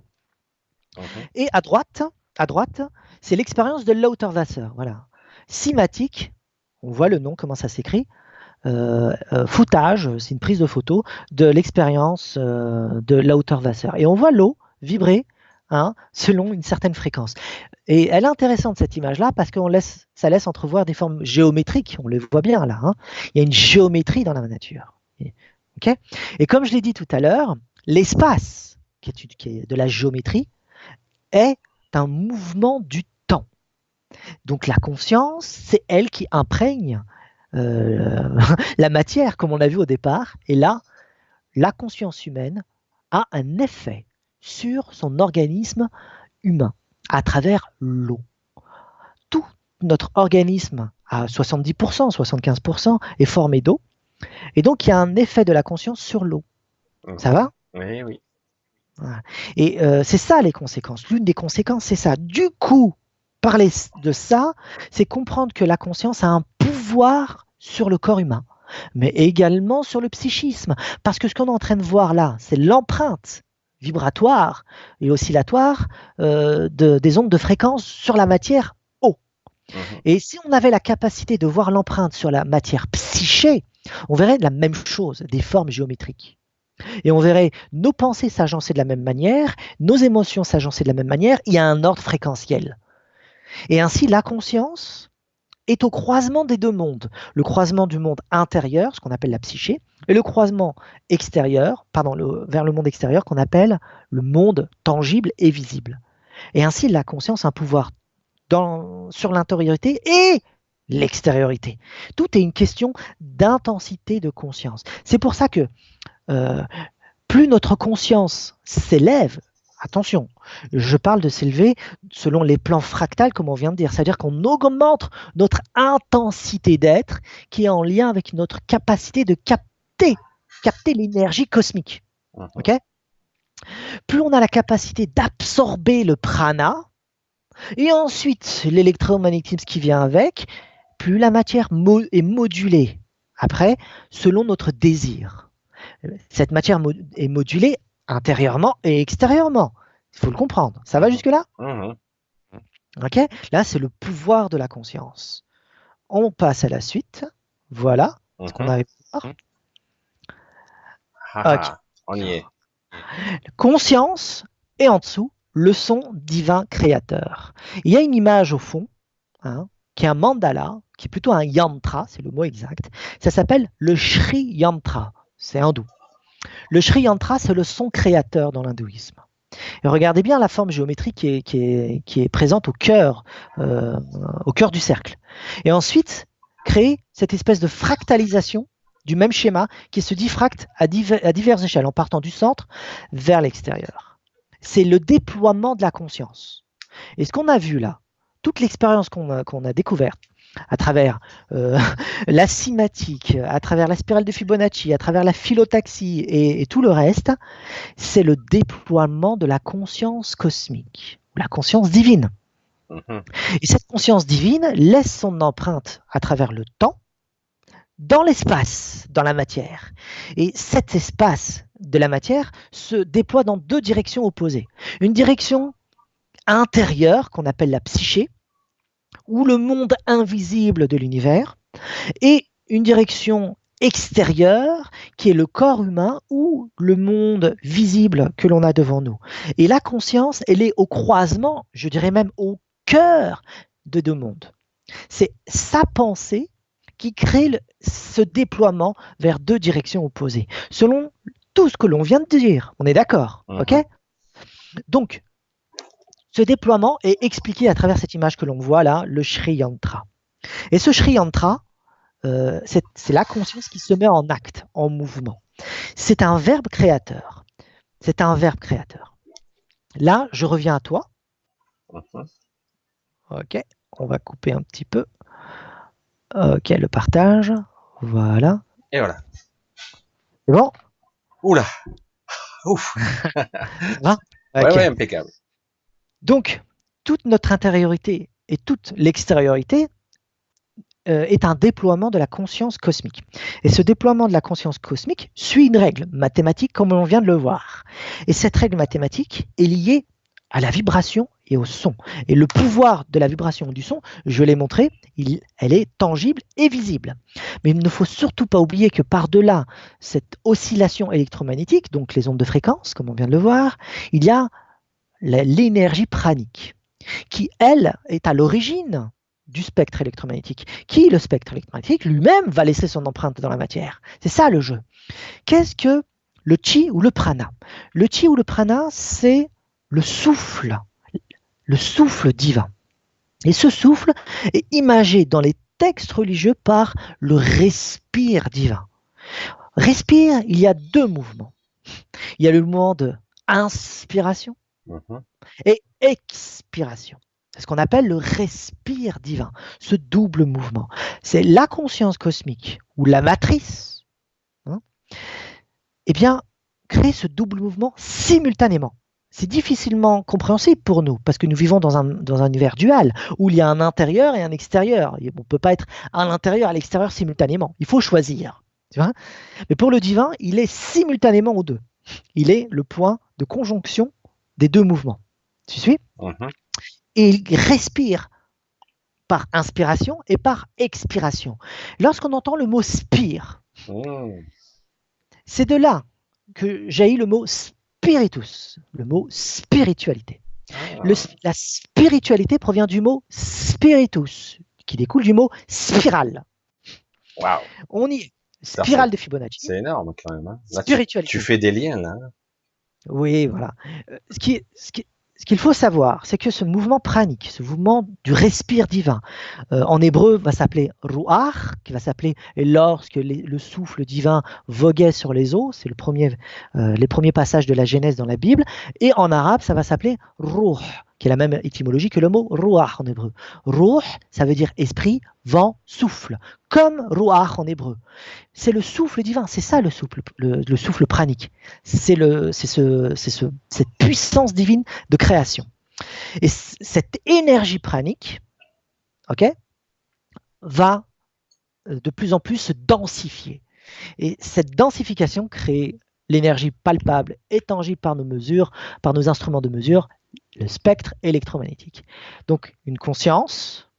Mhm. Et à droite, à droite, c'est l'expérience de Lauterwasser. Voilà. Cymatique, on voit le nom, comment ça s'écrit. Euh, euh, footage, c'est une prise de photo de l'expérience euh, de Lauterwasser. Et on voit l'eau vibrer hein, selon une certaine fréquence. Et elle est intéressante cette image-là parce que laisse, ça laisse entrevoir des formes géométriques. On les voit bien là. Hein. Il y a une géométrie dans la nature. Okay, et comme je l'ai dit tout à l'heure, l'espace, qui est, qui est de la géométrie, est un mouvement du temps. Donc la conscience, c'est elle qui imprègne euh, la matière, comme on l'a vu au départ. Et là, la conscience humaine a un effet sur son organisme humain à travers l'eau. Tout notre organisme, à soixante-dix pour cent, soixante-quinze pour cent, est formé d'eau. Et donc, il y a un effet de la conscience sur l'eau. Mhm. Ça va? Oui, oui. Voilà. Et euh, c'est ça les conséquences. L'une des conséquences, c'est ça. Du coup, parler de ça, c'est comprendre que la conscience a un pouvoir sur le corps humain, mais également sur le psychisme. Parce que ce qu'on est en train de voir là, c'est l'empreinte vibratoire et oscillatoire euh, de, des ondes de fréquence sur la matière eau. Mhm. Et si on avait la capacité de voir l'empreinte sur la matière psyché, on verrait la même chose, des formes géométriques. Et on verrait nos pensées s'agencer de la même manière, nos émotions s'agencer de la même manière, il y a un ordre fréquentiel. Et ainsi, la conscience est au croisement des deux mondes. Le croisement du monde intérieur, ce qu'on appelle la psyché, et le croisement extérieur, pardon, le, vers le monde extérieur qu'on appelle le monde tangible et visible. Et ainsi, la conscience a un pouvoir dans, sur l'intériorité et l'extériorité. Tout est une question d'intensité de conscience. C'est pour ça que euh, plus notre conscience s'élève, attention, je parle de s'élever selon les plans fractals, comme on vient de dire, c'est-à-dire qu'on augmente notre intensité d'être qui est en lien avec notre capacité de capter, capter l'énergie cosmique. Mhm. Okay, plus on a la capacité d'absorber le prana, et ensuite l'électromagnétisme qui vient avec, plus la matière mo est modulée, après, selon notre désir. Cette matière mo est modulée intérieurement et extérieurement. Il faut le comprendre. Ça va jusque-là? Mhm. Ok. Là, c'est le pouvoir de la conscience. On passe à la suite. Voilà ce qu'on Mhm. arrive à voir. Ah, Ok. ah, on y est. Conscience et en dessous, le son divin créateur. Il y a une image au fond, hein, qui est un mandala, qui est plutôt un yantra, c'est le mot exact. Ça s'appelle le Sri Yantra. C'est hindou. Le Sri Yantra, c'est le son créateur dans l'hindouisme. Et regardez bien la forme géométrique qui est, qui est, qui est présente au cœur, euh, au cœur du cercle. Et ensuite, créer cette espèce de fractalisation du même schéma qui se diffracte à, diver, à diverses échelles, en partant du centre vers l'extérieur. C'est le déploiement de la conscience. Et ce qu'on a vu là, toute l'expérience qu'on a, qu'on a découverte, à travers euh, la cymatique, à travers la spirale de Fibonacci, à travers la phyllotaxie et, et tout le reste, c'est le déploiement de la conscience cosmique, la conscience divine. Mhm. Et cette conscience divine laisse son empreinte à travers le temps, dans l'espace, dans la matière. Et cet espace de la matière se déploie dans deux directions opposées. Une direction intérieure qu'on appelle la psyché, ou le monde invisible de l'univers, et une direction extérieure qui est le corps humain ou le monde visible que l'on a devant nous. Et la conscience, elle est au croisement, je dirais même au cœur de deux mondes. C'est sa pensée qui crée le, ce déploiement vers deux directions opposées, selon tout ce que l'on vient de dire. On est d'accord, Mhm. ok? Donc, Ce déploiement est expliqué à travers cette image que l'on voit là, le Sri Yantra. Et ce Sri Yantra, euh, c'est la conscience qui se met en acte, en mouvement. C'est un verbe créateur. C'est un verbe créateur. Là, je reviens à toi. Ok, on va couper un petit peu. Ok, le partage. Voilà. Et voilà. C'est bon? Oula. Ouf. Hein? Ouais, okay. ouais, impeccable. Donc, toute notre intériorité et toute l'extériorité euh, est un déploiement de la conscience cosmique. Et ce déploiement de la conscience cosmique suit une règle mathématique comme on vient de le voir. Et cette règle mathématique est liée à la vibration et au son. Et le pouvoir de la vibration et du son, je l'ai montré, il, elle est tangible et visible. Mais il ne faut surtout pas oublier que par-delà cette oscillation électromagnétique, donc les ondes de fréquence, comme on vient de le voir, il y a l'énergie pranique, qui, elle, est à l'origine du spectre électromagnétique, qui, le spectre électromagnétique, lui-même va laisser son empreinte dans la matière. C'est ça le jeu. Qu'est-ce que le chi ou le prana? Le chi ou le prana, c'est le souffle, le souffle divin. Et ce souffle est imagé dans les textes religieux par le respire divin. Respire, il y a deux mouvements. Il y a le mouvement de inspiration mmh. et expiration. C'est ce qu'on appelle le respire divin, ce double mouvement. C'est la conscience cosmique ou la matrice, hein, eh bien, crée ce double mouvement simultanément. C'est difficilement compréhensible pour nous, parce que nous vivons dans un, dans un univers dual, où il y a un intérieur et un extérieur. On ne peut pas être à l'intérieur et à l'extérieur simultanément. Il faut choisir. Tu vois ? Mais pour le divin, il est simultanément aux deux. Il est le point de conjonction des deux mouvements. Tu suis ? Mm-hmm. Et il respire par inspiration et par expiration. Lorsqu'on entend le mot spire, mm. c'est de là que jaillit le mot spiritus, le mot spiritualité. Ah. Le, la spiritualité provient du mot spiritus, qui découle du mot spirale. Wow. On y est. Spirale de Fibonacci. C'est énorme quand même. Hein. Là, spiritualité. Tu, tu fais des liens là. Oui, voilà. Ce qui, ce qui, ce qu'il faut savoir, c'est que ce mouvement pranique, ce mouvement du respire divin, euh, en hébreu va s'appeler ruach, qui va s'appeler lorsque les, le souffle divin voguait sur les eaux, c'est le premier, euh, les premiers passages de la Genèse dans la Bible, et en arabe, ça va s'appeler ruh, qui est la même étymologie que le mot ruach en hébreu. Ruh, ça veut dire esprit, vent, souffle, comme ruach en hébreu. C'est le souffle divin, c'est ça le souffle, le, le souffle pranique. C'est le, c'est ce, c'est ce, cette puissance divine de création. Et cette énergie pranique, ok, va de plus en plus se densifier. Et cette densification crée l'énergie palpable et tangible par nos mesures, par nos instruments de mesure, le spectre électromagnétique. Donc une conscience,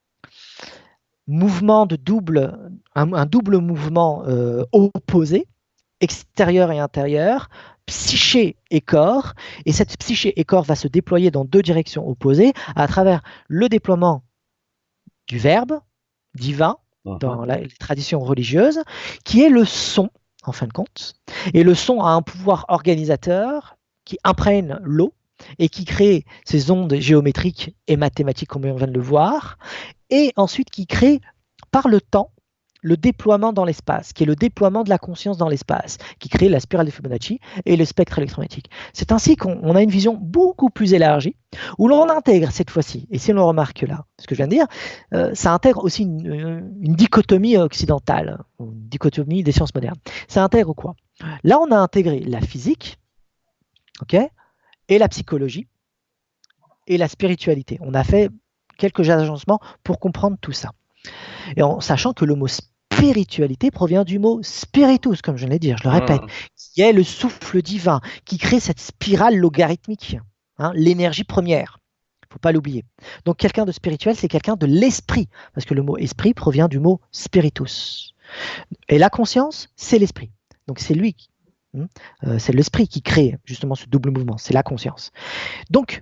mouvement de double, un, un double mouvement euh, opposé, extérieur et intérieur, psyché et corps, et cette psyché et corps va se déployer dans deux directions opposées à travers le déploiement du verbe divin uh-huh. dans la, les traditions religieuses, qui est le son, en fin de compte. Et le son a un pouvoir organisateur qui imprègne l'eau et qui crée ces ondes géométriques et mathématiques, comme on vient de le voir, et ensuite qui crée par le temps le déploiement dans l'espace, qui est le déploiement de la conscience dans l'espace, qui crée la spirale de Fibonacci et le spectre électromagnétique. C'est ainsi qu'on a une vision beaucoup plus élargie, où l'on intègre cette fois-ci, et si l'on remarque là, ce que je viens de dire, euh, ça intègre aussi une, une dichotomie occidentale, une dichotomie des sciences modernes. Ça intègre quoi? Là, on a intégré la physique, ok, et la psychologie, et la spiritualité. On a fait quelques agencements pour comprendre tout ça. Et en sachant que le mot spiritualité provient du mot spiritus, comme je l'ai dit, je le répète, mmh. qui est le souffle divin, qui crée cette spirale logarithmique, hein, l'énergie première. Il ne faut pas l'oublier. Donc quelqu'un de spirituel, c'est quelqu'un de l'esprit, parce que le mot esprit provient du mot spiritus. Et la conscience, c'est l'esprit. Donc c'est lui, hein, euh, c'est l'esprit qui crée justement ce double mouvement, c'est la conscience. Donc,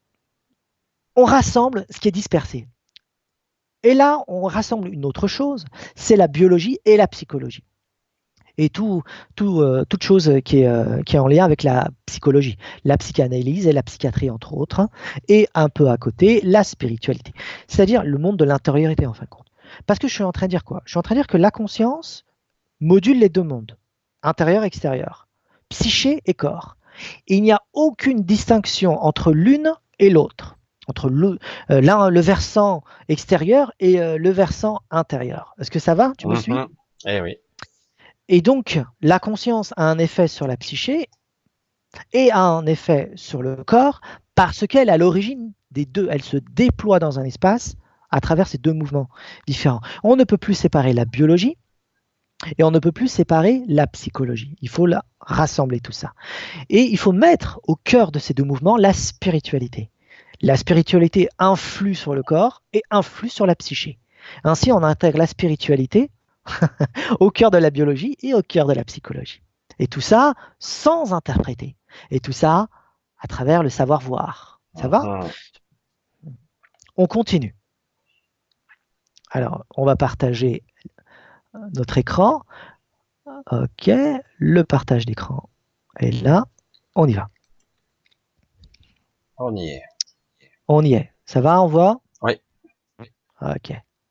on rassemble ce qui est dispersé. Et là, on rassemble une autre chose, c'est la biologie et la psychologie. et tout, tout, euh, toute chose qui est, euh, qui est en lien avec la psychologie, la psychanalyse et la psychiatrie entre autres, hein, et un peu à côté la spiritualité, c'est-à-dire le monde de l'intériorité en fin de compte. Parce que je suis en train de dire quoi? Je suis en train de dire que la conscience module les deux mondes, intérieur et extérieur, psyché et corps. Et il n'y a aucune distinction entre l'une et l'autre, entre le, euh, l'un, le versant extérieur et euh, le versant intérieur. Est-ce que ça va? Tu me suis? Mhm. Eh oui. Et donc, la conscience a un effet sur la psyché et a un effet sur le corps parce qu'elle, à l'origine des deux, elle se déploie dans un espace à travers ces deux mouvements différents. On ne peut plus séparer la biologie et on ne peut plus séparer la psychologie. Il faut la rassembler tout ça. Et il faut mettre au cœur de ces deux mouvements la spiritualité. La spiritualité influe sur le corps et influe sur la psyché. Ainsi, on intègre la spiritualité au cœur de la biologie et au cœur de la psychologie. Et tout ça sans interpréter. Et tout ça à travers le savoir-voir. Ça va? Mhm. On continue. Alors, on va partager notre écran. Ok, le partage d'écran est là. On y va. On y est. On y est. Ça va, on voit? Oui. Ok.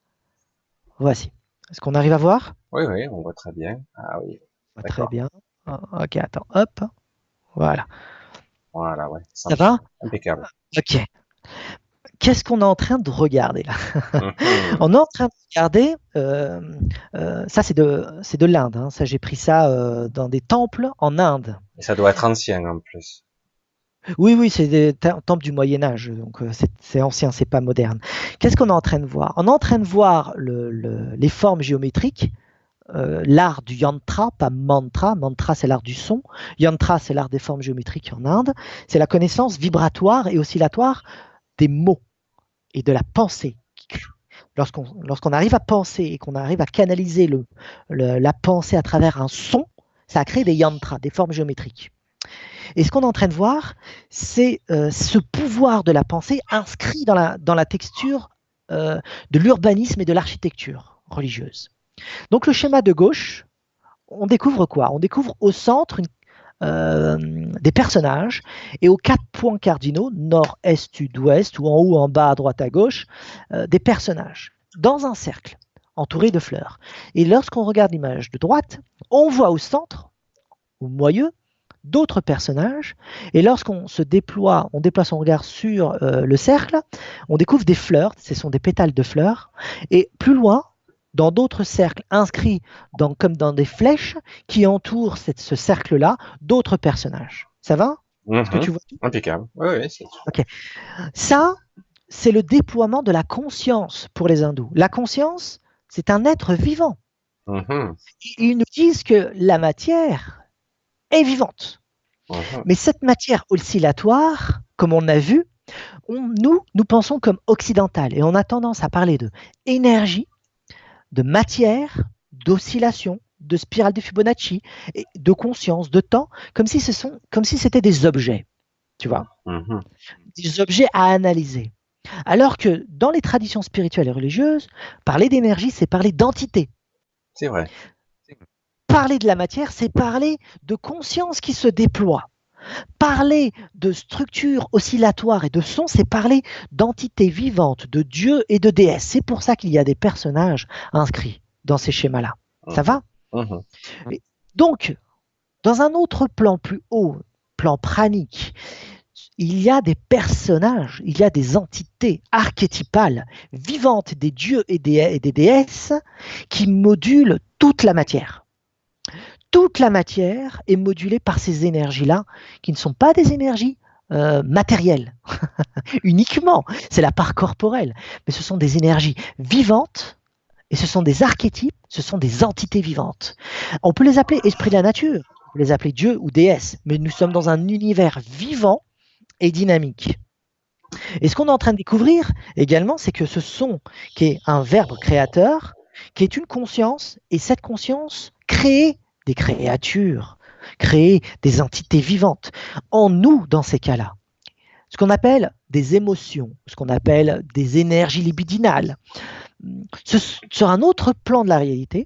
Voici. Est-ce qu'on arrive à voir? Oui, oui, on voit très bien. Ah oui. Très D'accord. bien. Ok, attends. Hop. Voilà. Voilà, ouais. Ça va? Impeccable. Ok. Qu'est-ce qu'on est en train de regarder là? Mhm. On est en train de regarder, euh, euh, ça c'est de, c'est de l'Inde, hein. Ça j'ai pris ça euh, dans des temples en Inde. Et ça doit être ancien en plus. Oui, oui, c'est des te- temples du Moyen Âge, donc euh, c'est c'est ancien, c'est pas moderne. Qu'est-ce qu'on est en train de voir? On est en train de voir le- le- les formes géométriques, euh, l'art du yantra, pas mantra. Mantra c'est l'art du son. Yantra c'est l'art des formes géométriques en Inde. C'est la connaissance vibratoire et oscillatoire des mots et de la pensée. Lorsqu'on lorsqu'on arrive à penser et qu'on arrive à canaliser le, le- la pensée à travers un son, ça crée des yantras, des formes géométriques. Et ce qu'on est en train de voir, c'est euh, ce pouvoir de la pensée inscrit dans la, dans la texture euh, de l'urbanisme et de l'architecture religieuse. Donc le schéma de gauche, on découvre quoi? On découvre au centre une, euh, des personnages et aux quatre points cardinaux, nord, est, sud, ouest, ou en haut, en bas, à droite, à gauche, euh, des personnages dans un cercle entouré de fleurs. Et lorsqu'on regarde l'image de droite, on voit au centre, au moyeu, d'autres personnages. Et lorsqu'on se déploie, on déploie son regard sur euh, le cercle, on découvre des fleurs, ce sont des pétales de fleurs. Et plus loin, dans d'autres cercles inscrits dans, comme dans des flèches qui entourent cette, ce cercle-là, d'autres personnages. Ça va? Est-ce que Mhm. tu vois? Impeccable. Oui, oui, c'est Ok. Ça, c'est le déploiement de la conscience pour les hindous. La conscience, c'est un être vivant. Mhm. Ils nous disent que la matière est vivante. Mhm. Mais cette matière oscillatoire, comme on a vu, on, nous, nous pensons comme occidentale et on a tendance à parler de énergie, de matière, d'oscillation, de spirale de Fibonacci, et de conscience, de temps, comme si ce sont, comme si c'était des objets, tu vois, Mhm. des objets à analyser. Alors que dans les traditions spirituelles et religieuses, parler d'énergie, c'est parler d'entité. C'est vrai. Parler de la matière, c'est parler de conscience qui se déploie. Parler de structure oscillatoire et de son, c'est parler d'entités vivantes, de dieux et de déesses. C'est pour ça qu'il y a des personnages inscrits dans ces schémas-là. Ça Mhm. va? Mhm. Et donc, dans un autre plan plus haut, plan pranique, il y a des personnages, il y a des entités archétypales, vivantes des dieux et des, et des déesses qui modulent toute la matière. Toute la matière est modulée par ces énergies-là, qui ne sont pas des énergies euh, matérielles uniquement, c'est la part corporelle, mais ce sont des énergies vivantes et ce sont des archétypes, ce sont des entités vivantes. On peut les appeler esprits de la nature, on peut les appeler dieux ou déesses, mais nous sommes dans un univers vivant et dynamique. Et ce qu'on est en train de découvrir également, c'est que ce son, qui est un verbe créateur, qui est une conscience, et cette conscience crée des créatures, crée des entités vivantes en nous dans ces cas-là. Ce qu'on appelle des émotions, ce qu'on appelle des énergies libidinales. Ce, sur un autre plan de la réalité,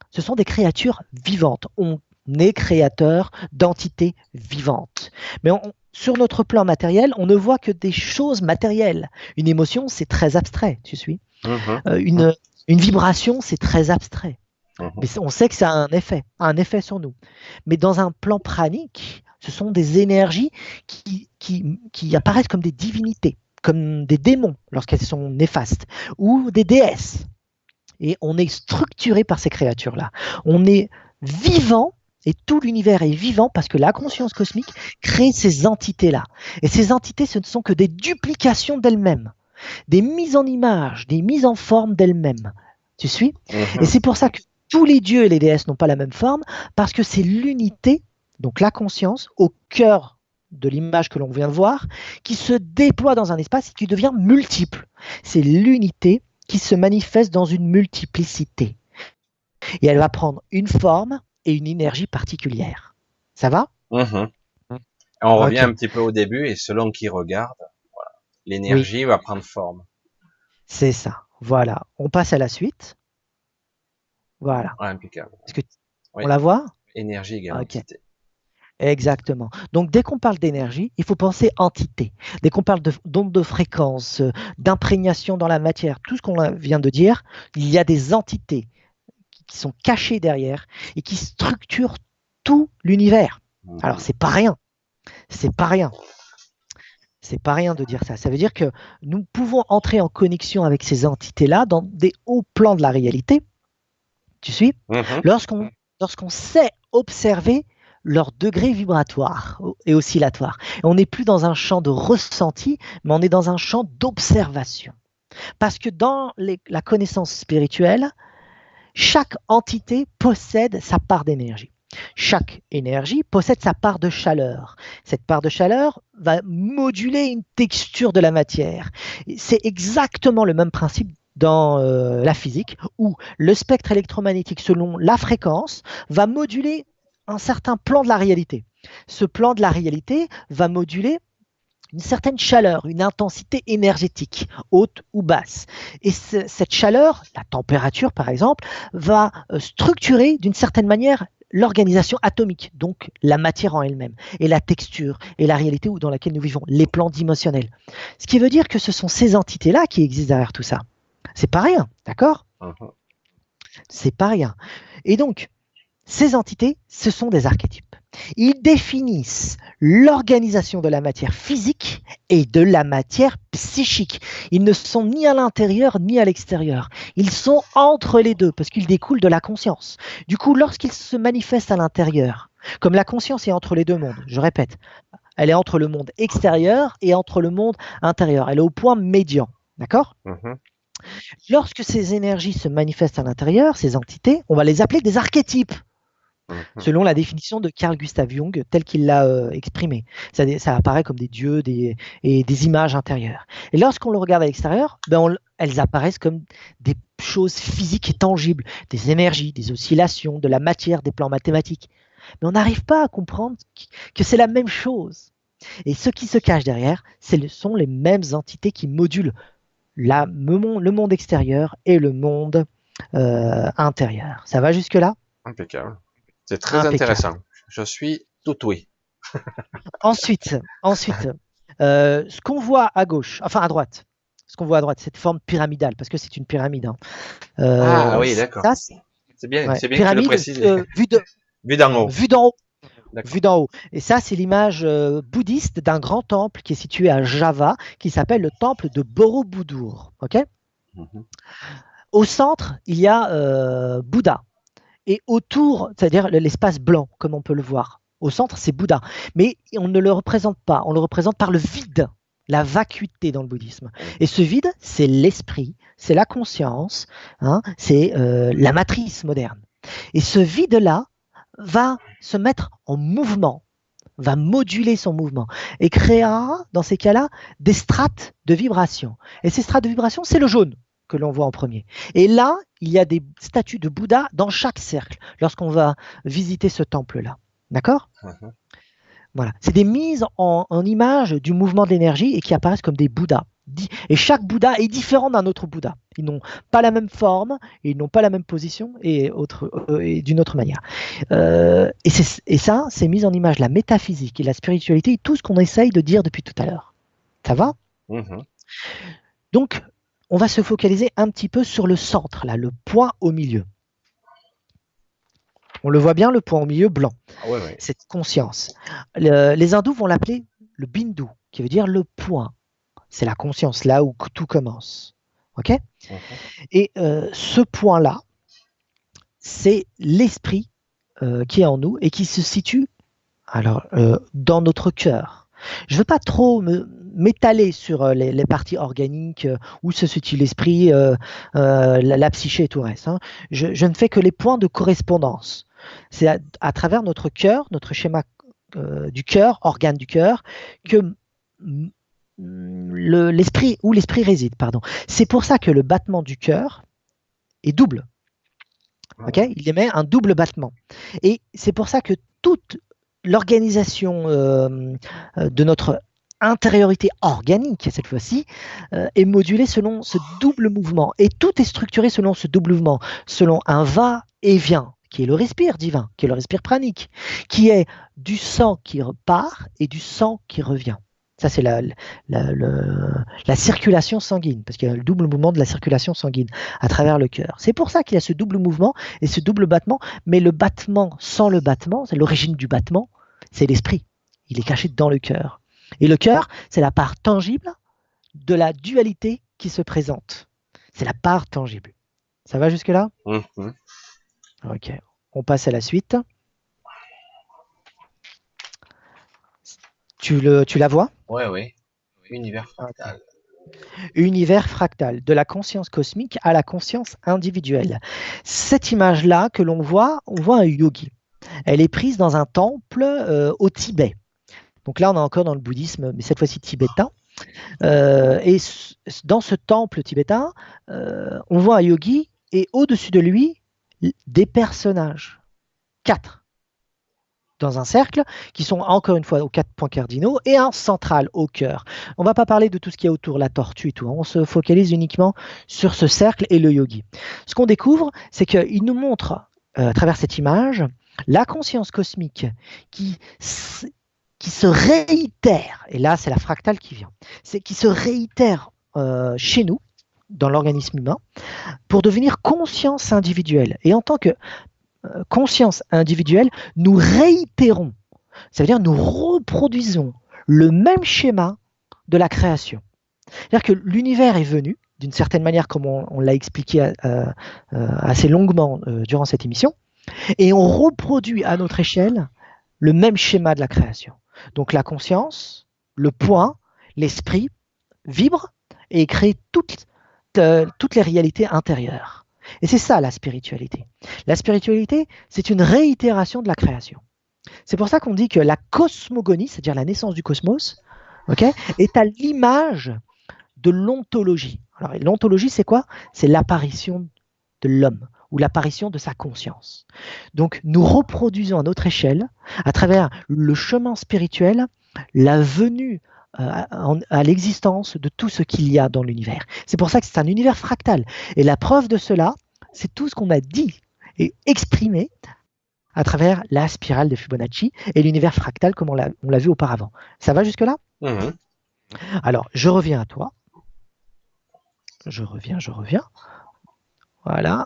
ce sont des créatures vivantes. On est créateur d'entités vivantes. Mais on, sur notre plan matériel, on ne voit que des choses matérielles. Une émotion, c'est très abstrait, tu suis. Mmh. Euh, une, une vibration, c'est très abstrait. Mmh. Mais on sait que ça a un effet, un effet sur nous. Mais dans un plan pranique, ce sont des énergies qui, qui, qui apparaissent comme des divinités, comme des démons lorsqu'elles sont néfastes, ou des déesses. Et on est structuré par ces créatures-là. On est vivant, et tout l'univers est vivant parce que la conscience cosmique crée ces entités-là. Et ces entités, ce ne sont que des duplications d'elles-mêmes, des mises en image, des mises en forme d'elles-mêmes. Tu suis ? Mmh. Et c'est pour ça que tous les dieux et les déesses n'ont pas la même forme, parce que c'est l'unité, donc la conscience, au cœur de l'image que l'on vient de voir, qui se déploie dans un espace et qui devient multiple. C'est l'unité qui se manifeste dans une multiplicité. Et elle va prendre une forme et une énergie particulière. Ça va ? Mmh. On revient okay. un petit peu au début, et selon qui regarde, voilà, l'énergie oui. va prendre forme. C'est ça. Voilà. On passe à la suite. Voilà. Ouais, impeccable. Est-ce que oui. on la voit ? Énergie égale okay. entité. Exactement. Donc, dès qu'on parle d'énergie, il faut penser entité. Dès qu'on parle de, d'onde de fréquence, d'imprégnation dans la matière, tout ce qu'on vient de dire, il y a des entités qui sont cachées derrière et qui structurent tout l'univers. Mmh. Alors, c'est pas rien. C'est pas rien. C'est pas rien de dire ça. Ça veut dire que nous pouvons entrer en connexion avec ces entités-là dans des hauts plans de la réalité. Tu suis ? Mmh. Lorsqu'on, lorsqu'on sait observer leur degré vibratoire et oscillatoire. Et on n'est plus dans un champ de ressenti, mais on est dans un champ d'observation. Parce que dans les, la connaissance spirituelle, chaque entité possède sa part d'énergie. Chaque énergie possède sa part de chaleur. Cette part de chaleur va moduler une texture de la matière. C'est exactement le même principe dans euh, la physique, où le spectre électromagnétique, selon la fréquence, va moduler un certain plan de la réalité. Ce plan de la réalité va moduler une certaine chaleur, une intensité énergétique, haute ou basse. Et ce, cette chaleur, la température par exemple, va structurer d'une certaine manière l'organisation atomique, donc la matière en elle-même, et la texture, et la réalité dans laquelle nous vivons, les plans dimensionnels. Ce qui veut dire que ce sont ces entités-là qui existent derrière tout ça. C'est pas rien, d'accord ? Uh-huh. C'est pas rien. Et donc, ces entités, ce sont des archétypes. Ils définissent l'organisation de la matière physique et de la matière psychique. Ils ne sont ni à l'intérieur ni à l'extérieur. Ils sont entre les deux parce qu'ils découlent de la conscience. Du coup, lorsqu'ils se manifestent à l'intérieur, comme la conscience est entre les deux mondes, je répète, elle est entre le monde extérieur et entre le monde intérieur. Elle est au point médian, d'accord ? Mm-hmm. Lorsque ces énergies se manifestent à l'intérieur, ces entités, on va les appeler des archétypes, selon la définition de Carl Gustav Jung, telle qu'il l'a euh, exprimée. Ça, ça apparaît comme des dieux des, et des images intérieures. Et lorsqu'on le regarde à l'extérieur, ben on, elles apparaissent comme des choses physiques et tangibles, des énergies, des oscillations, de la matière, des plans mathématiques. Mais on n'arrive pas à comprendre que c'est la même chose. Et ce qui se cache derrière, ce sont les mêmes entités qui modulent la, le monde extérieur et le monde euh, intérieur. Ça va jusque-là ? Impeccable. C'est très Impeccable. Intéressant. Je suis tout oui. ensuite, ensuite euh, ce qu'on voit à gauche, enfin à droite, ce qu'on voit à droite, cette forme pyramidale, parce que c'est une pyramide. Hein. Euh, ah oui, d'accord. Ça, c'est... c'est bien, ouais, c'est bien pyramide, que tu le précises. Euh, vue, de... vue d'en haut. Vue d'en haut. Vue d'en haut. Et ça, c'est l'image euh, bouddhiste d'un grand temple qui est situé à Java, qui s'appelle le temple de Borobudur. Ok. Mm-hmm. Au centre, il y a euh, Bouddha. Et autour, c'est-à-dire l'espace blanc, comme on peut le voir. Au centre, c'est Bouddha. Mais on ne le représente pas. On le représente par le vide, la vacuité dans le bouddhisme. Et ce vide, c'est l'esprit, c'est la conscience, hein, c'est euh, la matrice moderne. Et ce vide-là va se mettre en mouvement, va moduler son mouvement et créera, dans ces cas-là, des strates de vibration. Et ces strates de vibration, c'est le jaune que l'on voit en premier. Et là, il y a des statues de Bouddha dans chaque cercle, lorsqu'on va visiter ce temple-là. D'accord ? uh-huh. Voilà. C'est des mises en, en image du mouvement de l'énergie et qui apparaissent comme des Bouddhas Et chaque Bouddha est différent d'un autre Bouddha. Ils n'ont pas la même forme, ils n'ont pas la même position et, autre, euh, et d'une autre manière. Euh, et, et ça, c'est mis en image la métaphysique et la spiritualité et tout ce qu'on essaye de dire depuis tout à l'heure. Ça va? Mmh. Donc, on va se focaliser un petit peu sur le centre, là, le point au milieu. On le voit bien, le point au milieu blanc. Ah ouais, ouais. Cette conscience. Le, les hindous vont l'appeler le bindu, qui veut dire le point. C'est la conscience, là où tout commence. Ok ? Mmh. Et euh, ce point-là, c'est l'esprit euh, qui est en nous et qui se situe alors, euh, dans notre cœur. Je ne veux pas trop me, m'étaler sur euh, les, les parties organiques, euh, où se situe l'esprit, euh, euh, la, la psyché et tout le reste. Hein. Je, je ne fais que les points de correspondance. C'est à, à travers notre cœur, notre schéma euh, du cœur, organe du cœur, que le, l'esprit, où l'esprit réside. Pardon. C'est pour ça que le battement du cœur est double. Okay ? Il émet un double battement. Et c'est pour ça que toute l'organisation euh, de notre intériorité organique, cette fois-ci, euh, est modulée selon ce double mouvement. Et tout est structuré selon ce double mouvement, selon un va-et-vient, qui est le respire divin, qui est le respire pranique, qui est du sang qui repart et du sang qui revient. Ça, c'est la, la, la, la circulation sanguine, parce qu'il y a le double mouvement de la circulation sanguine à travers le cœur. C'est pour ça qu'il y a ce double mouvement et ce double battement, mais le battement sans le battement, c'est l'origine du battement, c'est l'esprit. Il est caché dans le cœur. Et le cœur, c'est la part tangible de la dualité qui se présente. C'est la part tangible. Ça va jusque-là ? Mm-hmm. Ok. On passe à la suite. Tu, le, tu la vois ? Oui, oui. Univers fractal. Univers fractal, de la conscience cosmique à la conscience individuelle. Cette image-là que l'on voit, on voit un yogi. Elle est prise dans un temple euh, au Tibet. Donc là, on est encore dans le bouddhisme, mais cette fois-ci tibétain. Euh, et dans ce temple tibétain, euh, on voit un yogi et au-dessus de lui, des personnages. Quatre. Dans un cercle, qui sont encore une fois aux quatre points cardinaux, et un central au cœur. On ne va pas parler de tout ce qui est autour, la tortue et tout. Hein. On se focalise uniquement sur ce cercle et le yogi. Ce qu'on découvre, c'est qu'il nous montre, euh, à travers cette image, la conscience cosmique qui, qui se réitère, et là c'est la fractale qui vient, c'est qui se réitère euh, chez nous, dans l'organisme humain, pour devenir conscience individuelle. Et en tant que conscience individuelle, nous réitérons, ça veut dire nous reproduisons le même schéma de la création. C'est-à-dire que l'univers est venu, d'une certaine manière, comme on, on l'a expliqué euh, euh, assez longuement euh, durant cette émission, et on reproduit à notre échelle le même schéma de la création. Donc la conscience, le point, l'esprit vibre et crée toutes, euh, toutes les réalités intérieures. Et c'est ça la spiritualité. La spiritualité, c'est une réitération de la création. C'est pour ça qu'on dit que la cosmogonie, c'est-à-dire la naissance du cosmos, okay, est à l'image de l'ontologie. Alors, l'ontologie, c'est quoi ? C'est l'apparition de l'homme ou l'apparition de sa conscience. Donc, nous reproduisons à notre échelle, à travers le chemin spirituel, la venue euh, à l'existence de tout ce qu'il y a dans l'univers. C'est pour ça que c'est un univers fractal. Et la preuve de cela, c'est tout ce qu'on a dit et exprimé à travers la spirale de Fibonacci et l'univers fractal comme on l'a, on l'a vu auparavant. Ça va jusque-là ? Mmh. Alors, je reviens à toi. Je reviens, je reviens. Voilà.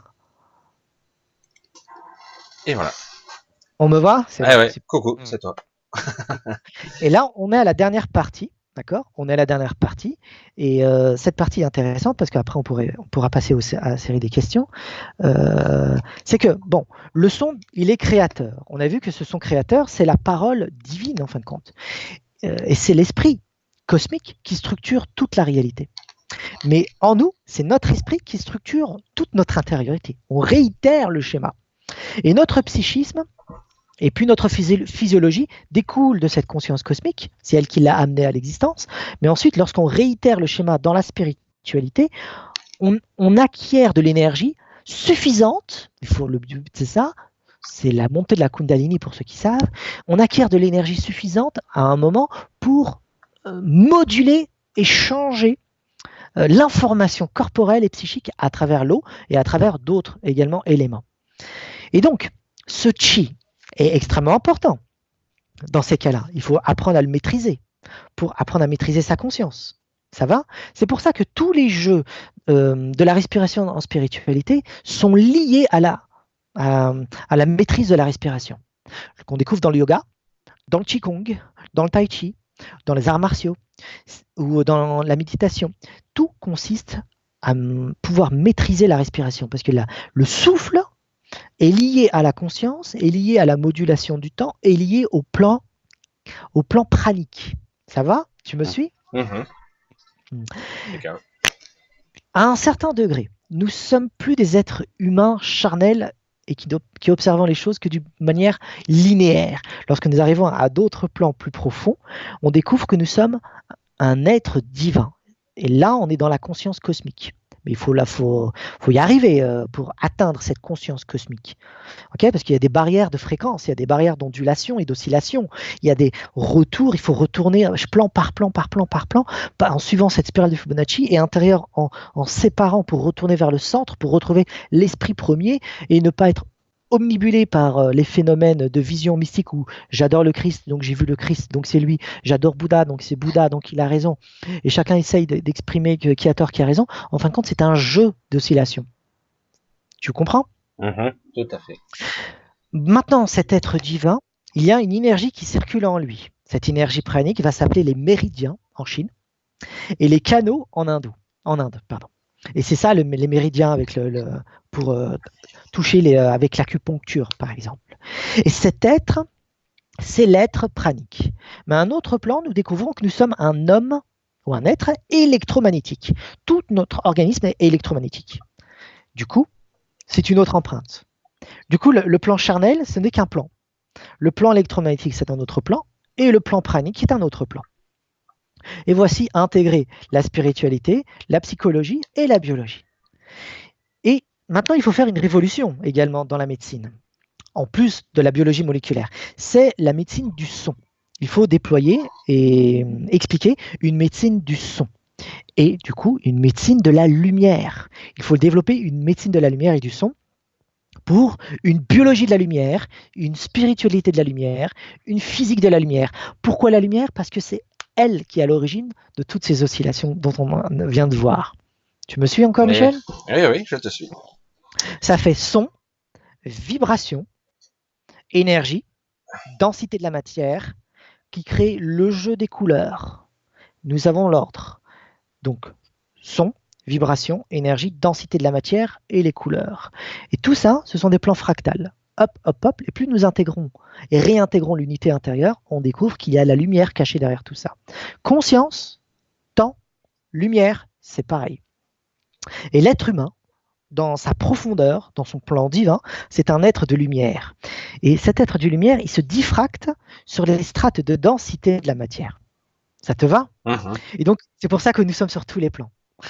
Et voilà. On me voit ? C'est ah ouais, c'est... Coucou, c'est toi. Et là, on est à la dernière partie. D'accord ? On est à la dernière partie. Et euh, cette partie est intéressante parce qu'après, on, pourrait, on pourra passer au, à la série des questions. Euh, c'est que, bon, le son, il est créateur. On a vu que ce son créateur, c'est la parole divine, en fin de compte. Euh, et c'est l'esprit cosmique qui structure toute la réalité. Mais en nous, c'est notre esprit qui structure toute notre intériorité. On réitère le schéma. Et notre psychisme, et puis notre physiologie découle de cette conscience cosmique, c'est elle qui l'a amené à l'existence, mais ensuite lorsqu'on réitère le schéma dans la spiritualité, on, on acquiert de l'énergie suffisante, il faut le but c'est ça, c'est la montée de la Kundalini pour ceux qui savent, on acquiert de l'énergie suffisante à un moment pour euh, moduler et changer euh, l'information corporelle et psychique à travers l'eau et à travers d'autres également éléments. Et donc, ce chi est extrêmement important dans ces cas-là. Il faut apprendre à le maîtriser pour apprendre à maîtriser sa conscience. Ça va? C'est pour ça que tous les jeux euh, de la respiration en spiritualité sont liés à la, à, à la maîtrise de la respiration, qu'on découvre dans le yoga, dans le qigong, dans le tai chi, dans les arts martiaux ou dans la méditation. Tout consiste à pouvoir maîtriser la respiration parce que la, le souffle est lié à la conscience, est lié à la modulation du temps, est lié au plan, au plan pranique. Ça va? Tu me suis? Mmh. Hmm. D'accord. À un certain degré, nous sommes plus des êtres humains charnels et qui, qui observons les choses que d'une manière linéaire. Lorsque nous arrivons à d'autres plans plus profonds, on découvre que nous sommes un être divin. Et là, on est dans la conscience cosmique. Mais il faut, là, faut, faut y arriver euh, pour atteindre cette conscience cosmique. Okay, parce qu'il y a des barrières de fréquence, il y a des barrières d'ondulation et d'oscillation, il y a des retours, il faut retourner plan par plan, par plan, par plan, en suivant cette spirale de Fibonacci et intérieur en, en séparant pour retourner vers le centre, pour retrouver l'esprit premier et ne pas être omnibulé par euh, les phénomènes de vision mystique où j'adore le Christ, donc j'ai vu le Christ, donc c'est lui, j'adore Bouddha, donc c'est Bouddha, donc il a raison, et chacun essaye d'exprimer qui a tort, qui a raison. En fin de compte, c'est un jeu d'oscillation. Tu comprends? Mmh. Tout à fait. Maintenant, cet être divin, il y a une énergie qui circule en lui. Cette énergie pranique va s'appeler les méridiens en Chine et les canaux en Inde. En Inde, pardon. Et c'est ça le, les méridiens avec le, le pour euh, toucher les, euh, avec l'acupuncture, par exemple. Et cet être, c'est l'être pranique. Mais à un autre plan, nous découvrons que nous sommes un homme ou un être électromagnétique. Tout notre organisme est électromagnétique. Du coup, c'est une autre empreinte. Du coup, le, le plan charnel, ce n'est qu'un plan. Le plan électromagnétique, c'est un autre plan, et le plan pranique est un autre plan. Et voici intégrer la spiritualité, la psychologie et la biologie. Et maintenant, il faut faire une révolution également dans la médecine, en plus de la biologie moléculaire. C'est la médecine du son. Il faut déployer et expliquer une médecine du son. Et du coup, une médecine de la lumière. Il faut développer une médecine de la lumière et du son pour une biologie de la lumière, une spiritualité de la lumière, une physique de la lumière. Pourquoi la lumière? Parce que c'est elle qui est à l'origine de toutes ces oscillations dont on vient de voir. Tu me suis encore, Mais, Michel? oui, oui, je te suis. Ça fait son, vibration, énergie, densité de la matière qui crée le jeu des couleurs. Nous avons l'ordre. Donc, son, vibration, énergie, densité de la matière et les couleurs. Et tout ça, ce sont des plans fractales. Hop, hop, hop. Et plus nous intégrons et réintégrons l'unité intérieure, on découvre qu'il y a la lumière cachée derrière tout ça. Conscience, temps, lumière, c'est pareil. Et l'être humain, dans sa profondeur, dans son plan divin, c'est un être de lumière. Et cet être de lumière, il se diffracte sur les strates de densité de la matière. Ça te va? Mmh. Et donc, c'est pour ça que nous sommes sur tous les plans.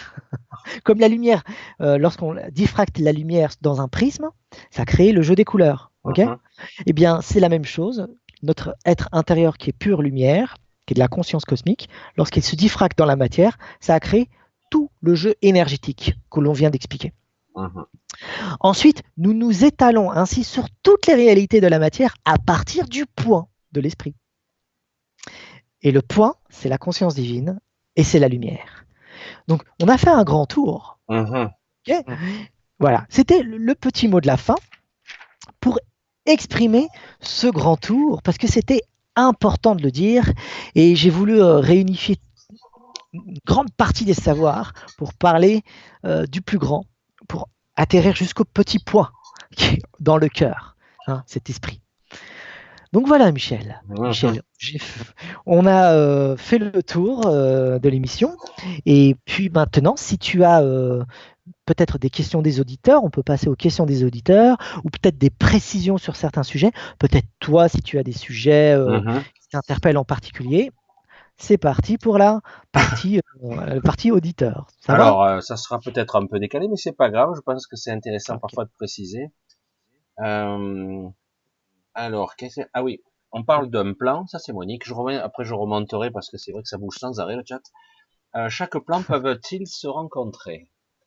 Comme la lumière, euh, lorsqu'on diffracte la lumière dans un prisme, ça crée le jeu des couleurs. Okay, Mmh. eh bien, c'est la même chose. Notre être intérieur qui est pure lumière, qui est de la conscience cosmique, lorsqu'il se diffracte dans la matière, ça a créé tout le jeu énergétique que l'on vient d'expliquer. Mmh. Ensuite, nous nous étalons ainsi sur toutes les réalités de la matière à partir du point de l'esprit. Et le point, c'est la conscience divine et c'est la lumière. Donc, on a fait un grand tour. Mmh. Okay, voilà, c'était le petit mot de la fin pour exprimer ce grand tour, parce que c'était important de le dire, et j'ai voulu euh, réunifier une grande partie des savoirs pour parler euh, du plus grand, pour atterrir jusqu'au petit point qui est dans le cœur, hein, cet esprit. Donc voilà, Michel. Mmh. Michel, on a euh, fait le tour euh, de l'émission. Et puis maintenant, si tu as euh, peut-être des questions des auditeurs, on peut passer aux questions des auditeurs, ou peut-être des précisions sur certains sujets. Peut-être toi, si tu as des sujets euh, Mmh. qui t'interpellent en particulier. C'est parti pour la partie, euh, partie auditeur. Ça va? Alors, euh, ça sera peut-être un peu décalé, mais c'est pas grave. Je pense que c'est intéressant Ok. parfois de préciser. Euh, alors, qu'est-ce que... ah oui, on parle d'un plan. Ça, c'est Monique. Je reviens, après, je remonterai parce que c'est vrai que ça bouge sans arrêt le chat. Euh, chaque plan peuvent-ils se rencontrer?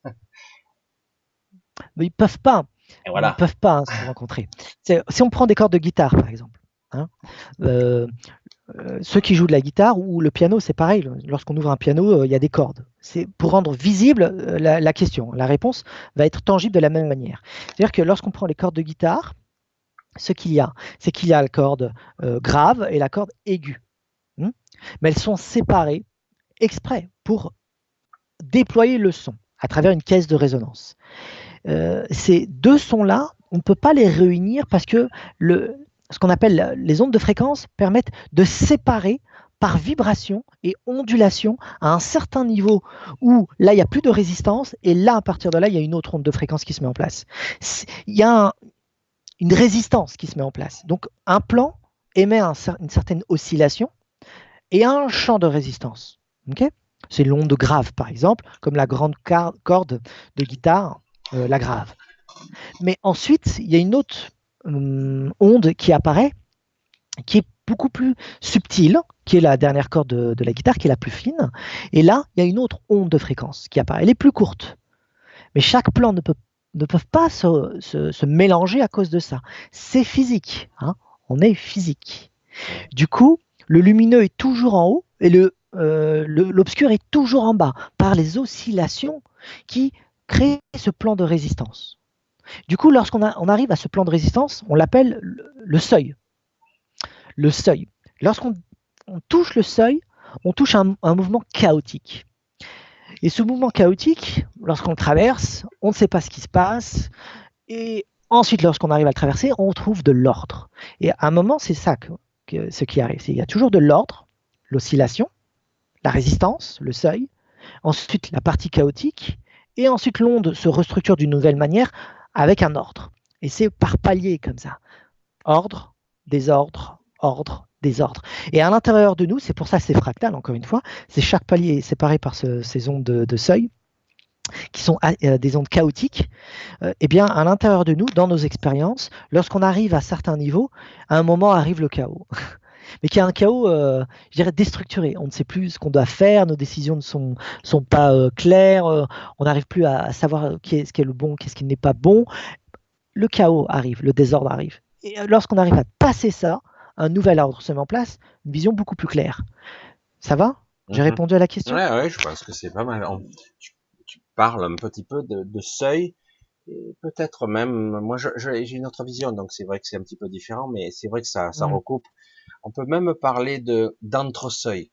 Mais ils peuvent pas, Et ils voilà. peuvent pas hein, se rencontrer. C'est- Si on prend des cordes de guitare, par exemple, hein, euh, euh, ceux qui jouent de la guitare ou le piano, c'est pareil. Lorsqu'on ouvre un piano, euh, il y a des cordes. C'est pour rendre visible euh, la, la question. La réponse va être tangible de la même manière. C'est-à-dire que lorsqu'on prend les cordes de guitare, ce qu'il y a, c'est qu'il y a la corde euh, grave et la corde aiguë. Hmm. Mais elles sont séparées exprès pour déployer le son à travers une caisse de résonance. Euh, ces deux sons-là, on ne peut pas les réunir parce que le, ce qu'on appelle les ondes de fréquence permettent de séparer par vibration et ondulation à un certain niveau où là, il n'y a plus de résistance et là, à partir de là, il y a une autre onde de fréquence qui se met en place. Il y a un, une résistance qui se met en place. Donc, un plan émet un, une certaine oscillation et un champ de résistance. Okay, c'est l'onde grave, par exemple, comme la grande corde de guitare, euh, la grave. Mais ensuite, il y a une autre euh, onde qui apparaît, qui est beaucoup plus subtile, qui est la dernière corde de, de la guitare, qui est la plus fine. Et là, il y a une autre onde de fréquence qui apparaît. Elle est plus courte. Mais chaque plan ne peut ne peuvent pas se, se, se mélanger à cause de ça. C'est physique. Hein, on est physique. Du coup, le lumineux est toujours en haut et le, euh, le, l'obscur est toujours en bas par les oscillations qui créent ce plan de résistance. Du coup, lorsqu'on a, on arrive à ce plan de résistance, on l'appelle le, le seuil. Le seuil. Lorsqu'on on touche le seuil, on touche un, un mouvement chaotique. Et ce mouvement chaotique, lorsqu'on le traverse, on ne sait pas ce qui se passe. Et ensuite, lorsqu'on arrive à le traverser, on trouve de l'ordre. Et à un moment, c'est ça que, que, ce qui arrive. C'est, il y a toujours de l'ordre, l'oscillation, la résistance, le seuil, ensuite la partie chaotique, et ensuite l'onde se restructure d'une nouvelle manière avec un ordre. Et c'est par palier comme ça. Ordre, désordre, ordre, désordre. Et à l'intérieur de nous, c'est pour ça que c'est fractal, encore une fois, c'est chaque palier séparé par ce, ces ondes de, de seuil, qui sont euh, des ondes chaotiques. Euh, eh bien, à l'intérieur de nous, dans nos expériences, lorsqu'on arrive à certains niveaux, à un moment arrive le chaos. Mais qui est un chaos, euh, je dirais, déstructuré. On ne sait plus ce qu'on doit faire, nos décisions ne sont, sont pas euh, claires, euh, on n'arrive plus à, à savoir qui est, ce qui est le bon, qu'est-ce qui n'est pas bon. Le chaos arrive, le désordre arrive. Et lorsqu'on arrive à passer ça, un nouvel ordre se met en place, une vision beaucoup plus claire. Ça va? J'ai Mhm. répondu à la question? Ouais, ouais, je pense que c'est pas mal. On- tu, tu parles un petit peu de, de seuil, et peut-être même, moi je- je- j'ai une autre vision, donc c'est vrai que c'est un petit peu différent, mais c'est vrai que ça, ça Mm. recoupe. On peut même parler de d'entre-seuil,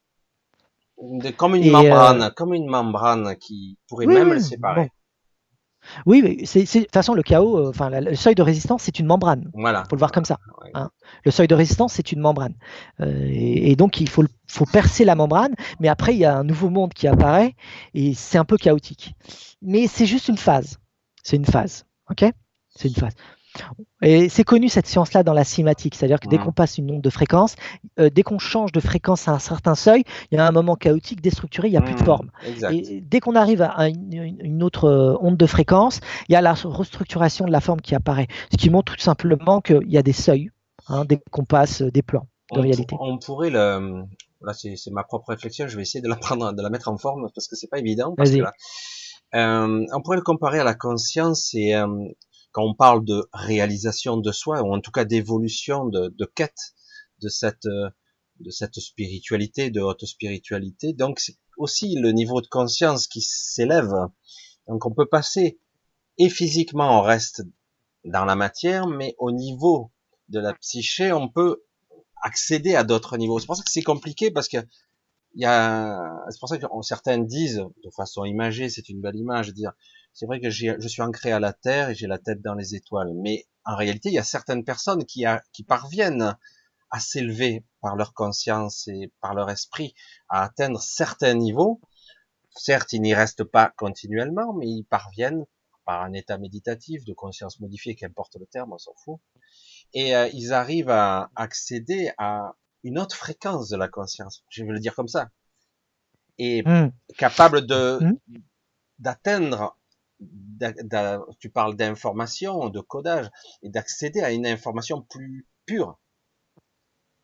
de, comme une Et euh, membrane, comme une membrane qui pourrait oui, même oui, le bon. séparer. Oui, oui, c'est, c'est- de toute façon, le chaos, euh, enfin, la- le seuil de résistance, c'est une membrane. Voilà, Faut le voir voilà. comme ça. Ouais. Hein. Le seuil de résistance, c'est une membrane. Euh, et, et donc, il faut, le- faut percer la membrane, mais après, il y a un nouveau monde qui apparaît, et c'est un peu chaotique. Mais c'est juste une phase. C'est une phase. OK? C'est une phase. Et c'est connu cette science-là dans la cinématique, c'est-à-dire que dès qu'on Mhm. passe une onde de fréquence, euh, dès qu'on change de fréquence à un certain seuil, il y a un moment chaotique, déstructuré, il n'y a plus de Mhm. forme. Exact. Et dès qu'on arrive à une, une autre euh, onde de fréquence, il y a la restructuration de la forme qui apparaît, ce qui montre tout simplement qu'il y a des seuils, hein, dès qu'on passe des plans de On, pour- réalité. on pourrait le, là c'est c'est ma propre réflexion, je vais essayer de la prendre, de la mettre en forme parce que c'est pas évident, parce que Vas-y. là, euh, on pourrait le comparer à la conscience et euh, quand on parle de réalisation de soi ou en tout cas d'évolution, de, de quête de cette euh, de cette spiritualité, de haute spiritualité. Donc c'est aussi le niveau de conscience qui s'élève. Donc on peut passer et physiquement on reste dans la matière, mais au niveau de la psyché, on peut accéder à d'autres niveaux. C'est pour ça que c'est compliqué parce que il y a, c'est pour ça que certains disent de façon imagée, c'est une belle image, de dire, c'est vrai que j'ai, je suis ancré à la terre et j'ai la tête dans les étoiles. Mais en réalité, il y a certaines personnes qui, a, qui parviennent à s'élever par leur conscience et par leur esprit à atteindre certains niveaux. Certes, ils n'y restent pas continuellement, mais ils parviennent par un état méditatif, de conscience modifiée, qu'importe le terme, on s'en fout, et euh, ils arrivent à accéder à une autre fréquence de la conscience, je vais le dire comme ça, et Mmh. capable de Mmh. d'atteindre, d'a- d'a- tu parles d'information, de codage, et d'accéder à une information plus pure.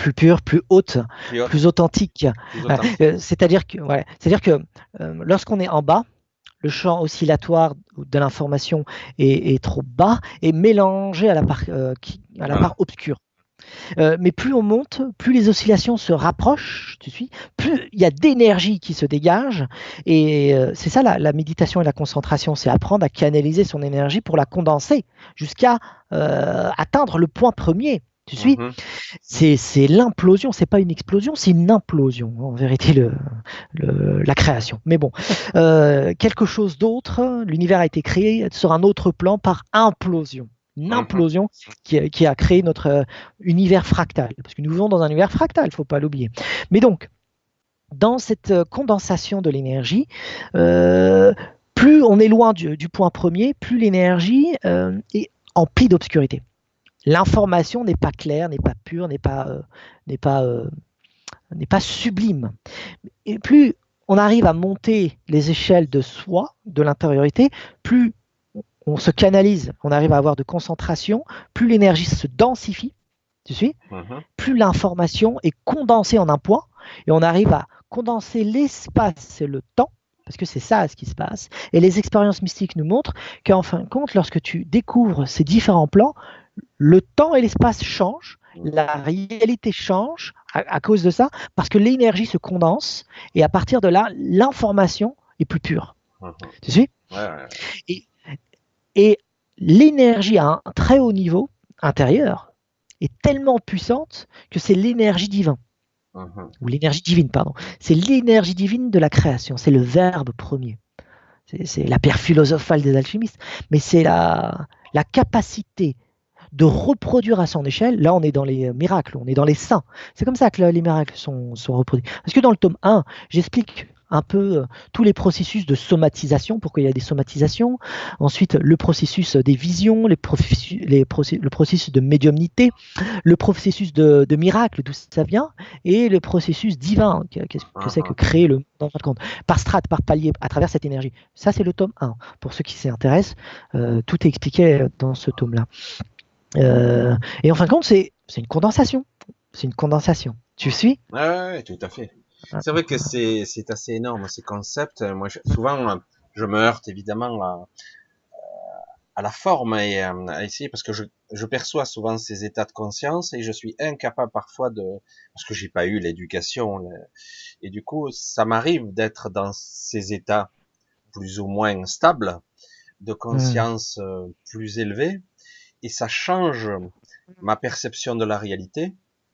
plus pure, plus haute, plus haute, plus authentique. plus Euh, authentique. euh, c'est-à-dire que, ouais, c'est-à-dire que euh, lorsqu'on est en bas, le champ oscillatoire de l'information est, est trop bas et mélangé à la part, euh, qui, à la part Voilà. obscure. Euh, mais plus on monte, plus les oscillations se rapprochent, tu suis, plus il y a d'énergie qui se dégage. Et euh, c'est ça la, la, méditation et la concentration, c'est apprendre à canaliser son énergie pour la condenser jusqu'à euh, atteindre le point premier. Tu suis? Mhm. C'est, c'est l'implosion, c'est pas une explosion, c'est une implosion, en vérité, le, le, la création. Mais bon, euh, quelque chose d'autre, l'univers a été créé sur un autre plan par implosion. Une Mhm. implosion qui, qui a créé notre euh, univers fractal. Parce que nous vivons dans un univers fractal, il ne faut pas l'oublier. Mais donc, dans cette euh, condensation de l'énergie, euh, plus on est loin du, du point premier, plus l'énergie euh, est emplie d'obscurité. L'information n'est pas claire, n'est pas pure, n'est pas, euh, n'est pas, euh, n'est pas sublime. Et plus on arrive à monter les échelles de soi, de l'intériorité, plus on se canalise, on arrive à avoir de concentration, plus l'énergie se densifie, tu suis, Mhm. plus l'information est condensée en un point, et on arrive à condenser l'espace et le temps, parce que c'est ça ce qui se passe. Et les expériences mystiques nous montrent qu'en fin de compte, lorsque tu découvres ces différents plans, le temps et l'espace changent, la réalité change à, à cause de ça, parce que l'énergie se condense, et à partir de là, l'information est plus pure. Mhm. Tu suis? Ouais, ouais. Et, et l'énergie à un très haut niveau intérieur est tellement puissante que c'est l'énergie divine, Mhm. ou l'énergie divine, pardon. C'est l'énergie divine de la création, c'est le verbe premier. C'est, c'est la pierre philosophale des alchimistes, mais c'est la, la capacité de reproduire à son échelle. Là, on est dans les miracles, on est dans les saints. C'est comme ça que les miracles sont, sont reproduits. Parce que dans le tome un, j'explique un peu euh, tous les processus de somatisation, pourquoi il y a des somatisations. Ensuite, le processus des visions, les processus, les processus, le processus de médiumnité, le processus de, de miracle, d'où ça vient, et le processus divin, qu'est-ce que c'est que Mhm. créer le monde en fin de compte, par strate, par palier, à travers cette énergie. Ça, c'est le tome un. Pour ceux qui s'y intéressent, euh, tout est expliqué dans ce tome-là. Euh, et en fin de compte, c'est c'est une condensation. C'est une condensation. Tu Mhm. suis? Ouais, ouais, ouais, tout à fait. C'est vrai que c'est c'est assez énorme ces concepts. Moi, je- souvent, euh, je me heurte évidemment à, à la forme et euh, à essayer parce que je, je perçois souvent ces états de conscience et je suis incapable parfois de parce que j'ai pas eu l'éducation le- et du coup, ça m'arrive d'être dans ces états plus ou moins stables de Hmm. conscience euh, plus élevés et ça change ma perception de la réalité.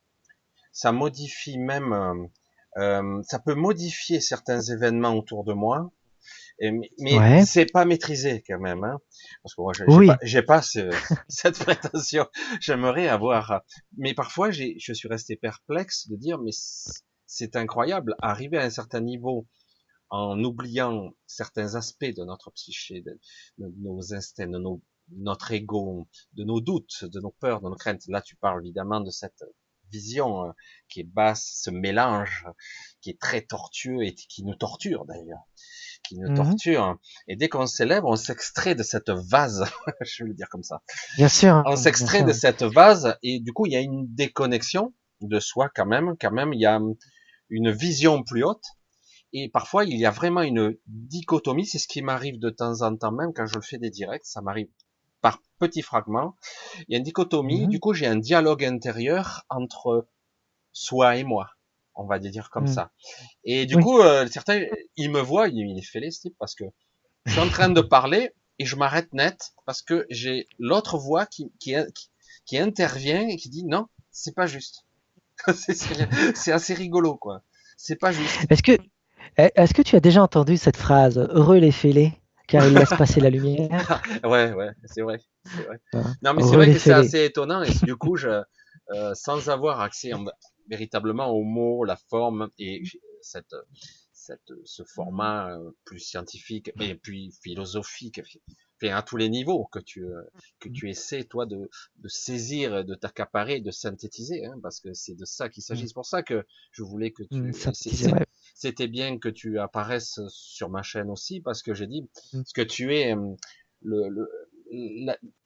Ça modifie même, euh, euh, ça peut modifier certains événements autour de moi, et, mais, mais Ouais. c'est pas maîtrisé quand même, hein, parce que moi j'ai j'ai pas, Oui. j'ai pas ce- cette prétention. J'aimerais avoir, mais parfois j'ai, je suis resté perplexe de dire, mais c'est incroyable, arriver à un certain niveau en oubliant certains aspects de notre psyché, de, de nos instincts, de nos, notre ego, de nos doutes, de nos peurs, de nos craintes. Là, tu parles évidemment de cette vision euh, qui est basse, ce mélange qui est très tortueux et qui nous torture d'ailleurs, qui nous Mhm. torture. Et dès qu'on s'élève, on s'extrait de cette vase, je vais le dire comme ça. Bien sûr. On Bien s'extrait de sûr. cette vase et du coup, il y a une déconnexion de soi quand même, quand même, il y a une vision plus haute. Et parfois, il y a vraiment une dichotomie. C'est ce qui m'arrive de temps en temps, même quand je le fais des directs. Ça m'arrive par petits fragments. Il y a une dichotomie. Du Mhm. coup, j'ai un dialogue intérieur entre soi et moi. On va dire comme Mhm. ça. Et du Oui. coup, euh, certains, ils me voient, il est fêlé ce type parce que je suis en train de parler et je m'arrête net parce que j'ai l'autre voix qui, qui, qui, qui intervient et qui dit non, c'est pas juste. c'est c'est assez rigolo, quoi. C'est pas juste. Est-ce que, est-ce que tu as déjà entendu cette phrase? Heureux les fêlés, car ils laissent passer la lumière. Ouais, ouais, c'est vrai, c'est vrai. Hein. Non, mais c'est Heureux vrai les que c'est fêlés. assez étonnant et du coup, je, euh, sans avoir accès en- véritablement aux mots, la forme et cette, cette, ce format euh, plus scientifique et puis philosophique, enfin, à tous les niveaux que tu, euh, que tu essaies toi de, de saisir, de t'accaparer, de synthétiser, hein, parce que c'est de ça qu'il s'agit. C'est pour ça que je voulais que Mhm. tu, c'est- Synthétisé, c'est- ouais. c'était bien que tu apparaisses sur ma chaîne aussi, parce que j'ai dit, Mhm. ce que tu es, euh, le, le, la-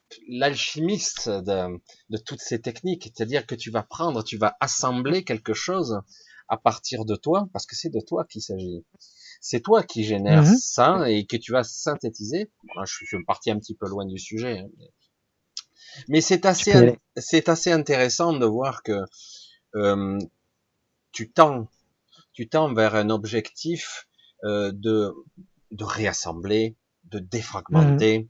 l'alchimiste de, de toutes ces techniques, c'est-à-dire que tu vas prendre, tu vas assembler quelque chose à partir de toi, parce que c'est de toi qu'il s'agit. C'est toi qui génères Mhm. ça et que tu vas synthétiser. Moi, je suis, je suis parti un petit peu loin du sujet, hein, mais, mais c'est Tu assez, peux y aller. c'est assez intéressant de voir que euh, tu tends, tu tends vers un objectif euh, de de réassembler, de Mhm. défragmenter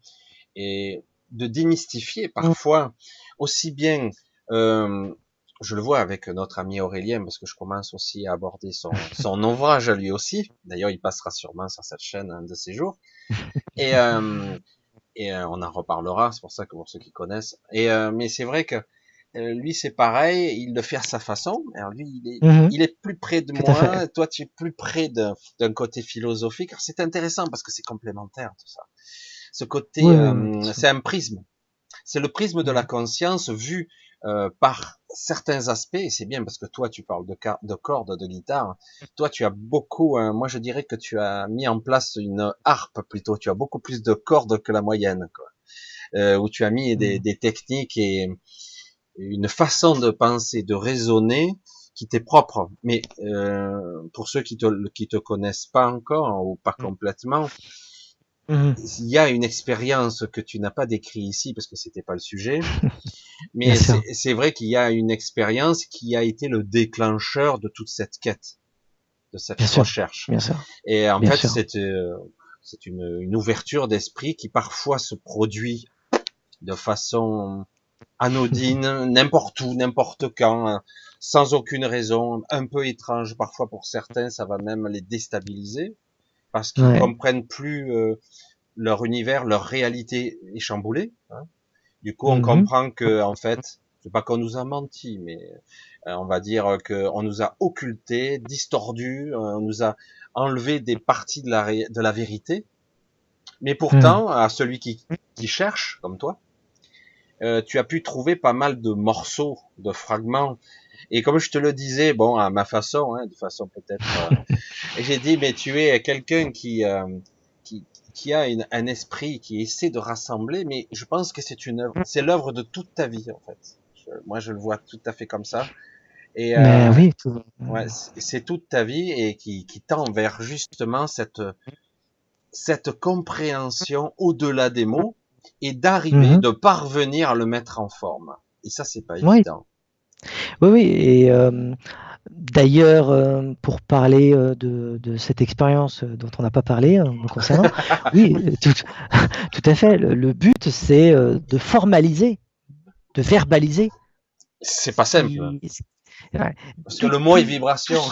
et de démystifier parfois aussi bien. Euh, je le vois avec notre ami Aurélien parce que je commence aussi à aborder son, son ouvrage à lui aussi. D'ailleurs, il passera sûrement sur cette chaîne un de ces jours. Et, euh, et euh, on en reparlera. C'est pour ça que pour ceux qui connaissent. Et euh, mais c'est vrai que euh, lui, c'est pareil. Il le fait à sa façon. Alors lui, il est, Mhm. il est plus près de Tout à fait. moi. Toi, tu es plus près de- d'un côté philosophique. Alors, c'est intéressant parce que c'est complémentaire tout ça. Ce côté, Oui, oui, oui, bien euh, sûr. c'est un prisme. C'est le prisme de la Mhm. conscience vu euh, par certains aspects, et c'est bien parce que toi tu parles de, de cordes, de guitare, toi tu as beaucoup, hein, moi je dirais que tu as mis en place une harpe plutôt, tu as beaucoup plus de cordes que la moyenne, quoi. Euh, où tu as mis des, Mhm. des techniques et une façon de penser, de raisonner qui t'est propre. Mais euh, pour ceux qui te, qui te connaissent pas encore ou pas complètement, Mhm. il y a une expérience que tu n'as pas décrit ici parce que c'était pas le sujet. Bien Mais c'est sûr, c'est vrai qu'il y a une expérience qui a été le déclencheur de toute cette quête, de cette bien sûr, recherche. bien sûr, Et en bien fait, sûr. c'est euh, c'est une, une ouverture d'esprit qui parfois se produit de façon anodine, n'importe où, n'importe quand, hein, sans aucune raison, un peu étrange parfois pour certains, ça va même les déstabiliser parce qu'ils Ouais. comprennent plus euh, leur univers, leur réalité est chamboulée. Hein. Du coup, on Mhm. comprend que, en fait, c'est pas qu'on nous a menti, mais euh, on va dire que on nous a occulté, distordu, euh, on nous a enlevé des parties de la, ré- de la vérité. Mais Mhm. pourtant, à celui qui, qui cherche, comme toi, euh, tu as pu trouver pas mal de morceaux, de fragments. Et comme je te le disais, bon, à ma façon, hein, de façon peut-être, euh, j'ai dit, mais tu es quelqu'un qui, euh, qui, qui a une, un esprit qui essaie de rassembler, mais je pense que c'est une œuvre, c'est l'œuvre de toute ta vie en fait. Je- moi, je le vois tout à fait comme ça. Et Mais euh, oui, tout- ouais, c'est c'est toute ta vie et qui, qui tend vers justement cette cette compréhension au-delà des mots et d'arriver, Mhm. de parvenir à le mettre en forme. Et ça, c'est pas Oui, évident. oui, oui. Et euh, d'ailleurs, euh, pour parler euh, de, de cette expérience euh, dont on n'a pas parlé euh, me concernant, oui, euh, tout, tout à fait. Le, le but, c'est euh, de formaliser, de verbaliser C'est pas ce simple qui, ce- ouais, parce que tout, le mot est tout, vibration.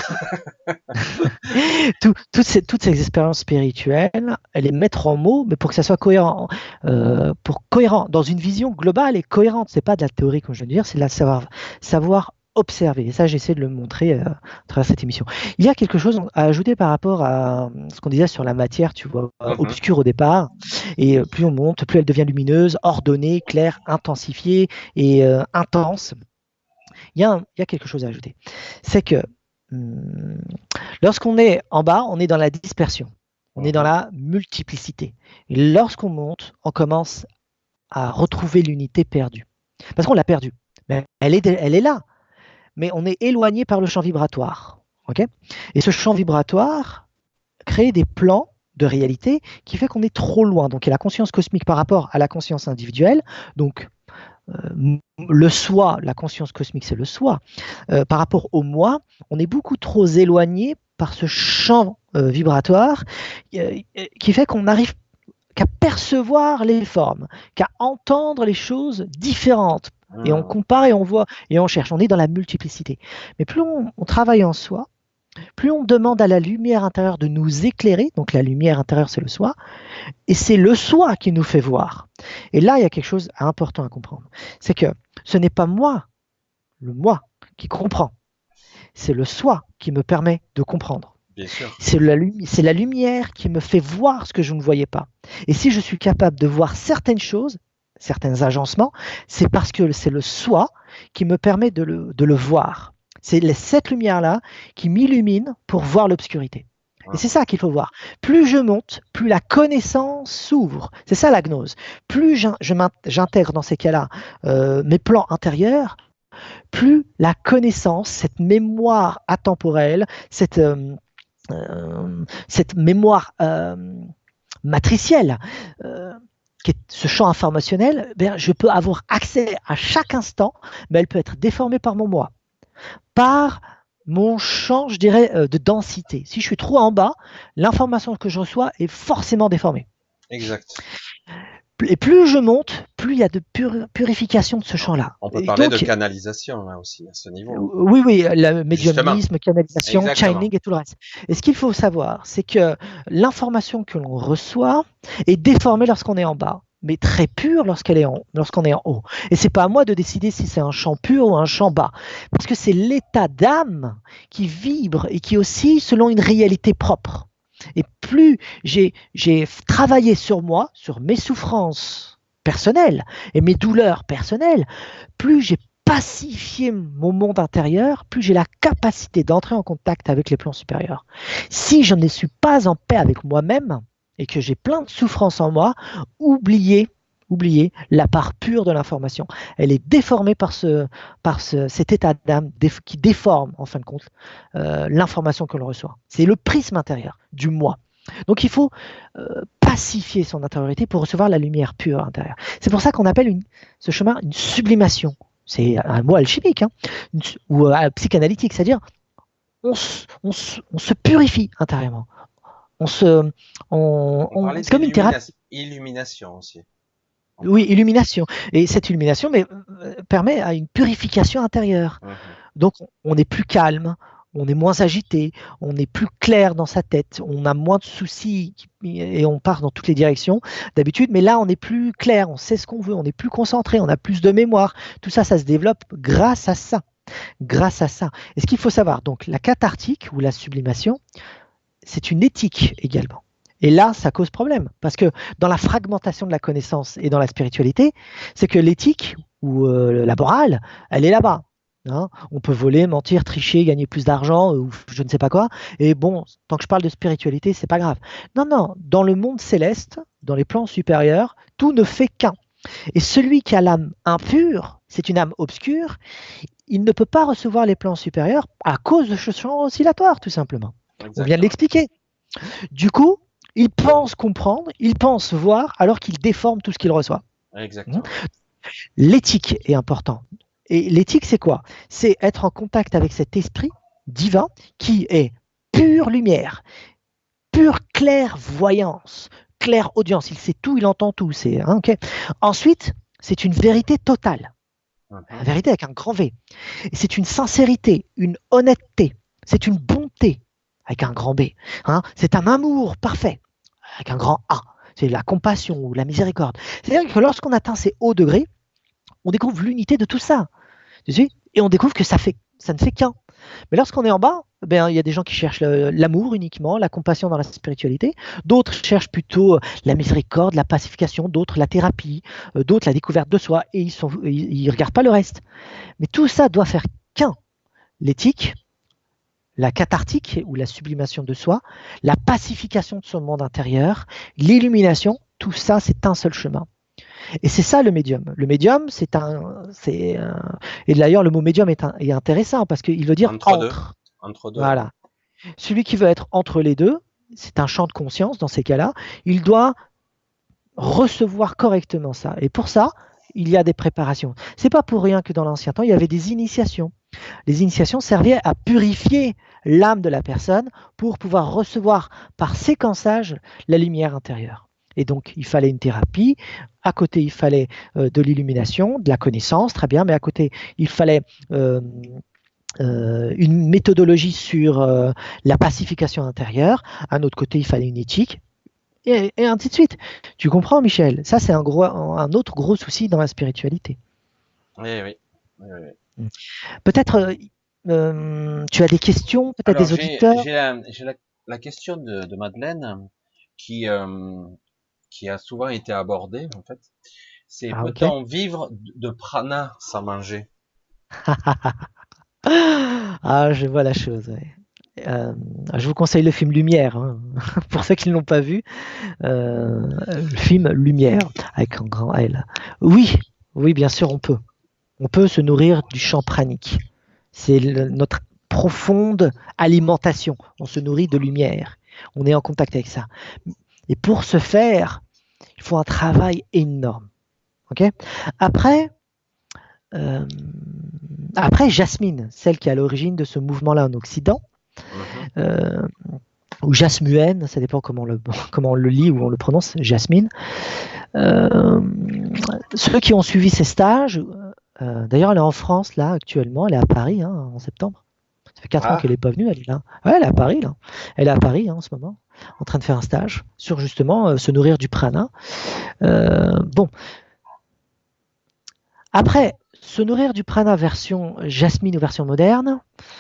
tout- toutes ces, toutes ces expériences spirituelles, les mettre en mots, mais pour que ça soit cohérent, euh, pour cohérent, dans une vision globale et cohérente. C'est pas de la théorie, comme je viens de dire, c'est de la savoir, savoir observer. Et ça, j'essaie de le montrer euh, à travers cette émission. Il y a quelque chose à ajouter par rapport à ce qu'on disait sur la matière, tu vois, euh, Mhm. obscure au départ, et euh, plus on monte, plus elle devient lumineuse, ordonnée, claire, intensifiée et euh, intense. Il y a, un- il y a quelque chose à ajouter. C'est que hum, lorsqu'on est en bas, on est dans la dispersion, on est dans Mhm. la multiplicité. Et lorsqu'on monte, on commence à retrouver l'unité perdue. Parce qu'on l'a perdue. Mais elle est, elle est là, mais on est éloigné par le champ vibratoire. Okay, et ce champ vibratoire crée des plans de réalité qui fait qu'on est trop loin. Donc, il y a la conscience cosmique par rapport à la conscience individuelle. Donc, euh, le soi, la conscience cosmique, c'est le soi. Euh, par rapport au moi, on est beaucoup trop éloigné par ce champ euh, vibratoire euh, qui fait qu'on n'arrive qu'à percevoir les formes, qu'à entendre les choses différentes. Et on Mhm. compare et on voit et on cherche. On est dans la multiplicité. Mais plus on, on travaille en soi, plus on demande à la lumière intérieure de nous éclairer. Donc la lumière intérieure, c'est le soi. Et c'est le soi qui nous fait voir. Et là, il y a quelque chose d'important à comprendre. C'est que ce n'est pas moi, le moi, qui comprend. C'est le soi qui me permet de comprendre. Bien sûr. C'est la, c'est la lumière qui me fait voir ce que je ne voyais pas. Et si je suis capable de voir certaines choses, certains agencements, c'est parce que c'est le soi qui me permet de le, de le voir. C'est cette lumière-là qui m'illumine pour voir l'obscurité. Et Hum, c'est ça qu'il faut voir. Plus je monte, plus la connaissance s'ouvre. C'est ça la gnose. Plus j'in- je m'in- j'intègre dans ces cas-là euh, mes plans intérieurs, plus la connaissance, cette mémoire atemporelle, cette, euh, euh, cette mémoire euh, matricielle, euh, qui est ce champ informationnel, ben, je peux avoir accès à chaque instant, mais elle peut être déformée par mon moi, par mon champ, je dirais, euh, de densité. Si je suis trop en bas, l'information que je reçois est forcément déformée. exact. Et plus je monte, plus il y a de pur- purification de ce Alors, champ-là. on peut Et parler de donc, canalisation là aussi à ce euh, niveau. oui, oui, le Justement, médiumnisme, canalisation, exactement. channeling et tout le reste. Et ce qu'il faut savoir, c'est que l'information que l'on reçoit est déformée lorsqu'on est en bas, mais très pure lorsqu'elle est en, lorsqu'on est en haut. Et c'est pas à moi de décider si c'est un champ pur ou un champ bas, parce que c'est l'état d'âme qui vibre et qui oscille selon une réalité propre. Et plus j'ai j'ai travaillé sur moi, sur mes souffrances personnelles et mes douleurs personnelles, plus j'ai pacifié mon monde intérieur, plus j'ai la capacité d'entrer en contact avec les plans supérieurs. Si je ne suis pas en paix avec moi-même et que j'ai plein de souffrances en moi, oubliez, oubliez la part pure de l'information. Elle est déformée par, ce, par ce, cet état d'âme qui déforme, en fin de compte, euh, l'information que l'on reçoit. C'est le prisme intérieur du moi. Donc il faut euh, pacifier son intériorité pour recevoir la lumière pure intérieure. C'est pour ça qu'on appelle une, ce chemin une sublimation. C'est un mot alchimique hein, une, ou euh, psychanalytique, c'est-à-dire on, on, on, se purifie intérieurement. On se, on, On on, parlait c'est comme une thérapie. d'illumination aussi. On Oui, parle. illumination. Et cette illumination mais, euh, permet à une purification intérieure. Mhm. Donc, on est plus calme, on est moins agité, on est plus clair dans sa tête, on a moins de soucis et on part dans toutes les directions d'habitude. Mais là, on est plus clair, on sait ce qu'on veut, on est plus concentré, on a plus de mémoire. Tout ça, ça se développe grâce à ça. Grâce à ça. Et ce qu'il faut savoir, donc, la cathartique ou la sublimation, c'est une éthique également. Et là, ça cause problème. Parce que dans la fragmentation de la connaissance et dans la spiritualité, c'est que l'éthique ou euh, la morale, elle est là-bas. Hein, on peut voler, mentir, tricher, gagner plus d'argent ou je ne sais pas quoi. Et bon, tant que je parle de spiritualité, c'est pas grave. Non, non, dans le monde céleste, dans les plans supérieurs, tout ne fait qu'un. Et celui qui a l'âme impure, c'est une âme obscure, il ne peut pas recevoir les plans supérieurs à cause de ce champ oscillatoire, tout simplement. On vient de Exactement. l'expliquer. Du coup, il pense comprendre, il pense voir, alors qu'il déforme tout ce qu'il reçoit. Exactement. L'éthique est important. Et l'éthique, c'est quoi? C'est être en contact avec cet esprit divin qui est pure lumière, pure clairvoyance, claire audience. Il sait tout, il entend tout. C'est, hein, okay. Ensuite, c'est une vérité totale. Mhm. La vérité avec un grand V. Et c'est une sincérité, une honnêteté, c'est une bonté avec un grand B. Hein. C'est un amour parfait avec un grand A. C'est la compassion ou la miséricorde. C'est-à-dire que lorsqu'on atteint ces hauts degrés, on découvre l'unité de tout ça. Et on découvre que ça, fait, ça ne fait qu'un. Mais lorsqu'on est en bas, ben, il y a des gens qui cherchent l'amour uniquement, la compassion dans la spiritualité. D'autres cherchent plutôt la miséricorde, la pacification. D'autres la thérapie. D'autres la découverte de soi. Et ils ne ils, ils regardent pas le reste. Mais tout ça doit faire qu'un. L'éthique, la cathartique ou la sublimation de soi, la pacification de son monde intérieur, l'illumination, tout ça, c'est un seul chemin. Et c'est ça le médium. Le médium, c'est un, c'est un... et d'ailleurs le mot médium est, un, est intéressant parce qu'il veut dire Entre deux. entre. Entre deux. Voilà. Celui qui veut être entre les deux, c'est un champ de conscience dans ces cas-là. Il doit recevoir correctement ça. Et pour ça, il y a des préparations. C'est pas pour rien que dans l'ancien temps, il y avait des initiations. Les initiations servaient à purifier l'âme de la personne pour pouvoir recevoir par séquençage la lumière intérieure. Et donc, il fallait une thérapie. À côté, il fallait euh, de l'illumination, de la connaissance, très bien, mais à côté, il fallait euh, euh, une méthodologie sur euh, la pacification intérieure. À un autre côté, il fallait une éthique. Et, et ainsi de suite. Tu comprends, Michel? Ça, c'est un, gros, un autre gros souci dans la spiritualité. Oui, oui. oui, oui. Peut-être euh, euh, tu as des questions, peut-être Alors, des j'ai auditeurs. j'ai la, j'ai la, la question de, de Madeleine qui, euh, qui a souvent été abordée, en fait. C'est Ah, ok. peut-on vivre de prana sans manger? Ah, je vois la chose. Ouais. Euh, je vous conseille le film Lumière, hein, pour ceux qui ne l'ont pas vu. Euh, le film Lumière, avec un grand L. Oui, oui, bien sûr, on peut. On peut se nourrir du champ pranique. C'est le- notre profonde alimentation. On se nourrit de lumière. On est en contact avec ça. Et pour ce faire, il faut un travail énorme. Okay. Après, euh, après, Jasmine, celle qui est à l'origine de ce mouvement-là en Occident, Mhm. euh, ou Jasmuen, ça dépend comment on, le, comment on le lit ou on le prononce, Jasmine. Euh, ceux qui ont suivi ces stages, euh, d'ailleurs, elle est en France là actuellement, elle est à Paris hein, en septembre. Ça fait quatre ans Ah, qu'elle n'est pas venue, elle est là. Ouais, elle est à Paris là. Elle est à Paris hein, en ce moment, en train de faire un stage sur justement euh, se nourrir du prana. Euh, bon, après, se nourrir du prana version Jasmine ou version moderne,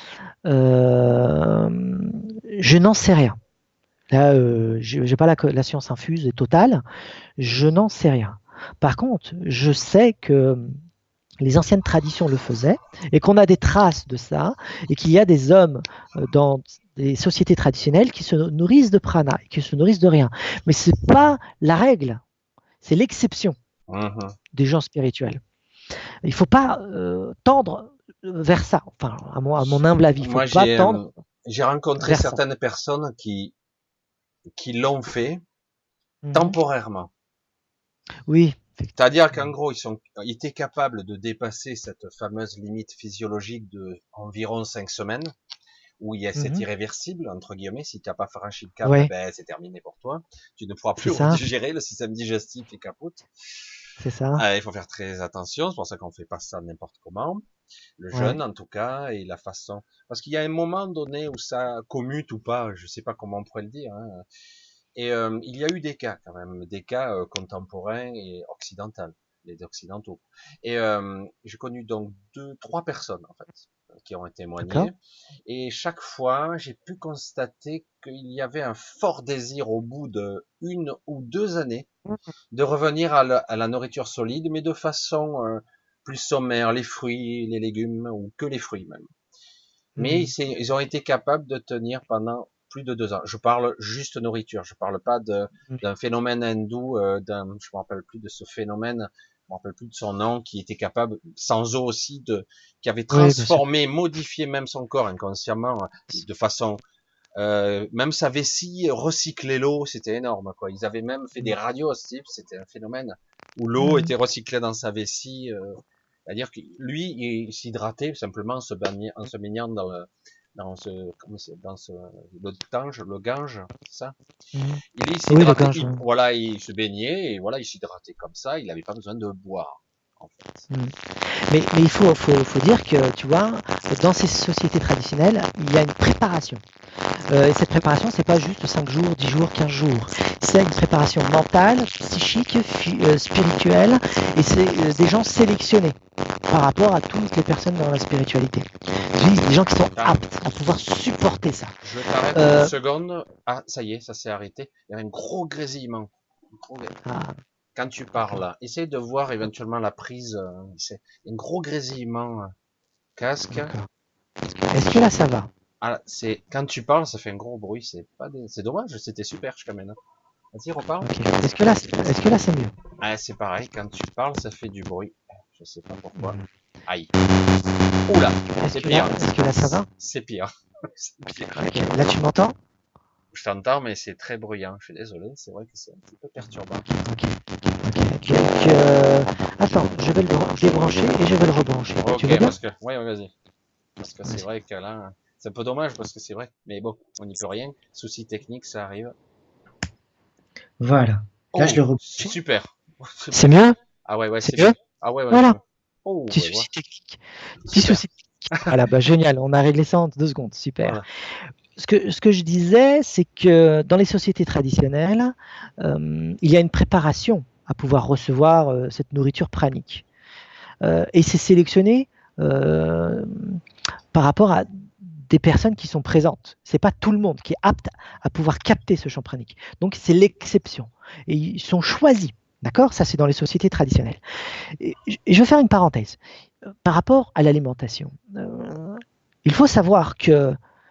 euh, je n'en sais rien. Là, euh, je n'ai pas la, la science infuse et totale, je n'en sais rien. Par contre, je sais que les anciennes traditions le faisaient et qu'on a des traces de ça et qu'il y a des hommes euh, dans des sociétés traditionnelles qui se nourrissent de prana et qui se nourrissent de rien. Mais ce n'est pas la règle, c'est l'exception mhm. des gens spirituels. Il ne faut pas euh, tendre vers ça. Enfin, à mon, à mon humble avis, il ne faut Moi, pas j'ai euh, tendre j'ai rencontré vers ça. certaines personnes qui qui l'ont fait Mhm. temporairement. Oui, C'est-à-dire qu'en effectivement. gros, ils sont, ils étaient capables de dépasser cette fameuse limite physiologique de environ cinq semaines, où il y a cet Mhm. irréversible, entre guillemets, si tu n'as pas franchi le cap, eh Ouais, ben, c'est terminé pour toi. Tu ne pourras c'est plus ça, redigérer, le système digestif est capote. c'est ça. Euh, il faut faire très attention, c'est pour ça qu'on fait pas ça n'importe comment. Le Ouais. jeûne, en tout cas, et la façon, parce qu'il y a un moment donné où ça commute ou pas, je sais pas comment on pourrait le dire, hein. Et euh, il y a eu des cas quand même, des cas euh, contemporains et occidentaux, les occidentaux. Et euh, j'ai connu donc deux, trois personnes en fait qui ont D'accord. témoigné. Et chaque fois, j'ai pu constater qu'il y avait un fort désir au bout de une ou deux années de revenir à la, à la nourriture solide, mais de façon euh, plus sommaire, les fruits, les légumes ou que les fruits même. Mais Mhm. c'est- ils ont été capables de tenir pendant plus de deux ans. Je parle juste nourriture. Je parle pas de Mhm. d'un phénomène hindou, euh, d'un, je me rappelle plus de ce phénomène, je me rappelle plus de son nom, qui était capable, sans eau aussi, de, qui avait Oui, bien sûr. transformé, modifié même son corps inconsciemment, de façon, euh, même sa vessie, recycler l'eau, c'était énorme, quoi. Ils avaient même fait des Mhm. radios, ce type, c'était un phénomène où l'eau Mhm. était recyclée dans sa vessie, euh, c'est-à-dire que lui, il s'hydratait simplement en se baignant, en se baignant dans le, dans ce, comment c'est, dans ce, le Gange, le Gange, c'est ça. Mhm. Il Oui, le s'hydratait, Gange. il, Ouais. voilà, il se baignait et voilà, il s'hydratait comme ça. Il n'avait pas besoin de boire, en fait. Mhm. Mais, mais il faut, faut, faut dire que, tu vois, dans ces sociétés traditionnelles, il y a une préparation. Euh, et cette préparation, c'est pas juste cinq jours, dix jours, quinze jours. C'est une préparation mentale, psychique, fi- euh, spirituelle, et c'est euh, des gens sélectionnés par rapport à toutes les personnes dans la spiritualité. Des gens qui sont Ah, aptes à pouvoir supporter ça. je t'arrête une Euh, seconde. Ah, ça y est, ça s'est arrêté. Il y a un gros grésillement. Un gros gré- ah, Quand tu d'accord. parles, essaye de voir éventuellement la prise. euh, c'est un gros grésillement. euh, Casque. D'accord. Est-ce que là ça va? Ah, c'est quand tu parles, ça fait un gros bruit. C'est pas, des- c'est dommage. C'était super jusqu'à maintenant. Vas-y, reparle. Ok. Est-ce que là, est-ce que là c'est mieux? Ah, c'est pareil. Quand tu parles, ça fait du bruit. Je sais pas pourquoi. Mhm. Aïe. Oula, Est-ce c'est que là, pire. est-ce que là ça va? C'est pire. C'est pire. Ok. Là tu m'entends? Je t'entends, mais c'est très bruyant. Je suis désolé. C'est vrai que c'est un petit peu perturbant. Ok. Ok. Ok. Euh, Attends, je vais le débrancher et je vais le rebrancher. Tu veux Ok, bien? parce que, ouais, ouais, vas-y. Parce que c'est Vas-y. vrai que là, c'est un peu dommage parce que c'est vrai. Mais bon, on n'y peut rien. Souci technique, ça arrive. Voilà. Là je le Oh, rebranche. super. C'est C'est bien. mieux? Ah ouais, ouais, C'est c'est mieux? bien. Ah ouais, ouais, je... Voilà. Oh, Petit ouais, ouais. souci technique. Petit Super. souci technique. Voilà, bah génial. On a réglé ça en deux secondes. Super. Voilà. Ce que, ce que je disais, c'est que dans les sociétés traditionnelles, euh, il y a une préparation à pouvoir recevoir euh, cette nourriture pranique. Euh, et c'est sélectionné euh, par rapport à des personnes qui sont présentes. C'est pas tout le monde qui est apte à pouvoir capter ce champ pranique. Donc c'est l'exception. Et ils sont choisis. D'accord. Ça, c'est dans les sociétés traditionnelles. Et, et je vais faire une parenthèse. Par rapport à l'alimentation, euh, il faut savoir que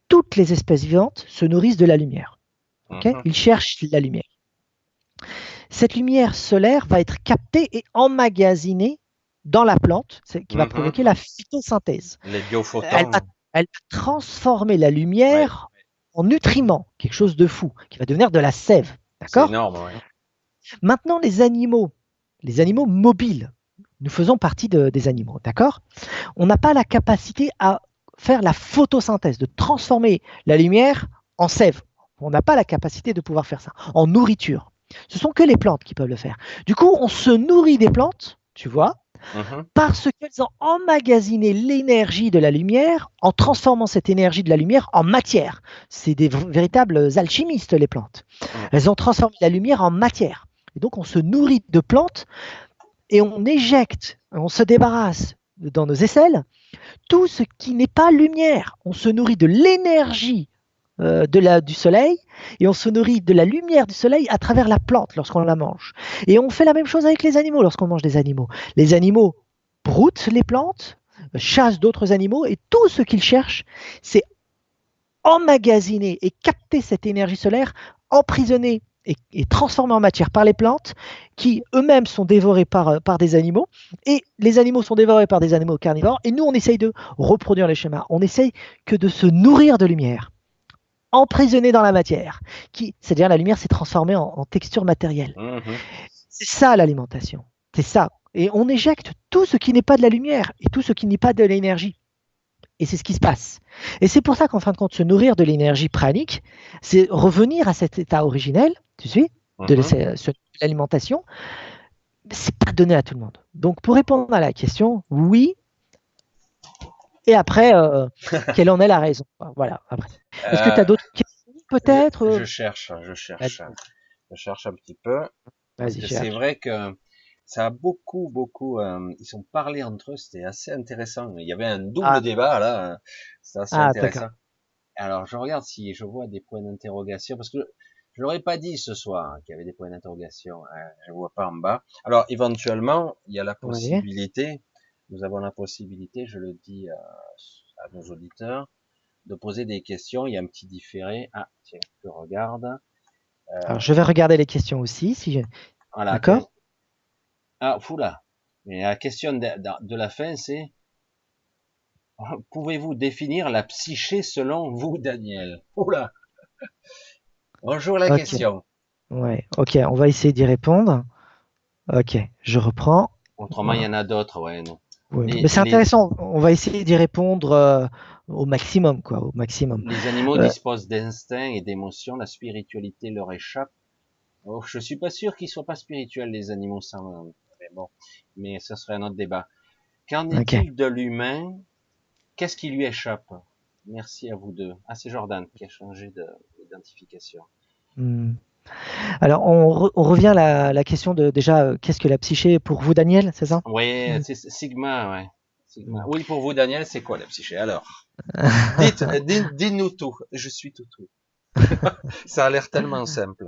toutes les espèces vivantes se nourrissent de la lumière. Okay, Mhm. ils cherchent la lumière. Cette lumière solaire va être captée et emmagasinée dans la plante, qui va Mhm. provoquer la photosynthèse. Les Elle va, biophotons. elle va transformer la Ouais, lumière en nutriments, quelque chose de fou, qui va devenir de la sève. c'est D'accord? énorme, ouais. Maintenant, les animaux, les animaux mobiles, nous faisons partie de, des animaux, d'accord? On n'a pas la capacité à faire la photosynthèse, de transformer la lumière en sève. On n'a pas la capacité de pouvoir faire ça, en nourriture. Ce sont que les plantes qui peuvent le faire. Du coup, on se nourrit des plantes, tu vois, Mhm. parce qu'elles ont emmagasiné l'énergie de la lumière en transformant cette énergie de la lumière en matière. C'est des véritables alchimistes, les plantes. Mhm. Elles ont transformé la lumière en matière. Et donc, on se nourrit de plantes et on éjecte, on se débarrasse dans nos aisselles tout ce qui n'est pas lumière. On se nourrit de l'énergie euh, de la, du soleil et on se nourrit de la lumière du soleil à travers la plante lorsqu'on la mange. Et on fait la même chose avec les animaux lorsqu'on mange des animaux. Les animaux broutent les plantes, chassent d'autres animaux et tout ce qu'ils cherchent, c'est emmagasiner et capter cette énergie solaire, emprisonner et, et transformer en matière par les plantes qui eux-mêmes sont dévorés par, par des animaux et les animaux sont dévorés par des animaux carnivores et nous on essaye de reproduire les schémas. On essaye que de se nourrir de lumière, emprisonné dans la matière, qui, c'est-à-dire la lumière s'est transformée en, en texture matérielle. Mhm. C'est ça l'alimentation, c'est ça. Et on éjecte tout ce qui n'est pas de la lumière et tout ce qui n'est pas de l'énergie. Et c'est ce qui se passe. Et c'est pour ça qu'en fin de compte, se nourrir de l'énergie pranique, c'est revenir à cet état originel, tu sais, de Mhm. l'alimentation. C'est pas donné à tout le monde. Donc, pour répondre à la question, oui. Et après, euh, quelle en est la raison? Voilà. Après, est-ce que tu as Euh, d'autres questions, je, peut-être? je cherche, je cherche, Vas-y, je cherche un petit peu, parce vas-y, que c'est cherche. vrai que ça a beaucoup, beaucoup, euh, ils sont parlé entre eux, c'était assez intéressant. Il y avait un double Ah, débat là, euh, c'est assez ah d'accord. intéressant. Alors je regarde si je vois des points d'interrogation, parce que je l'aurais pas dit ce soir hein, qu'il y avait des points d'interrogation. Hein, je vois pas en bas. Alors éventuellement, il y a la Oui. possibilité, nous avons la possibilité, je le dis à, à nos auditeurs, de poser des questions. Il y a un petit différé. Ah tiens, je regarde. Alors, je vais regarder les questions aussi. Si je... Voilà. D'accord? Ah, foula. Mais la question de, de, de la fin, c'est pouvez-vous définir la psyché selon vous, Daniel? Oula. Bonjour la Ok. question. Ouais. Ok. On va essayer d'y répondre. Ok. Je reprends. Autrement, il y Voilà. en a d'autres, ouais, non. Oui. Les, Mais c'est les, intéressant. On va essayer d'y répondre euh, au maximum, quoi. Au maximum. les animaux Euh, disposent d'instincts et d'émotions, la spiritualité leur échappe. Oh, je suis pas sûr qu'ils soient pas spirituels, les animaux, sans, mais bon, mais ce serait un autre débat. Qu'en ok. est-il de l'humain? Qu'est-ce qui lui échappe? Merci à vous deux. Ah, c'est Jordan qui a changé d'identification. Hmm. Alors, on, re- on revient à la, la question de déjà, euh, qu'est-ce que la psyché pour vous, Daniel, c'est ça? Oui, Hmm. c'est Sigma, ouais. Sigma. Hmm. Oui, pour vous, Daniel, c'est quoi la psyché? Alors, dites, dites, dites-nous tout. Je suis tout tout. Ça a l'air tellement simple.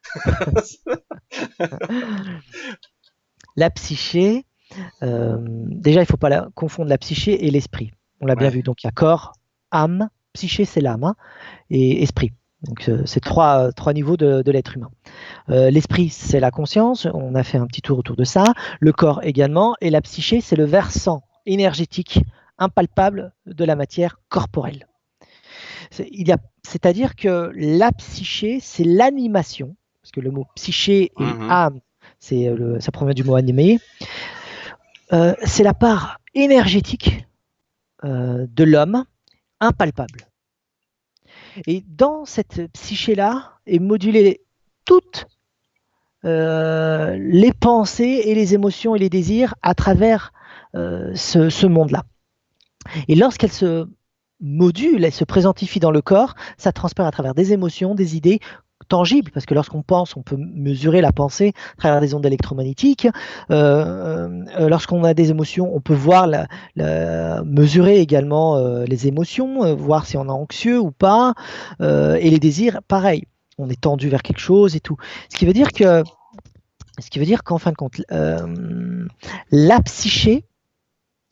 La psyché, euh, déjà, il ne faut pas la, confondre la psyché et l'esprit. On l'a bien Ouais. vu. Donc, il y a corps, âme, psyché, c'est l'âme, hein, et esprit. Donc, euh, c'est trois, trois niveaux de, de l'être humain. Euh, l'esprit, c'est la conscience. On a fait un petit tour autour de ça. Le corps également. Et la psyché, c'est le versant énergétique impalpable de la matière corporelle. C'est, il y a, c'est-à-dire que la psyché, c'est l'animation, parce que le mot psyché et Mhm. âme, c'est le, ça provient du mot animé. Euh, c'est la part énergétique euh, de l'homme impalpable. Et dans cette psyché-là est modulée toutes euh, les pensées et les émotions et les désirs à travers euh, ce, ce monde-là. Et lorsqu'elle se module, elle se présentifie dans le corps, ça transpire à travers des émotions, des idées tangibles, parce que lorsqu'on pense, on peut mesurer la pensée à travers des ondes électromagnétiques. Euh, euh, lorsqu'on a des émotions, on peut voir, la, la, mesurer également euh, les émotions, euh, voir si on est anxieux ou pas. Euh, et les désirs, pareil, on est tendu vers quelque chose et tout. Ce qui veut dire que, ce qui veut dire qu'en fin de compte, euh, la psyché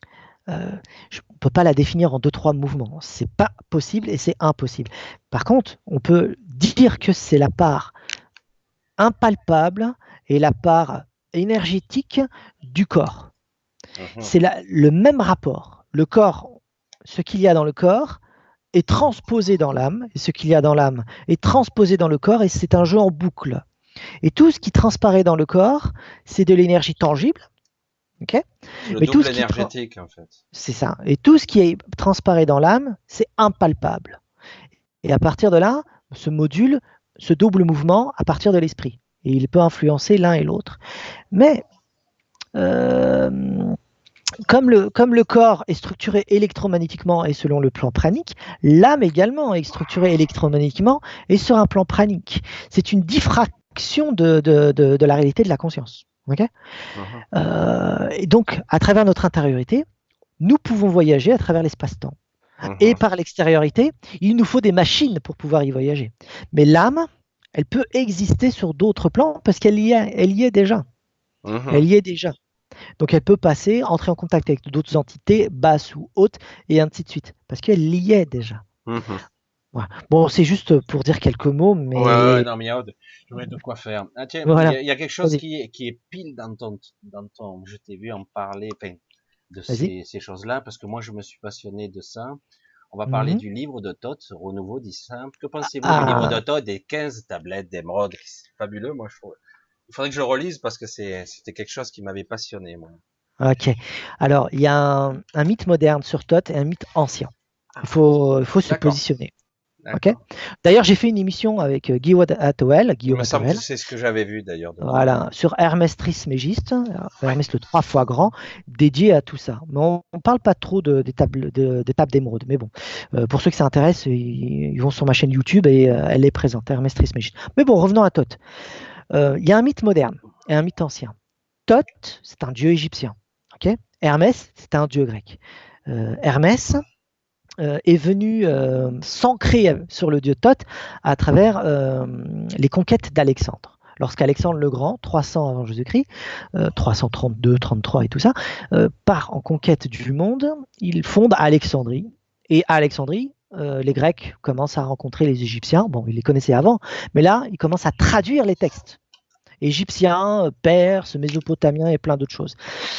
euh, je- on ne peut pas la définir en deux, trois mouvements. C'est pas possible et c'est impossible. Par contre, on peut dire que c'est la part impalpable et la part énergétique du corps. Mhm. C'est la- le même rapport. Le corps, ce qu'il y a dans le corps est transposé dans l'âme, et ce qu'il y a dans l'âme est transposé dans le corps, et c'est un jeu en boucle. Et tout ce qui transparaît dans le corps, c'est de l'énergie tangible, ok. C'est le Mais tout double ce qui tra- énergétique, en fait. c'est ça. Et tout ce qui est transparaît dans l'âme, c'est impalpable. Et à partir de là, se module ce double mouvement à partir de l'esprit. Et il peut influencer l'un et l'autre. Mais euh, comme le, comme le corps est structuré électromagnétiquement et selon le plan pranique, l'âme également est structurée électromagnétiquement et sur un plan pranique. C'est une diffraction de, de, de, de la réalité de la conscience. Okay, Mhm. euh, et donc, à travers notre intériorité, nous pouvons voyager à travers l'espace-temps. Et Mhm. par l'extériorité, il nous faut des machines pour pouvoir y voyager. Mais l'âme, elle peut exister sur d'autres plans parce qu'elle y est, elle y est déjà. Elle Mhm. y est déjà. Donc elle peut passer, entrer en contact avec d'autres entités, basses ou hautes, et ainsi de suite, parce qu'elle y est déjà. Mhm. Voilà. Bon, c'est juste pour dire quelques mots, Ouais, ouais, ouais, mais non, mais il y a de, il y a de quoi faire. Ah, tiens, il y voilà. a, il y a quelque chose Vas-y, qui est, qui est pile dans ton, dans ton, je t'ai vu en parler, enfin, de vas-y. ces, ces choses-là, parce que moi, je me suis passionné de ça. On va parler Mhm. du livre de Thoth, Renouveau dit simple. Que pensez-vous du livre de Ah, Thoth des quinze tablettes d'émeraude? C'est fabuleux, moi, je trouve. Il faudrait que je le relise parce que c'est, c'était quelque chose qui m'avait passionné, moi. ok. Alors, il y a un, un mythe moderne sur Thoth et un mythe ancien. Il Ah, faut, il faut se d'accord, positionner. Ok. d'accord. D'ailleurs, j'ai fait une émission avec euh, Guillaume Atouel, Il Guillaume me semble que Atouel, c'est ce que j'avais vu d'ailleurs de toi. voilà, sur Hermès Trismégiste, Ouais. Hermès le trois fois grand, dédié à tout ça. Mais on ne parle pas trop de- des tables de- des tables d'émeraude. Mais bon, euh, pour ceux que ça intéresse, ils, ils vont sur ma chaîne YouTube et euh, elle est présente, Hermès Trismégiste. Mais bon, revenons à Thoth. Euh, Il y a un mythe moderne et un mythe ancien. Thoth, c'est un dieu égyptien. Ok. Hermès, c'est un dieu grec. Euh, Hermès euh, est venu euh, s'ancrer sur le dieu Thoth à travers euh, les conquêtes d'Alexandre. Lorsqu'Alexandre le Grand, trois cents avant Jésus-Christ, euh, trois cent trente-deux, trente-trois et tout ça, euh, part en conquête du monde, il fonde Alexandrie. Et à Alexandrie, euh, les Grecs commencent à rencontrer les Égyptiens. Bon, ils les connaissaient avant, mais là, ils commencent à traduire les textes. Égyptiens, perses, mésopotamiens et plein d'autres choses.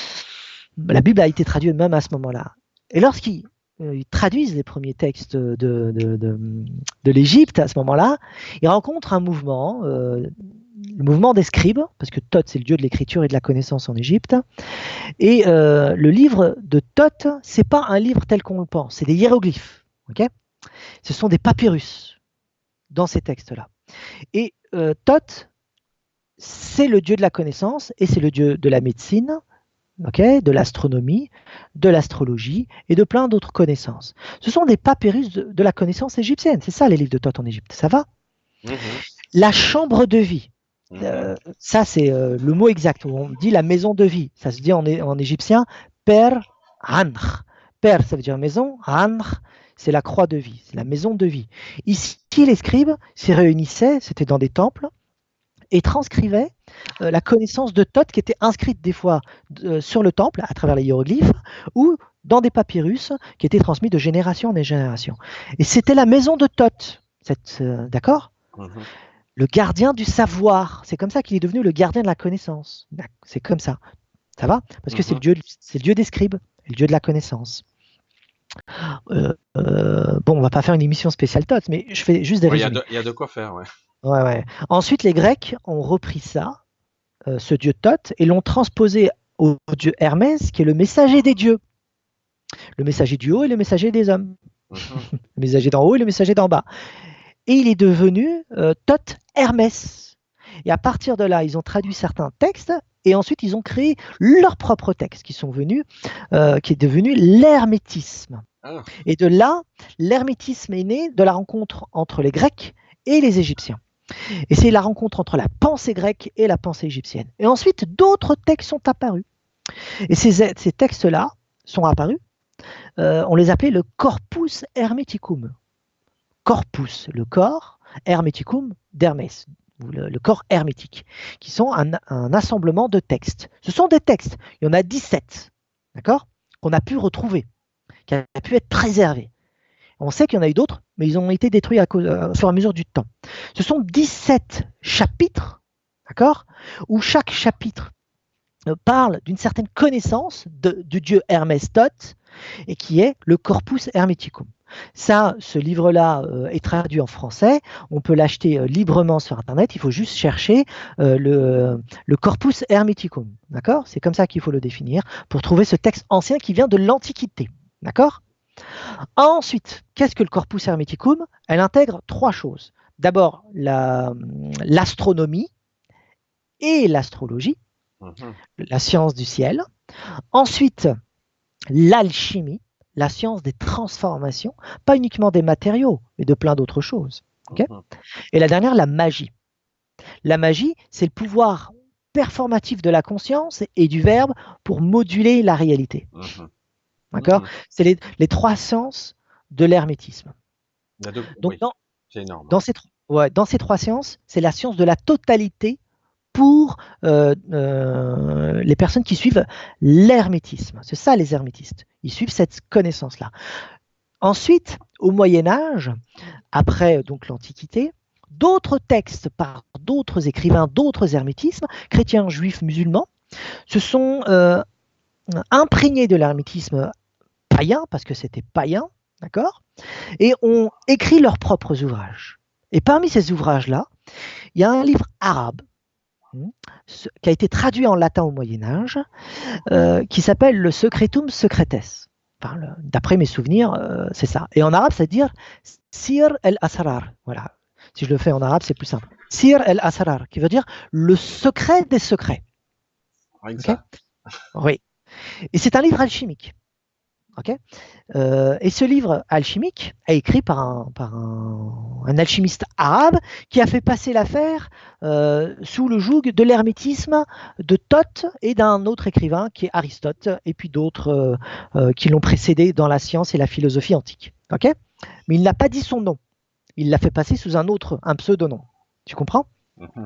La Bible a été traduite même à ce moment-là. Et lorsqu'ils euh, ils traduisent les premiers textes de, de, de, de l'Égypte à ce moment-là, ils rencontrent un mouvement, euh, le mouvement des scribes, parce que Thoth, c'est le dieu de l'écriture et de la connaissance en Égypte. Et euh, le livre de Thoth, c'est pas un livre tel qu'on le pense, c'est des hiéroglyphes. Okay, ce sont des papyrus dans ces textes-là. Et euh, Thoth, c'est le dieu de la connaissance et c'est le dieu de la médecine, okay, de l'astronomie, de l'astrologie et de plein d'autres connaissances. Ce sont des papyrus de, de la connaissance égyptienne. C'est ça les livres de Thoth en Égypte. Ça va? Mhm. La chambre de vie. Mhm. Euh, ça, c'est euh, le mot exact. On dit la maison de vie. Ça se dit en, en égyptien Per Anr. Per, ça veut dire maison. Anr, c'est la croix de vie. C'est la maison de vie. Ici, les scribes s'y réunissaient, c'était dans des temples, et transcrivait euh, la connaissance de Thoth qui était inscrite des fois euh, sur le temple à travers les hiéroglyphes ou dans des papyrus qui étaient transmis de génération en génération. Et c'était la maison de Thoth, euh, d'accord? Mhm. Le gardien du savoir. C'est comme ça qu'il est devenu le gardien de la connaissance. C'est comme ça. Ça va? Parce que c'est le Mhm. dieu, c'est le dieu des scribes, le dieu de la connaissance. Euh, euh, bon, on va pas faire une émission spéciale Thoth, mais je fais juste des Ouais, il y a résumés. de, il y a de quoi faire, ouais. Ouais, ouais. Ensuite, les Grecs ont repris ça, euh, ce dieu Thoth, et l'ont transposé au dieu Hermès, qui est le messager des dieux. Le messager du haut et le messager des hommes. Mhm. Le messager d'en haut et le messager d'en bas. Et il est devenu euh, Thoth Hermès. Et à partir de là, ils ont traduit certains textes et ensuite ils ont créé leurs propres textes qui sont venus, euh, qui est devenu l'hermétisme. Ah. Et de là, l'hermétisme est né de la rencontre entre les Grecs et les Égyptiens. Et c'est la rencontre entre la pensée grecque et la pensée égyptienne. Et ensuite, d'autres textes sont apparus. Et ces, ces textes-là sont apparus. Euh, on les appelait le corpus hermeticum. Corpus, le corps, hermeticum d'Hermès, le, le corps hermétique, qui sont un, un assemblement de textes. Ce sont des textes. Il y en a dix-sept. D'accord? qu'on a pu retrouver, qui a pu être préservé. On sait qu'il y en a eu d'autres, mais ils ont été détruits à cause, euh, au fur et à mesure du temps. Ce sont dix-sept chapitres, d'accord, où chaque chapitre euh, parle d'une certaine connaissance de, du dieu Hermès Thoth, et qui est le Corpus Hermeticum. Ça, ce livre-là euh, est traduit en français. On peut l'acheter euh, librement sur Internet. Il faut juste chercher euh, le, le Corpus Hermeticum. D'accord ? C'est comme ça qu'il faut le définir pour trouver ce texte ancien qui vient de l'Antiquité. D'accord ? Ensuite, qu'est-ce que le Corpus Hermeticum ? Elle intègre trois choses. D'abord, la, l'astronomie et l'astrologie, mmh. la science du ciel. Ensuite, l'alchimie, la science des transformations, pas uniquement des matériaux, mais de plein d'autres choses. Okay ? Mmh. Et la dernière, la magie. La magie, c'est le pouvoir performatif de la conscience et du verbe pour moduler la réalité. Mmh. D'accord ? Mmh. C'est les, les trois sciences de l'hermétisme. Donc, Donc, oui, dans, c'est énorme. Dans ces, ouais, dans ces trois sciences, c'est la science de la totalité pour euh, euh, les personnes qui suivent l'hermétisme. C'est ça les hermétistes. Ils suivent cette connaissance-là. Ensuite, au Moyen-Âge, après donc l'Antiquité, d'autres textes par d'autres écrivains, d'autres hermétismes, chrétiens, juifs, musulmans, se sont euh, imprégnés de l'hermétisme païen, parce que c'était païen, d'accord, et ont écrit leurs propres ouvrages. Et parmi ces ouvrages-là, il y a un livre arabe qui a été traduit en latin au Moyen-Âge, euh, qui s'appelle le Secretum Secretes. Enfin, le, d'après mes souvenirs, euh, c'est ça. Et en arabe, ça veut dire Sir el-Asrar. Voilà. Si je le fais en arabe, c'est plus simple. Sir el-Asrar, qui veut dire le secret des secrets. Okay ? Oui. Et c'est un livre alchimique. Okay ? Euh, et ce livre alchimique est écrit par un, par un, un alchimiste arabe qui a fait passer l'affaire euh, sous le joug de l'hermétisme de Thoth et d'un autre écrivain qui est Aristote, et puis d'autres euh, euh, qui l'ont précédé dans la science et la philosophie antique. Okay ? Mais il n'a pas dit son nom. Il l'a fait passer sous un autre, un pseudonom. Tu comprends ? Mm-hmm.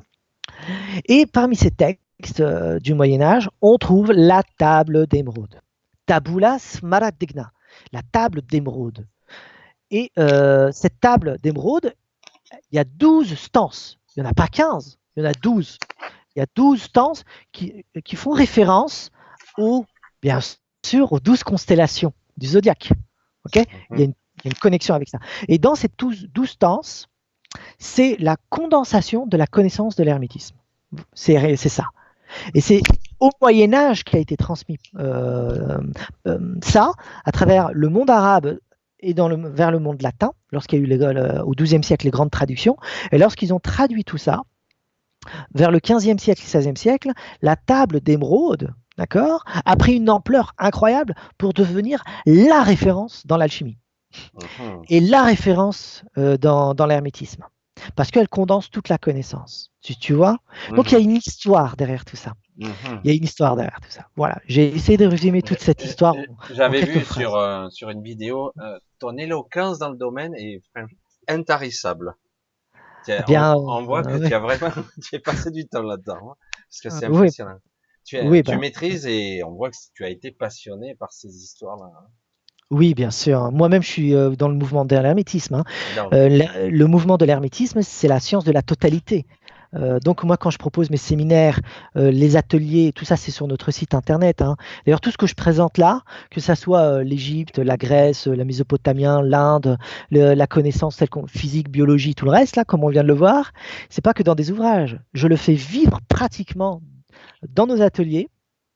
Et parmi ces textes euh, du Moyen-Âge, on trouve la table d'émeraude. Tabula Smaragdina, la table d'émeraude. Et euh, cette table d'émeraude, il y a douze stances. Il n'y en a pas quinze, il y en a douze. Il y a douze stances qui, qui font référence aux, bien sûr, aux douze constellations du zodiaque. Okay ? Il y a une, il y a une connexion avec ça. Et dans ces douze, douze stances, c'est la condensation de la connaissance de l'hermétisme. C'est, c'est ça. Et c'est au Moyen-Âge qu'a été transmis euh, euh, ça, à travers le monde arabe et dans le, vers le monde latin, lorsqu'il y a eu les, euh, au douzième siècle les grandes traductions. Et lorsqu'ils ont traduit tout ça, vers le quinzième siècle et seizième siècle, la table d'émeraude, d'accord, a pris une ampleur incroyable pour devenir la référence dans l'alchimie. Mmh. Et la référence euh, dans, dans l'hermétisme. Parce qu'elle condense toute la connaissance. Tu, tu vois ? Mmh. Donc il y a une histoire derrière tout ça. Mmh. Il y a une histoire derrière tout ça. Voilà, j'ai essayé de résumer toute cette histoire. J'avais vu sur, euh, sur une vidéo, euh, ton éloquence dans le domaine est intarissable. Tiens, bien, on, on voit que euh, tu ouais. as vraiment tu es passé du temps là-dedans. Hein, parce que c'est impressionnant. Oui. Tu, es, oui, tu bah. maîtrises et on voit que tu as été passionné par ces histoires-là. Hein. Oui, bien sûr. Moi-même, je suis euh, dans le mouvement de l'hermétisme. Hein. Euh, le, le mouvement de l'hermétisme, c'est la science de la totalité. Euh, donc moi, quand je propose mes séminaires, euh, les ateliers, tout ça, c'est sur notre site internet. Hein. D'ailleurs, tout ce que je présente là, que ça soit euh, l'Égypte, la Grèce, la Mésopotamie, l'Inde, le, la connaissance telle qu'on physique, biologie, tout le reste là, comme on vient de le voir, c'est pas que dans des ouvrages. Je le fais vivre pratiquement dans nos ateliers.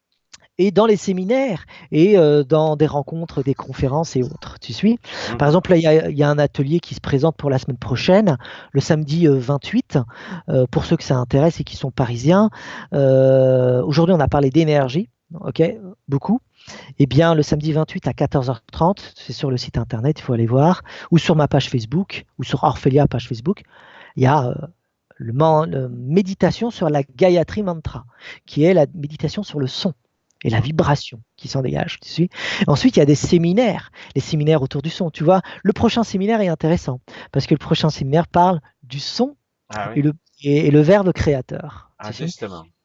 Et dans les séminaires et euh, dans des rencontres, des conférences et autres. Tu suis ? Mmh. Par exemple, il y, y a un atelier qui se présente pour la semaine prochaine, le samedi euh, vingt-huit, euh, pour ceux que ça intéresse et qui sont parisiens. Euh, aujourd'hui, on a parlé d'énergie, ok, beaucoup. Eh bien, le samedi vingt-huit à quatorze heures trente, c'est sur le site internet, il faut aller voir, ou sur ma page Facebook, ou sur Orphelia, page Facebook, il y a... Euh, le, man, le méditation sur la Gayatri Mantra, qui est la méditation sur le son et la vibration qui s'en dégage. Tu suis ? Ensuite, il y a des séminaires, les séminaires autour du son. Tu vois, le prochain séminaire est intéressant parce que le prochain séminaire parle du son ah oui. et, le, et, et le verbe créateur. Ah, justement.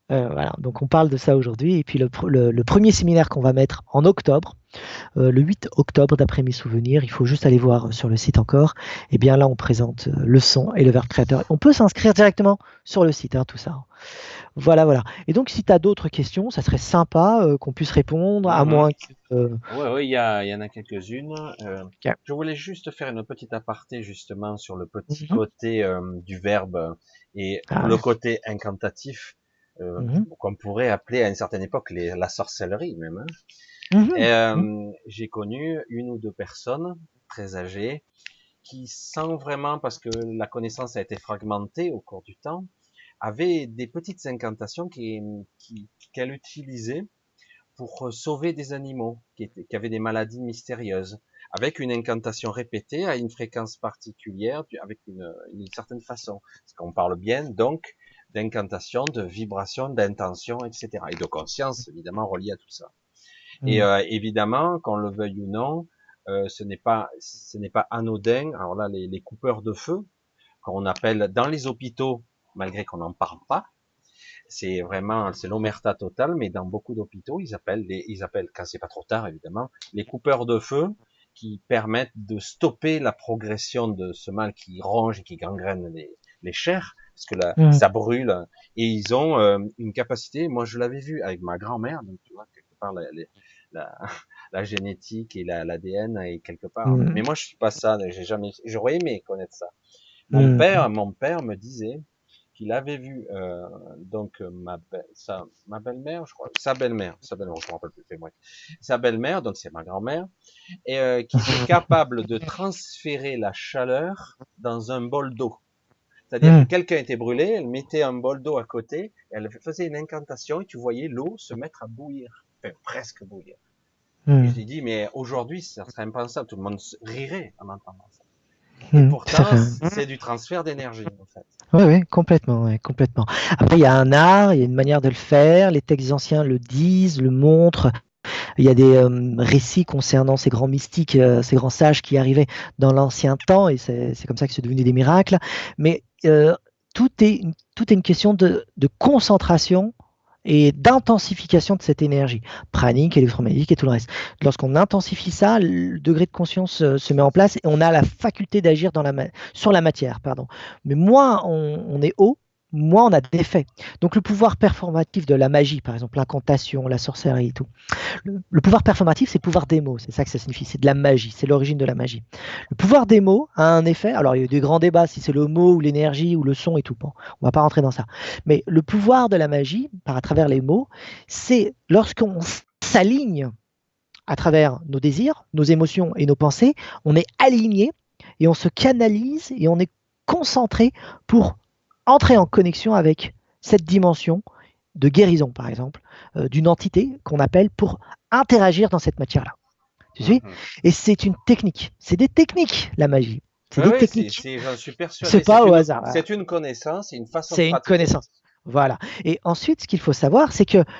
Euh, voilà, donc on parle de ça aujourd'hui. Et puis le, le, le premier séminaire qu'on va mettre en octobre, euh, le huit octobre d'après mes souvenirs, il faut juste aller voir sur le site encore. Et bien là, on présente euh, le son et le verbe créateur. On peut s'inscrire directement sur le site, hein, tout ça. Voilà, voilà. Et donc, si tu as d'autres questions, ça serait sympa euh, qu'on puisse répondre, à Mhm. moins que... euh, Ouais, ouais, il y a, il y en a quelques-unes. Euh, Ok. je voulais juste faire une petite aparté justement sur le petit Mhm. côté euh, du verbe et Ah le ouais. côté incantatif, euh, Mhm. qu'on pourrait appeler à une certaine époque les, la sorcellerie même. Hein. Et, Mhm. Mhm. euh, j'ai connu une ou deux personnes très âgées qui, sans vraiment, parce que la connaissance a été fragmentée au cours du temps, avaient des petites incantations qui, qui, qu'elle utilisait pour sauver des animaux qui, étaient, qui avaient des maladies mystérieuses, avec une incantation répétée à une fréquence particulière, avec une, une certaine façon. Parce qu'on parle bien, donc, d'incantation, de vibration, d'intention, et cetera. Et de conscience, évidemment, reliée à tout ça. Et Mhm. euh, évidemment, qu'on le veuille ou non, euh, ce n'est pas, ce n'est pas anodin. Alors là, les, les coupeurs de feu, qu'on appelle dans les hôpitaux, malgré qu'on n'en parle pas, c'est vraiment, c'est l'omerta totale, mais dans beaucoup d'hôpitaux, ils appellent les, ils appellent, quand c'est pas trop tard, évidemment, les coupeurs de feu qui permettent de stopper la progression de ce mal qui ronge et qui gangrène les, les chairs, parce que là, Mhm. ça brûle, et ils ont euh, une capacité, moi je l'avais vu avec ma grand-mère, donc tu vois, quelque part, la, la, la, la génétique et la, l'A D N est quelque part, mais Mhm. moi je suis pas ça, j'ai jamais, j'aurais aimé connaître ça. Mon Mhm. père, mon père me disait qu'il avait vu euh, donc ma be- sa ma belle-mère, je crois, sa belle-mère, sa belle-mère, je me rappelle plus, bref, sa belle-mère, donc c'est ma grand-mère, et euh, qui était capable de transférer la chaleur dans un bol d'eau. C'est-à-dire que Mhm. quelqu'un était brûlé, elle mettait un bol d'eau à côté, elle faisait une incantation et tu voyais l'eau se mettre à bouillir, enfin presque bouillir. Et Mhm. j'ai dit mais aujourd'hui ça serait impensable, tout le monde rirait en entendant ça. Et Mhm. Tout à pourtant fait. c'est du transfert d'énergie en fait. Oui, oui, complètement, ouais, complètement. Après, il y a un art, il y a une manière de le faire. Les textes anciens le disent, le montrent. Il y a des euh, récits concernant ces grands mystiques, euh, ces grands sages qui arrivaient dans l'ancien temps, et c'est c'est comme ça que c'est devenu des miracles. Mais euh, tout est, une- tout est une question de, de concentration et d'intensification de cette énergie, pranique, électromagnétique et tout le reste. Lorsqu'on intensifie ça, le degré de conscience euh, se met en place et on a la faculté d'agir dans la ma- sur la matière. Pardon. Mais moins on, on est haut, moins on a d'effets. Donc le pouvoir performatif de la magie, par exemple l'incantation, la sorcellerie et tout, le, le pouvoir performatif, c'est le pouvoir des mots, c'est ça que ça signifie, c'est de la magie, c'est l'origine de la magie. Le pouvoir des mots a un effet, alors il y a eu des grands débats si c'est le mot ou l'énergie ou le son et tout, bon, on va pas rentrer dans ça. Mais le pouvoir de la magie, par à travers les mots, c'est lorsqu'on s'aligne à travers nos désirs, nos émotions et nos pensées, on est aligné et on se canalise et on est concentré pour entrer en connexion avec cette dimension de guérison, par exemple, euh, d'une entité qu'on appelle pour interagir dans cette matière-là. Tu suis? Mhm. Et c'est une technique. C'est des techniques, la magie. C'est Oui, des oui, c'est, techniques. c'est, j'en suis C'est persuadé. C'est pas au une, hasard. Voilà. c'est une connaissance, c'est une façon de C'est une pratiquer. connaissance. Voilà. Et ensuite, ce qu'il faut savoir, c'est que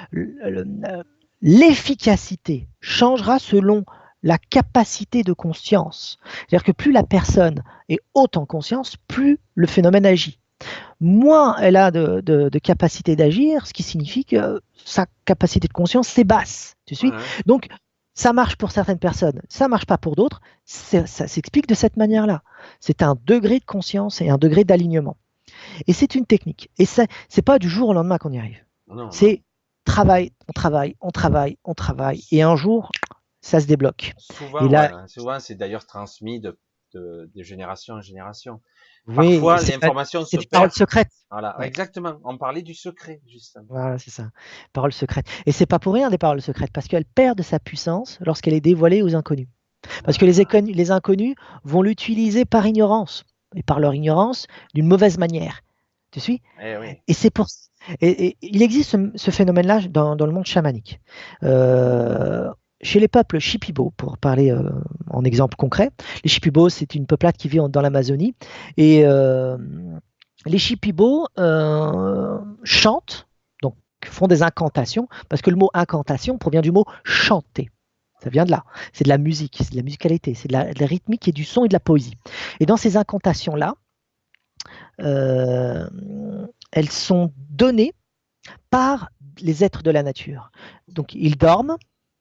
l'efficacité changera selon la capacité de conscience. C'est-à-dire que plus la personne est haute en conscience, plus le phénomène agit. Moins elle a de, de, de capacité d'agir, ce qui signifie que sa capacité de conscience c'est basse. Tu suis? Voilà. Donc, ça marche pour certaines personnes, ça marche pas pour d'autres. Ça s'explique de cette manière-là. C'est un degré de conscience et un degré d'alignement. Et c'est une technique. Et ce n'est pas du jour au lendemain qu'on y arrive. Non, non. C'est travail, on travaille, on travaille, on travaille. Et un jour, ça se débloque. Et Souvent, là, ouais, souvent, c'est d'ailleurs transmis de, de, de génération en génération. oui, Parfois, c'est l'information se des paroles perd. secrètes. Voilà, Ouais. exactement. On parlait du secret, justement. Voilà, c'est ça. Paroles secrètes. Et c'est pas pour rien des paroles secrètes, parce qu'elle perd de sa puissance lorsqu'elle est dévoilée aux inconnus. Parce que les, Ah, inconnus, les inconnus vont l'utiliser par ignorance, et par leur ignorance, d'une mauvaise manière. Tu suis? eh oui. Et c'est pour et, et il existe ce, ce phénomène-là dans, dans le monde chamanique. Euh, chez les peuples Shipibo, pour parler euh, en exemple concret, les Shipibo, c'est une peuplade qui vit en- dans l'Amazonie. Et euh, les Shipibo euh, chantent, donc font des incantations, parce que le mot incantation provient du mot chanter. Ça vient de là. C'est de la musique, c'est de la musicalité, c'est de la, de la rythmique et du son et de la poésie. Et dans ces incantations-là, euh, elles sont données par les êtres de la nature. Donc ils dorment,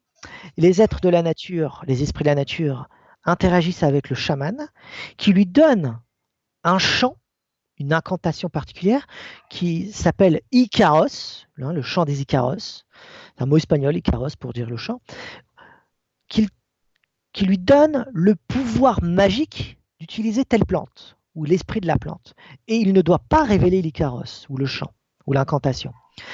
les êtres de la nature, les esprits de la nature interagissent avec le chaman qui lui donne un chant, une incantation particulière qui s'appelle Icaros, hein, le chant des Icaros, un mot espagnol, Icaros pour dire le chant, qui, qui lui donne le pouvoir magique d'utiliser telle plante ou l'esprit de la plante. Et il ne doit pas révéler l'Icaros ou le chant ou l'incantation.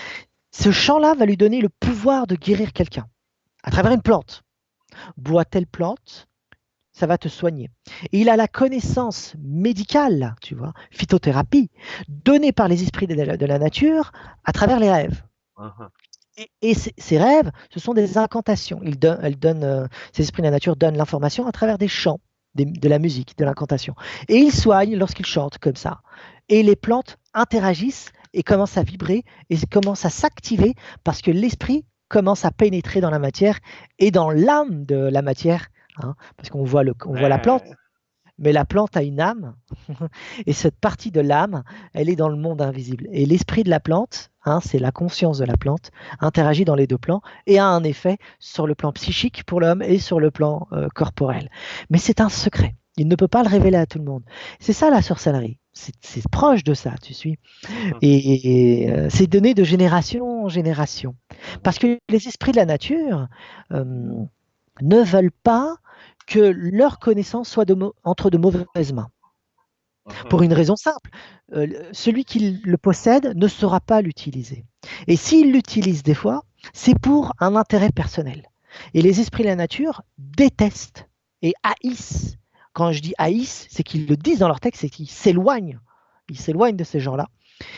Ce chant-là va lui donner le pouvoir de guérir quelqu'un à travers une plante. Bois telle plante, ça va te soigner. Et il a la connaissance médicale, tu vois, phytothérapie, donnée par les esprits de la, de la nature à travers les rêves. Uh-huh. Et, et ces, ces rêves, ce sont des incantations. Ils donnent, elles donnent, euh, ces esprits de la nature donnent l'information à travers des chants, des, de la musique, de l'incantation. Et ils soignent lorsqu'ils chantent comme ça. Et les plantes interagissent et commencent à vibrer et commencent à s'activer parce que l'esprit commence à pénétrer dans la matière et dans l'âme de la matière. Hein, parce qu'on voit, le, on voit la plante, mais la plante a une âme, et cette partie de l'âme, elle est dans le monde invisible. Et l'esprit de la plante, hein, c'est la conscience de la plante, interagit dans les deux plans et a un effet sur le plan psychique pour l'homme et sur le plan euh, corporel. Mais c'est un secret. Il ne peut pas le révéler à tout le monde. C'est ça la sorcellerie. C'est proche de ça, tu suis. Et, et, et euh, c'est donné de génération en génération. Parce que les esprits de la nature euh, ne veulent pas que leur connaissance soit de entre de mauvaises mains. Pour une raison simple, euh, celui qui le possède ne saura pas l'utiliser. Et s'il l'utilise des fois, c'est pour un intérêt personnel. Et les esprits de la nature détestent et haïssent. Quand je dis haïssent, c'est qu'ils le disent dans leur texte, c'est qu'ils s'éloignent. Ils s'éloignent de ces gens-là.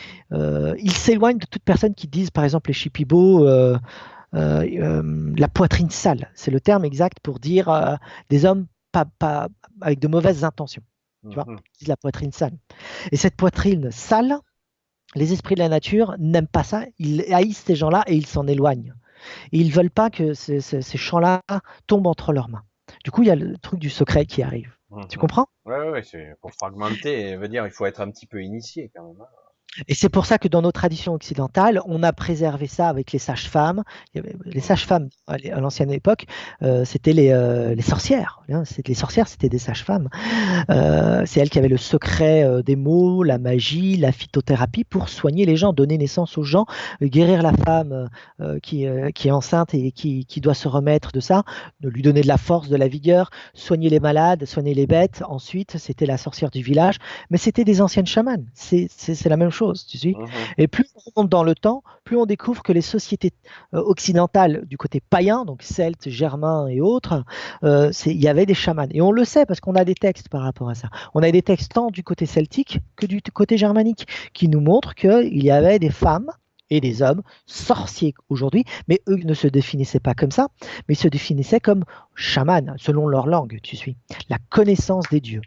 Euh, ils s'éloignent de toute personne qui disent, par exemple, les chipibos, euh, Euh, euh, la poitrine sale, c'est le terme exact pour dire euh, des hommes pas, pas, avec de mauvaises intentions. Tu vois, ils disent la poitrine sale. Et cette poitrine sale, les esprits de la nature n'aiment pas ça, ils haïssent ces gens-là et ils s'en éloignent. Et ils ne veulent pas que ce, ce, ces champs-là tombent entre leurs mains. Du coup, il y a le truc du secret qui arrive. Mmh. Tu comprends? Oui, ouais, c'est pour fragmenter, veut dire il faut être un petit peu initié quand même. Et c'est pour ça que dans nos traditions occidentales, on a préservé ça avec les sages-femmes. Les sages-femmes, à l'ancienne époque, euh, c'était les, euh, les sorcières. Hein, les sorcières, c'était des sages-femmes. Euh, c'est elles qui avaient le secret euh, des mots, la magie, la phytothérapie pour soigner les gens, donner naissance aux gens, guérir la femme euh, qui, euh, qui est enceinte et qui, qui doit se remettre de ça, de lui donner de la force, de la vigueur, soigner les malades, soigner les bêtes. Ensuite, c'était la sorcière du village. Mais c'était des anciennes chamanes. C'est la même chose. Tu sais. Mmh. Et plus on monte dans le temps, plus on découvre que les sociétés euh, occidentales du côté païen, donc celtes, germains et autres, euh, il y avait des chamans. Et on le sait parce qu'on a des textes par rapport à ça. On a des textes tant du côté celtique que du côté germanique qui nous montrent qu'il y avait des femmes et des hommes sorciers aujourd'hui, mais eux ne se définissaient pas comme ça, mais ils se définissaient comme chamans, selon leur langue, tu suis, la connaissance des dieux.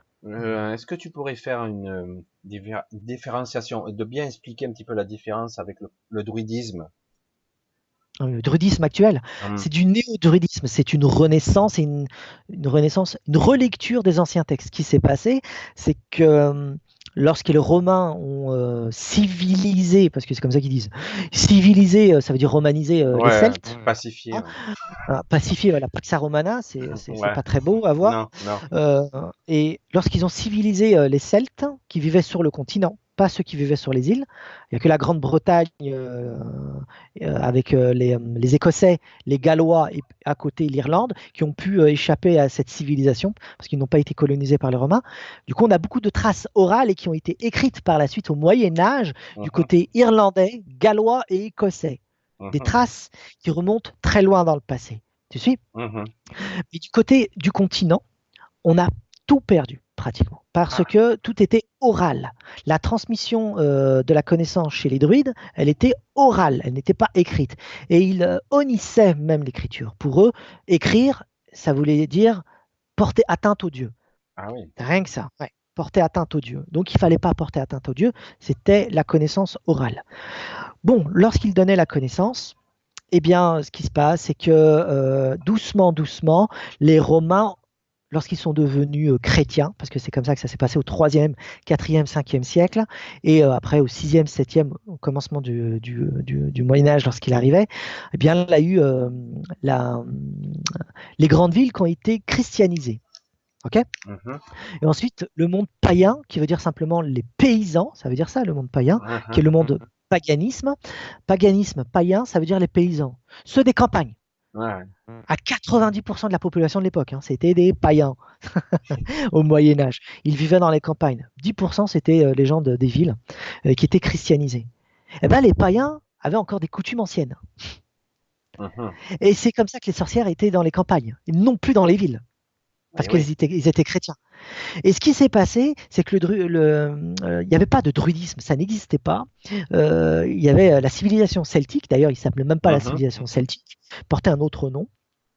Euh, Est-ce que tu pourrais faire une, euh, une différenciation, de bien expliquer un petit peu la différence avec le, le druidisme? Le druidisme actuel, hum. c'est du néo-druidisme, c'est une renaissance, et une, une renaissance, une relecture des anciens textes. Ce qui s'est passé, c'est que euh, lorsque les Romains ont euh, civilisé, parce que c'est comme ça qu'ils disent, civilisé, euh, ça veut dire romaniser euh, ouais, les Celtes, pacifié, hein, ouais. euh, pacifié, voilà, Pax Romana, c'est ouais. pas très beau à voir. Non, non. Euh, et lorsqu'ils ont civilisé euh, les Celtes, qui vivaient sur le continent, pas ceux qui vivaient sur les îles. Il n'y a que la Grande-Bretagne euh, euh, avec euh, les, les Écossais, les Gallois et à côté l'Irlande qui ont pu euh, échapper à cette civilisation parce qu'ils n'ont pas été colonisés par les Romains. Du coup, on a beaucoup de traces orales et qui ont été écrites par la suite au Moyen-Âge uh-huh. du côté irlandais, gallois et écossais. Uh-huh. Des traces qui remontent très loin dans le passé. Tu suis uh-huh. Mais du côté du continent, on a tout perdu pratiquement, parce ah. que tout était oral. La transmission euh, de la connaissance chez les druides, elle était orale, elle n'était pas écrite. Et ils euh, honnissaient même l'écriture. Pour eux, écrire, ça voulait dire porter atteinte aux dieux. Ah oui. Rien que ça, ouais. Porter atteinte aux dieux. Donc il ne fallait pas porter atteinte aux dieux, c'était la connaissance orale. Bon, lorsqu'ils donnaient la connaissance, eh bien, ce qui se passe, c'est que euh, doucement, doucement, les Romains lorsqu'ils sont devenus euh, chrétiens, parce que c'est comme ça que ça s'est passé au troisième, quatrième, cinquième siècle, et euh, après au sixième, septième, au commencement du, du, du, du Moyen Âge, lorsqu'il arrivait, eh bien, il y a eu euh, la, les grandes villes qui ont été christianisées. Okay, mhm, et ensuite, le monde païen, qui veut dire simplement les paysans, ça veut dire ça, le monde païen, mhm, qui est le monde paganisme. Paganisme, païen, ça veut dire les paysans, ceux des campagnes. ouais. À quatre-vingt-dix pour cent de la population de l'époque, hein, c'était des païens au Moyen Âge. Ils vivaient dans les campagnes. dix pour cent, c'était euh, les gens de, des villes euh, qui étaient christianisés. Et ben, les païens avaient encore des coutumes anciennes. Mhm. Et c'est comme ça que les sorcières étaient dans les campagnes, et non plus dans les villes, parce Eh qu'ils oui. étaient, ils étaient chrétiens. Et ce qui s'est passé, c'est que le, le, euh, il n'y avait pas de druidisme, ça n'existait pas. Euh, il y avait euh, la civilisation celtique, d'ailleurs, il ne s'appelait même pas la Mhm. civilisation celtique, portait un autre nom.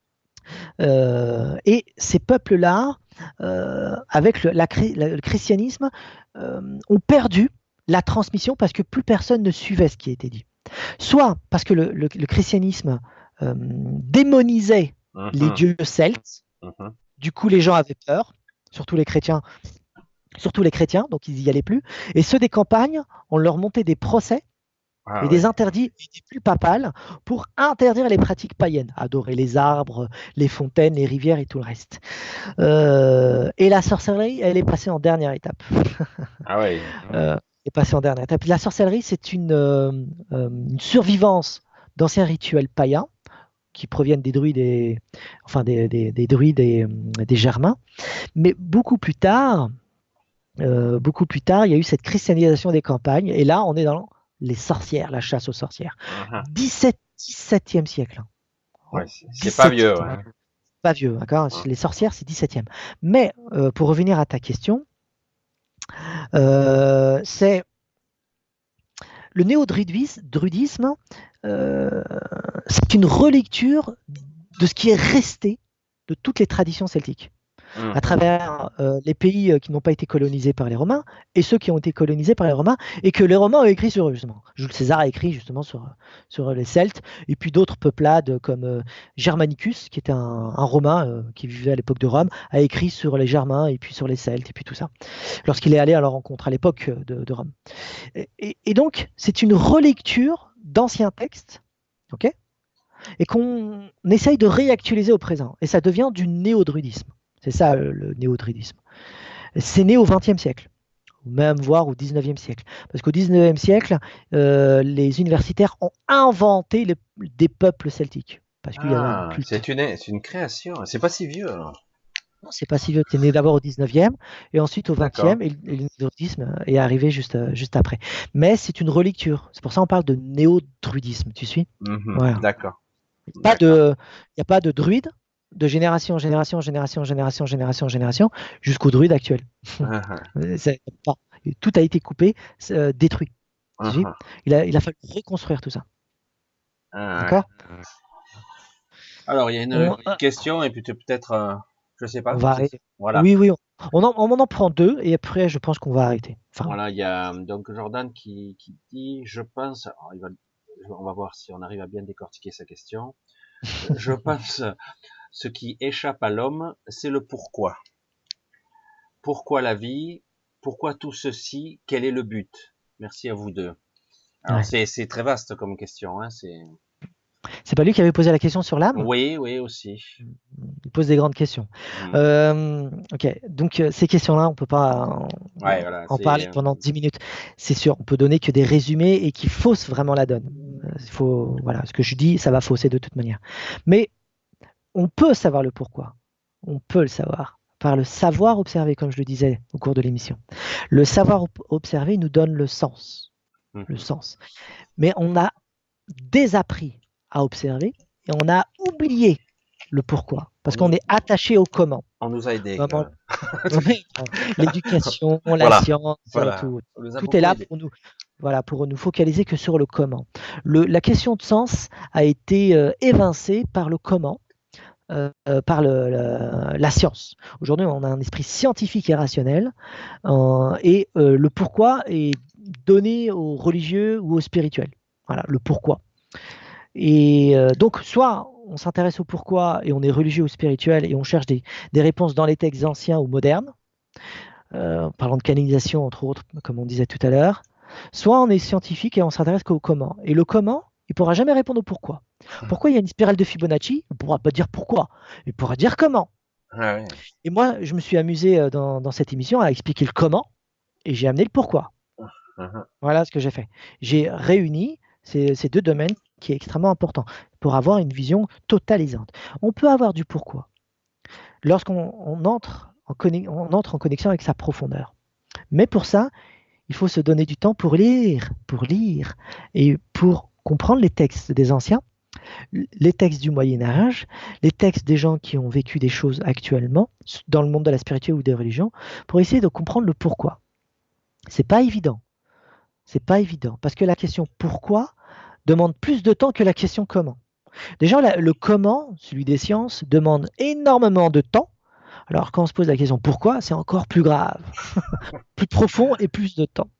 Euh, et ces peuples-là, euh, avec le, la, le christianisme, euh, ont perdu la transmission parce que plus personne ne suivait ce qui était dit. Soit parce que le, le, le christianisme euh, démonisait les Mhm. dieux celtes, Mhm. du coup les gens avaient peur, surtout les chrétiens, surtout les chrétiens, donc ils n'y allaient plus. Et ceux des campagnes, on leur montait des procès Ah et oui. des interdits des plus papales pour interdire les pratiques païennes, adorer les arbres, les fontaines, les rivières et tout le reste. Euh, et la sorcellerie, elle est passée en dernière étape. Ah oui. Euh, est passée en dernière étape. La sorcellerie, c'est une, euh, euh, une survivance d'anciens rituels païens qui proviennent des druides et enfin des, des, des druides et euh, des germains. Mais beaucoup plus tard, euh, beaucoup plus tard, il y a eu cette christianisation des campagnes. Et là, on est dans les sorcières, la chasse aux sorcières. Mhm. dix-sept, dix-septième siècle. Ouais, c'est c'est pas vieux. dix-septième, Ouais. pas vieux, d'accord. Mhm. Les sorcières, c'est dix-septième. Mais euh, pour revenir à ta question, euh, c'est le néo-druidisme, euh, c'est une relecture de ce qui est resté de toutes les traditions celtiques, à Mhm. travers euh, les pays euh, qui n'ont pas été colonisés par les Romains et ceux qui ont été colonisés par les Romains et que les Romains ont écrit sur eux, justement. Jules César a écrit justement sur, sur les Celtes, et puis d'autres peuplades comme euh, Germanicus, qui était un, un Romain euh, qui vivait à l'époque de Rome, a écrit sur les Germains et puis sur les Celtes et puis tout ça, lorsqu'il est allé à leur rencontre à l'époque de, de Rome. Et, et, et donc, c'est une relecture d'anciens textes, ok, et qu'on essaye de réactualiser au présent. Et ça devient du néo-druidisme. C'est ça le néo-druidisme. C'est né au vingtième siècle, même voire au dix-neuvième siècle. Parce qu'au dix-neuvième siècle, euh, les universitaires ont inventé les, des peuples celtiques. Parce qu'il y avait un Ah, culte. c'est une, c'est une création. C'est pas si vieux alors. Non, c'est pas si vieux. C'est né d'abord au dix-neuvième et ensuite au D'accord. vingtième, et, et le néo-druidisme est arrivé juste, juste après. Mais c'est une relecture. C'est pour ça qu'on parle de néo-druidisme. Tu suis? Mhm. Voilà. D'accord. Il n'y a, D'accord. a pas de druide de génération en génération, génération, génération, génération, génération, jusqu'au druide actuel. Mhm. C'est- bon, tout a été coupé, euh, détruit. Tu suis? Mhm. Il a, il a fallu reconstruire tout ça. Ah, D'accord? alors, il y a une on, euh, question, et puis peut-être, euh, je sais on pas. va c'est- arrêter. Voilà. Oui, oui, on, on, en, on en prend deux et après, je pense qu'on va arrêter. Enfin, Voilà, il y a donc Jordan qui, qui dit, je pense, alors, il va, on va voir si on arrive à bien décortiquer sa question. Je pense, ce qui échappe à l'homme, c'est le pourquoi. Pourquoi la vie? Pourquoi tout ceci? Quel est le but? Merci à vous deux. Alors ouais. c'est c'est très vaste comme question, hein. C'est C'est pas lui qui avait posé la question sur l'âme? oui, oui aussi. Il pose des grandes questions. Hmm. Euh, ok, donc euh, ces questions-là, on peut pas en, Ouais, voilà, en parler c'est pendant dix minutes. C'est sûr, on peut donner que des résumés et qui faussent vraiment la donne. Euh, Il faut, voilà, ce que je dis, ça va fausser de toute manière. Mais on peut savoir le pourquoi. On peut le savoir par le savoir observer, comme je le disais au cours de l'émission. Le savoir observer nous donne le sens, le Mhm. sens. Mais on a désappris à observer et on a oublié le pourquoi, On parce qu'on nous est attaché au comment. on nous a aidés quand Vraiment, même. l'éducation, la Voilà, science, voilà. tout, On nous a tout est beaucoup là aidés. pour nous, voilà, pour nous focaliser que sur le comment. Le, la question de sens a été euh, évincée par le comment, euh, euh, par le, le, la science. Aujourd'hui, on a un esprit scientifique et rationnel, euh, et euh, le pourquoi est donné aux religieux ou aux spirituels. Voilà, le pourquoi. Et euh, donc, soit on s'intéresse au pourquoi et on est religieux ou spirituel et on cherche des, des réponses dans les textes anciens ou modernes, euh, en parlant de canonisation entre autres, comme on disait tout à l'heure, soit on est scientifique et on s'intéresse qu'au comment. Et le comment, il ne pourra jamais répondre au pourquoi. Pourquoi il y a une spirale de Fibonacci? Il ne pourra pas dire pourquoi, il pourra dire comment. Ah ouais. Et moi, je me suis amusé euh, dans, dans cette émission à expliquer le comment et j'ai amené le pourquoi. Mhm. Voilà ce que j'ai fait. J'ai réuni ces, ces deux domaines qui est extrêmement important pour avoir une vision totalisante. On peut avoir du pourquoi lorsqu'on on entre, en conne- on entre en connexion avec sa profondeur. Mais pour ça, il faut se donner du temps pour lire, pour lire et pour comprendre les textes des anciens, les textes du Moyen Âge, les textes des gens qui ont vécu des choses actuellement dans le monde de la spiritualité ou des religions, pour essayer de comprendre le pourquoi. C'est pas évident. C'est pas évident parce que la question pourquoi demande plus de temps que la question comment. Déjà, la- le comment, celui des sciences, demande énormément de temps. Alors quand on se pose la question pourquoi, c'est encore plus grave, plus profond et plus de temps.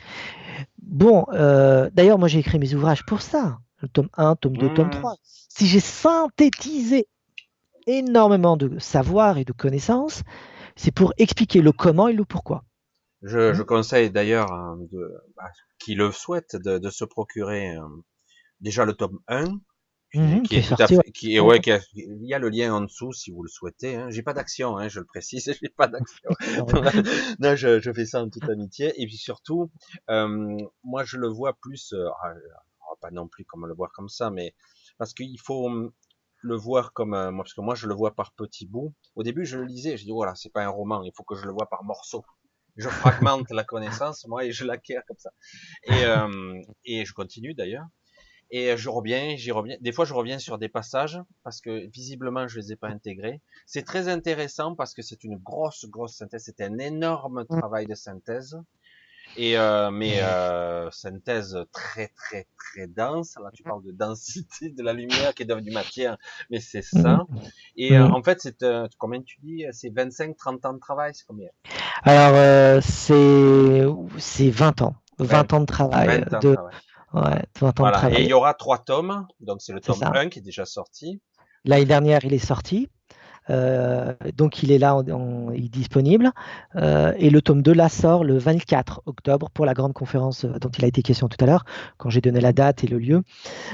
Bon, euh, d'ailleurs, moi j'ai écrit mes ouvrages pour ça. Le tome un, tome deux, tome Mhm. trois. Si j'ai synthétisé énormément de savoir et de connaissances, c'est pour expliquer le comment et le pourquoi. Je, Hmm. je conseille d'ailleurs hein, de, bah, qui le souhaite de, de se procurer euh, déjà le tome un, qui, Mhm, qui qui est est tout à sorti, ouais. fait, qui est Ouais. ouais, qui a- il y a le lien en dessous si vous le souhaitez. Hein. J'ai pas d'action, hein, je le précise, j'ai pas d'action. Non, ouais. Non, je, je fais ça en toute amitié. Et puis surtout, euh, moi je le vois plus, euh, ah, ah, pas non plus comme le voir comme ça, mais parce qu'il faut hum, le voir comme, euh, moi, parce que moi je le vois par petits bouts. Au début je le lisais, je dis voilà, c'est pas un roman, il faut que je le vois par morceaux. Je fragmente la connaissance, moi, et je l'acquiers comme ça. Et, euh, et je continue d'ailleurs. Et je reviens, j'y reviens. Des fois, je reviens sur des passages parce que visiblement, je les ai pas intégrés. C'est très intéressant parce que c'est une grosse, grosse synthèse. C'est un énorme travail de synthèse. Et euh, mais euh, synthèse très, très, très dense. Là, tu parles de densité de la lumière qui est devenue matière, mais c'est Mhm. ça. Et euh, Mhm. en fait, c'est euh, combien tu dis? C'est vingt-cinq, trente ans de travail, c'est combien? Alors, euh, c'est c'est vingt ans. vingt, vingt ans de travail. vingt ans de De, travail. ouais, vingt ans de Voilà. Et il travail. y aura trois tomes. Donc c'est le C'est tome ça. un qui est déjà sorti. L'année dernière, il est sorti. Euh, donc il est là, en- en- il est disponible. Euh, et le tome deux là sort le vingt-quatre octobre pour la grande conférence euh, dont il a été question tout à l'heure, quand j'ai donné la date et le lieu.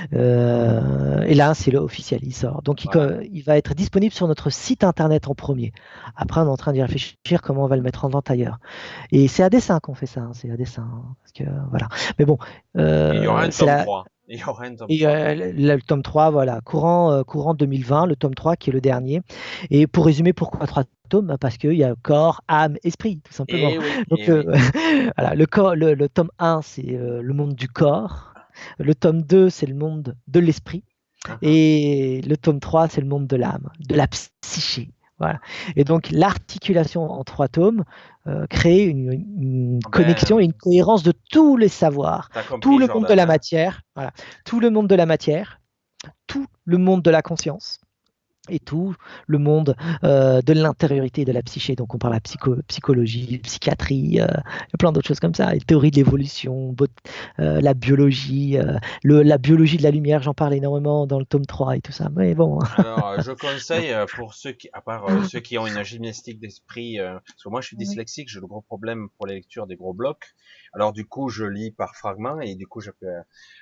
Euh, et là, c'est le officiel, il sort. Donc il, Voilà. co- il va être disponible sur notre site internet en premier. Après, on est en train d'y réfléchir comment on va le mettre en vente ailleurs. Et c'est à dessein qu'on fait ça, hein, c'est à dessein, hein, parce que voilà. Mais bon, Et il y aura euh, un c'est tome la, trois. Il y aura un tome et trois. euh, le, le tome trois, voilà, courant, euh, courant deux mille vingt, le tome trois qui est le dernier. Et pour résumer, pourquoi trois tomes? Parce qu'il y a corps, âme, esprit, tout simplement. Et oui, Donc, et euh, oui. voilà, le, corps, le, le tome un, c'est euh, le monde du corps. Le tome deux, c'est le monde de l'esprit. Uh-huh. Et le tome trois, c'est le monde de l'âme, de la psyché. Voilà. Et donc, l'articulation en trois tomes euh, crée une, une connexion et Ben, une cohérence de tous les savoirs, t'as tout compris, le monde de Jordan, la hein? matière, voilà, tout le monde de la matière, tout le monde de la conscience et tout le monde euh, de l'intériorité et de la psyché. Donc on parle de psycho psychologie, psychiatrie, euh, il y a plein d'autres choses comme ça, et théorie de l'évolution, euh, la biologie, euh, le, la biologie de la lumière, j'en parle énormément dans le tome trois et tout ça. Mais bon. Alors, euh, je conseille euh, pour ceux qui, à part euh, ceux qui ont une gymnastique d'esprit, euh, parce que moi je suis dyslexique, j'ai le gros problème pour la lecture des gros blocs. Alors du coup, je lis par fragments et du coup, je peux euh,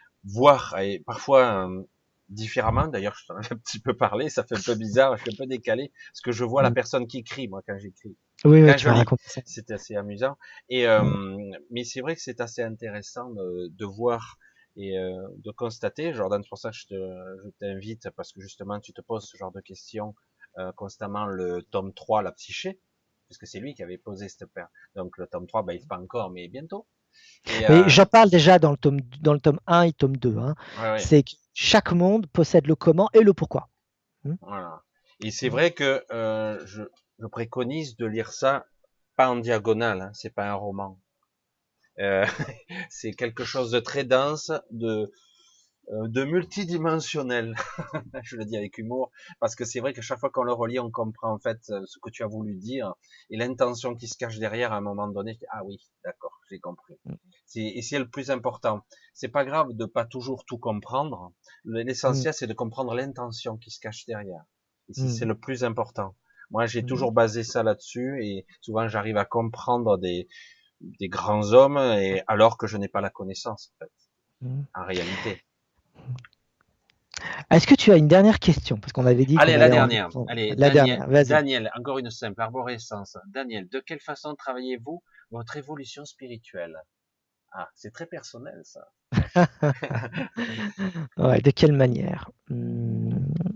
voir et parfois euh, différemment. D'ailleurs, je t'en ai un petit peu parlé, ça fait un peu bizarre, je suis un peu décalé, parce que je vois la personne qui écrit, moi, quand j'écris, Oui, oui, quand tu je m'as lis. raconté ça. C'est assez amusant. Et euh, mais c'est vrai que c'est assez intéressant de, de voir et euh, de constater. Jordan, c'est pour ça que je te, je t'invite parce que justement tu te poses ce genre de questions euh, constamment. Le tome trois, la psyché, parce que c'est lui qui avait posé cette paire. Donc le tome trois, bah, il est pas encore, mais bientôt. Et Mais euh, j'en parle déjà dans le tome, dans le tome un et tome deux. Hein. ouais, ouais, C'est que chaque monde possède le comment et le pourquoi. Hmm. voilà. Et c'est vrai que euh, je, je préconise de lire ça pas en diagonale, hein, c'est pas un roman. Euh, c'est quelque chose de très dense, de euh, de multidimensionnel. Je le dis avec humour, parce que c'est vrai que chaque fois qu'on le relit, on comprend en fait euh, ce que tu as voulu dire et l'intention qui se cache derrière à un moment donné. Ah oui, d'accord. j'ai compris. C'est, et c'est le plus important. C'est pas grave de pas toujours tout comprendre. Mm. L'essentiel, c'est de comprendre l'intention qui se cache derrière. Et c'est, c'est Mm. le plus important. Moi, j'ai Mm. toujours basé ça là-dessus, et souvent, j'arrive à comprendre des, des grands hommes, et alors que je n'ai pas la connaissance, en fait, Mm. en réalité. Est-ce que tu as une dernière question? Parce qu'on avait dit qu'on Allez, la allait en... dernière. Allez, La Daniel, dernière, vas-y. Daniel, encore une simple, arborescence. Daniel, de quelle façon travaillez-vous votre évolution spirituelle? Ah, c'est très personnel, ça. Ouais, de quelle manière? Hmm,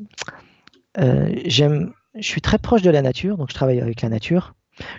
euh, j'aime, je suis très proche de la nature, donc je travaille avec la nature.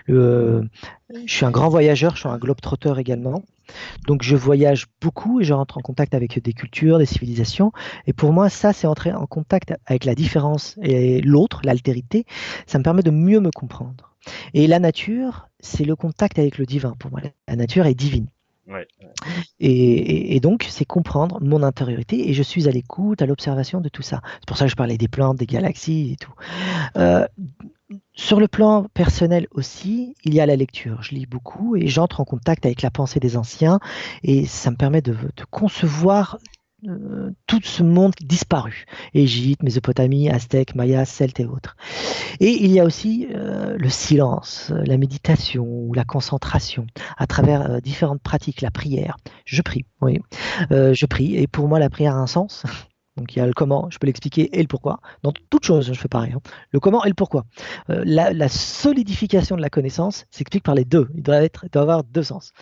Le, je suis un grand voyageur, je suis un globe-trotteur également. Donc je voyage beaucoup et je rentre en contact avec des cultures, des civilisations. Et pour moi, ça, c'est entrer en contact avec la différence et l'autre, l'altérité. Ça me permet de mieux me comprendre. Et la nature, c'est le contact avec le divin. Pour moi, la nature est divine. Ouais. Et, et- et donc, c'est comprendre mon intériorité et je suis à l'écoute, à l'observation de tout ça. C'est pour ça que je parlais des plantes, des galaxies et tout. Euh, sur le plan personnel aussi, il y a la lecture. Je lis beaucoup et j'entre en contact avec la pensée des anciens et ça me permet de, de concevoir euh, tout ce monde disparu. Égypte, Mésopotamie, Aztèques, Mayas, Celtes et autres. Et il y a aussi euh, le silence, la méditation ou la concentration à travers euh, différentes pratiques, la prière. Je prie, oui. Euh, je prie et pour moi la prière a un sens. Donc il y a le comment, je peux l'expliquer, et le pourquoi. Dans toute chose, je fais pareil. Hein. Le comment et le pourquoi. Euh, la, la solidification de la connaissance s'explique par les deux. Il doit, être, il doit avoir deux sens.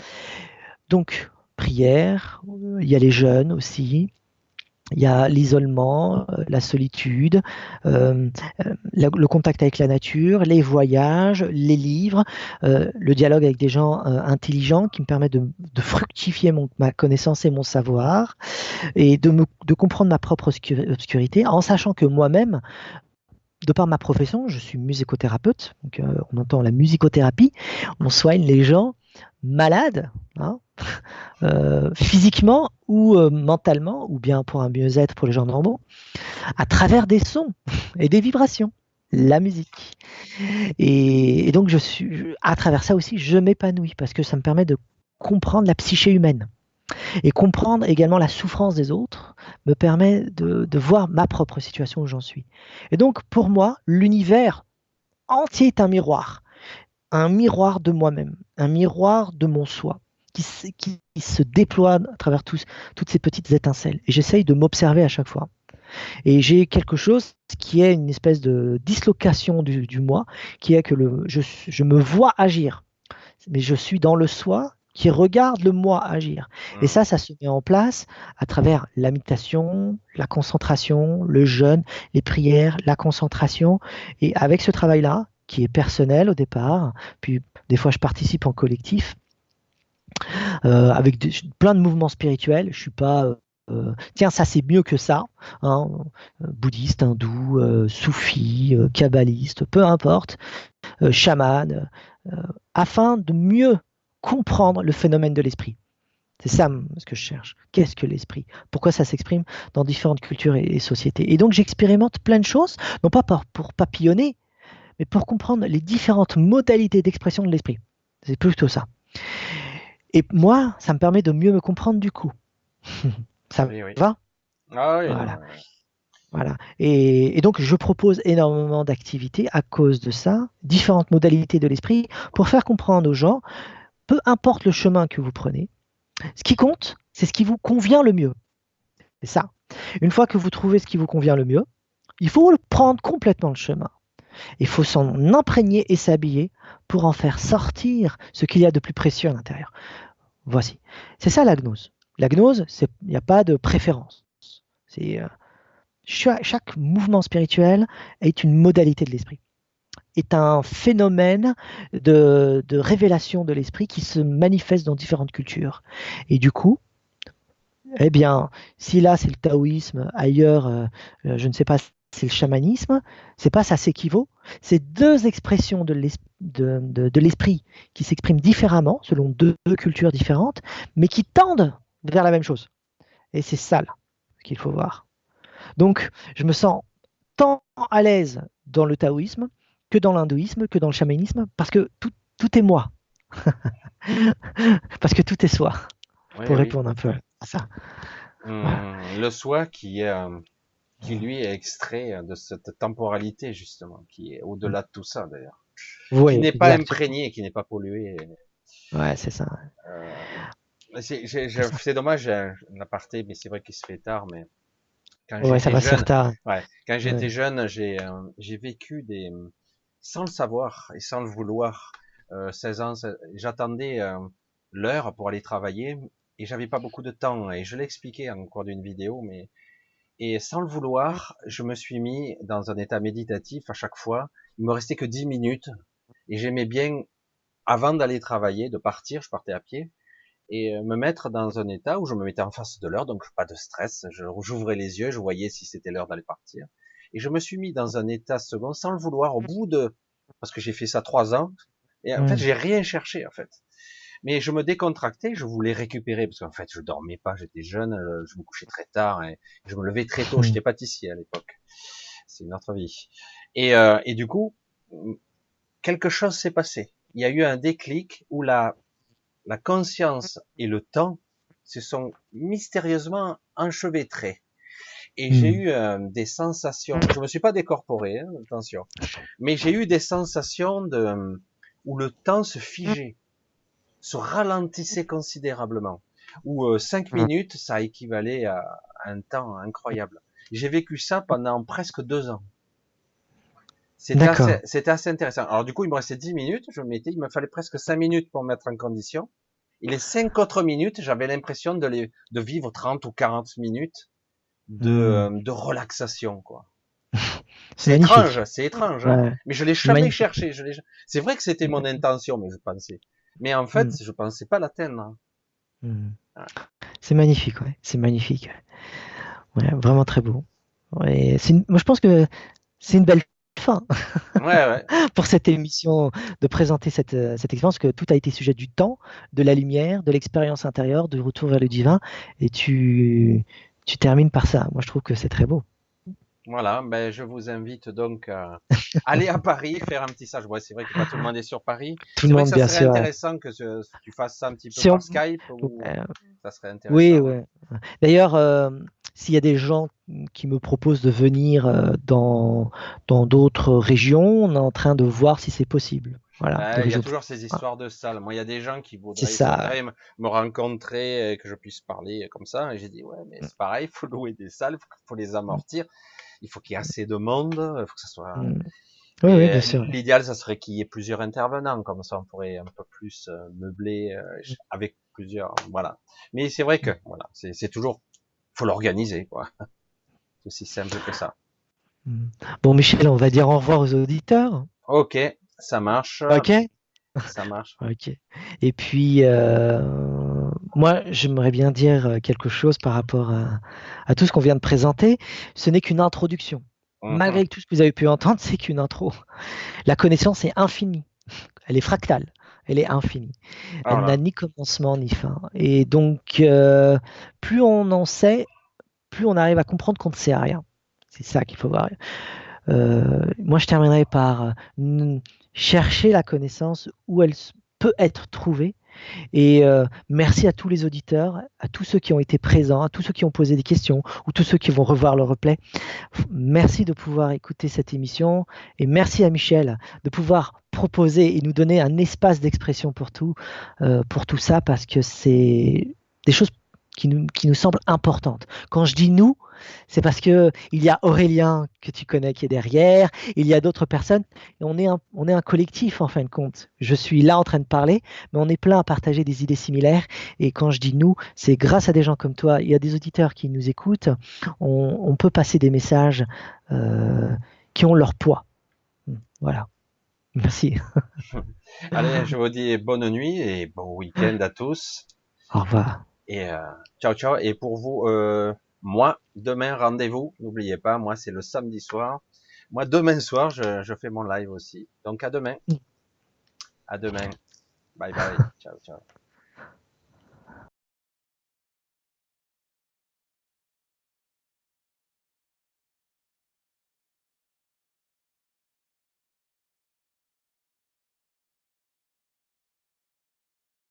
Donc, prière, euh, il y a les jeûnes aussi, il y a l'isolement, euh, la solitude, euh, euh, la- le contact avec la nature, les voyages, les livres, euh, le dialogue avec des gens euh, intelligents qui me permettent de, de fructifier mon- ma connaissance et mon savoir et de, me- de comprendre ma propre obscur- obscurité en sachant que moi-même, de par ma profession, je suis musicothérapeute, donc euh, on entend la musicothérapie, on soigne les gens malades, hein, euh, physiquement ou euh, mentalement, ou bien pour un mieux-être pour les gens normaux, à travers des sons et des vibrations, la musique. Et, et donc, je suis, à travers ça aussi, je m'épanouis parce que ça me permet de comprendre la psyché humaine. Et comprendre également la souffrance des autres me permet de, de voir ma propre situation où j'en suis. Et donc, pour moi, l'univers entier est un miroir. Un miroir de moi-même, un miroir de mon soi, qui, se- qui se déploie à travers tous, toutes ces petites étincelles. Et j'essaye de m'observer à chaque fois. Et j'ai quelque chose qui est une espèce de dislocation du, du moi, qui est que le, je, je me vois agir, mais je suis dans le soi qui regarde le moi agir. Et Hum. ça, ça se met en place à travers la méditation, la concentration, le jeûne, les prières, la concentration. Et avec ce travail-là, qui est personnel au départ, puis des fois je participe en collectif, euh, avec des- plein de mouvements spirituels. Je suis pas, euh, euh, tiens, ça c'est mieux que ça, hein, euh, bouddhiste, hindou, euh, soufi, euh, kabbaliste, peu importe, euh, chaman, euh, afin de mieux comprendre le phénomène de l'esprit. C'est ça ce que je cherche. Qu'est-ce que l'esprit? Pourquoi ça s'exprime dans différentes cultures et, et sociétés? Et donc j'expérimente plein de choses, non pas pour, pour papillonner, mais pour comprendre les différentes modalités d'expression de l'esprit. C'est plutôt ça. Et moi, ça me permet de mieux me comprendre du coup. Ça Oui, oui. va? Ah oui, non. Voilà. Voilà. Et, et donc, je propose énormément d'activités à cause de ça, différentes modalités de l'esprit, pour faire comprendre aux gens, peu importe le chemin que vous prenez, ce qui compte, c'est ce qui vous convient le mieux. C'est ça. Une fois que vous trouvez ce qui vous convient le mieux, il faut le prendre complètement le chemin. Il faut s'en imprégner et s'habiller pour en faire sortir ce qu'il y a de plus précieux à l'intérieur. Voici. C'est ça la gnose. La gnose, il n'y a pas de préférence. C'est euh, chaque, chaque mouvement spirituel est une modalité de l'esprit, est un phénomène de, de révélation de l'esprit qui se manifeste dans différentes cultures. Et du coup, eh bien, si là c'est le taoïsme, ailleurs, euh, euh, je ne sais pas, c'est le chamanisme, c'est pas ça s'équivaut. C'est deux expressions de l'esprit de, de, de l'esprit qui s'expriment différemment selon deux, deux cultures différentes, mais qui tendent vers la même chose. Et c'est ça là qu'il faut voir. Donc, je me sens tant à l'aise dans le taoïsme que dans l'hindouisme, que dans le chamanisme, parce que tout, tout est moi. Parce que tout est soi, Oui, pour oui. répondre un peu à ça. Voilà. Hum, le soi qui est, euh, qui lui est extrait de cette temporalité justement, qui est au-delà de tout ça d'ailleurs, qui Oui, n'est pas exactement. imprégné, qui n'est pas pollué. Ouais, c'est ça. Euh, c'est j'ai- C'est j'ai- ça. c'est dommage, j'ai un un aparté, mais c'est vrai qu'il se fait tard. Mais quand Ouais, ça j'étais va se faire jeune, tard. ouais, quand Ouais. j'étais jeune, j'ai euh, j'ai vécu des, sans le savoir et sans le vouloir, euh, seize ans, seize j'attendais euh, l'heure pour aller travailler et j'avais pas beaucoup de temps. Et je l'ai expliqué en cours d'une vidéo, mais et sans le vouloir, je me suis mis dans un état méditatif à chaque fois. Il me restait que dix minutes et j'aimais bien, avant d'aller travailler, de partir, je partais à pied, et euh, me mettre dans un état où je me mettais en face de l'heure, donc pas de stress, je- j'ouvrais les yeux, je voyais si c'était l'heure d'aller partir, et je me suis mis dans un état second, sans le vouloir, au bout de, parce que j'ai fait ça trois ans, et en fait Hmm. j'ai rien cherché en fait, mais je me décontractais, je voulais récupérer, parce qu'en fait je dormais pas, j'étais jeune, euh, je me couchais très tard, et je me levais très tôt, Hmm. j'étais pâtissier à l'époque, c'est une autre vie, et, euh, et du coup, quelque chose s'est passé, il y a eu un déclic où la la conscience et le temps se sont mystérieusement enchevêtrés. Et j'ai Hmm. eu euh, des sensations, je me suis pas décorporé, hein, attention, mais j'ai eu des sensations de, où le temps se figeait, se ralentissait considérablement, où euh, cinq minutes, ça équivalait à un temps incroyable. J'ai vécu ça pendant presque deux ans. C'était assez, D'accord. c'était assez intéressant. Alors du coup, il me restait dix minutes, je me mettais, il me fallait presque cinq minutes pour me mettre en condition. Et les cinq autres minutes, j'avais l'impression de les, de vivre trente ou quarante minutes de, Hmm. euh, de relaxation, quoi. C'est C'est étrange, magnifique. c'est étrange, hein. Ouais, Mais je l'ai c'est jamais magnifique. cherché, je l'ai, c'est vrai que c'était mon intention, mais je pensais. Mais en fait, Hmm. je pensais pas l'atteindre. Hmm. Hein. C'est magnifique, ouais. C'est magnifique. Ouais, vraiment très beau. Ouais, c'est une- Moi, je pense que c'est une belle fin Ouais, ouais. pour cette émission de présenter cette, euh, cette expérience, que tout a été sujet du temps, de la lumière, de l'expérience intérieure, du retour vers le divin, et tu, tu termines par ça. Moi, je trouve que c'est très beau. Voilà, ben je vous invite donc à aller à Paris, faire un petit stage. Ouais, c'est vrai que pas tout le monde est sur Paris. Tout le C'est vrai que monde, ça bien serait sûr. Ouais. intéressant que ce- tu fasses ça un petit peu Si par on- Skype ou euh, ça serait oui, intéressant. Hein. ouais. D'ailleurs, euh, s'il y a des gens qui me proposent de venir euh, dans dans d'autres régions, on est en train de voir si c'est possible. Voilà, des Ben, il y a régions. toujours ces Voilà. histoires de salles. Moi, il y a des gens qui C'est voudraient, ça. souhaiteraient me me rencontrer, et que je puisse parler comme ça. Et j'ai dit, ouais, mais c'est pareil, il faut louer des salles, il faut, faut les amortir. Il faut qu'il y ait assez de monde, il faut que ça soit. Mm. Oui, oui, Et bien euh, sûr. l'idéal, ça serait qu'il y ait plusieurs intervenants, comme ça, on pourrait un peu plus euh, meubler euh, avec plusieurs. Voilà. Mais c'est vrai que, voilà, c'est c'est toujours, faut l'organiser, quoi. C'est aussi simple que ça. Mm. Bon, Michel, on va dire au revoir aux auditeurs. Ok, ça marche, OK? ça marche. OK. Et puis, euh, moi, j'aimerais bien dire quelque chose par rapport à, à tout ce qu'on vient de présenter. Ce n'est qu'une introduction. Mhm. Malgré tout ce que vous avez pu entendre, c'est qu'une intro. La connaissance est infinie. Elle est fractale. Elle est infinie. Elle n'a Voilà. ni commencement ni fin. Et donc, euh, plus on en sait, plus on arrive à comprendre qu'on ne sait rien. C'est ça qu'il faut voir. Euh, moi, je terminerai par euh, chercher la connaissance où elle s- peut être trouvée. Et euh, merci à tous les auditeurs, à tous ceux qui ont été présents, à tous ceux qui ont posé des questions ou tous ceux qui vont revoir le replay. Merci de pouvoir écouter cette émission et merci à Michel de pouvoir proposer et nous donner un espace d'expression pour tout, euh, pour tout ça, parce que c'est des choses qui nous, qui nous semblent importantes. Quand je dis nous, c'est parce que il y a Aurélien que tu connais qui est derrière, il y a d'autres personnes, et on est un, on est un collectif en fin de compte. Je suis là en train de parler, mais on est plein à partager des idées similaires. Et quand je dis nous, c'est grâce à des gens comme toi, il y a des auditeurs qui nous écoutent, on, on peut passer des messages euh, qui ont leur poids. Voilà. Merci. Allez, je vous dis bonne nuit et bon week-end à tous. Au revoir. Et euh, ciao, ciao. Et pour vous, euh, moi, demain, rendez-vous. N'oubliez pas, moi, c'est le samedi soir. Moi, demain soir, je, je fais mon live aussi. Donc, à demain. À demain. Bye bye. Ciao, ciao.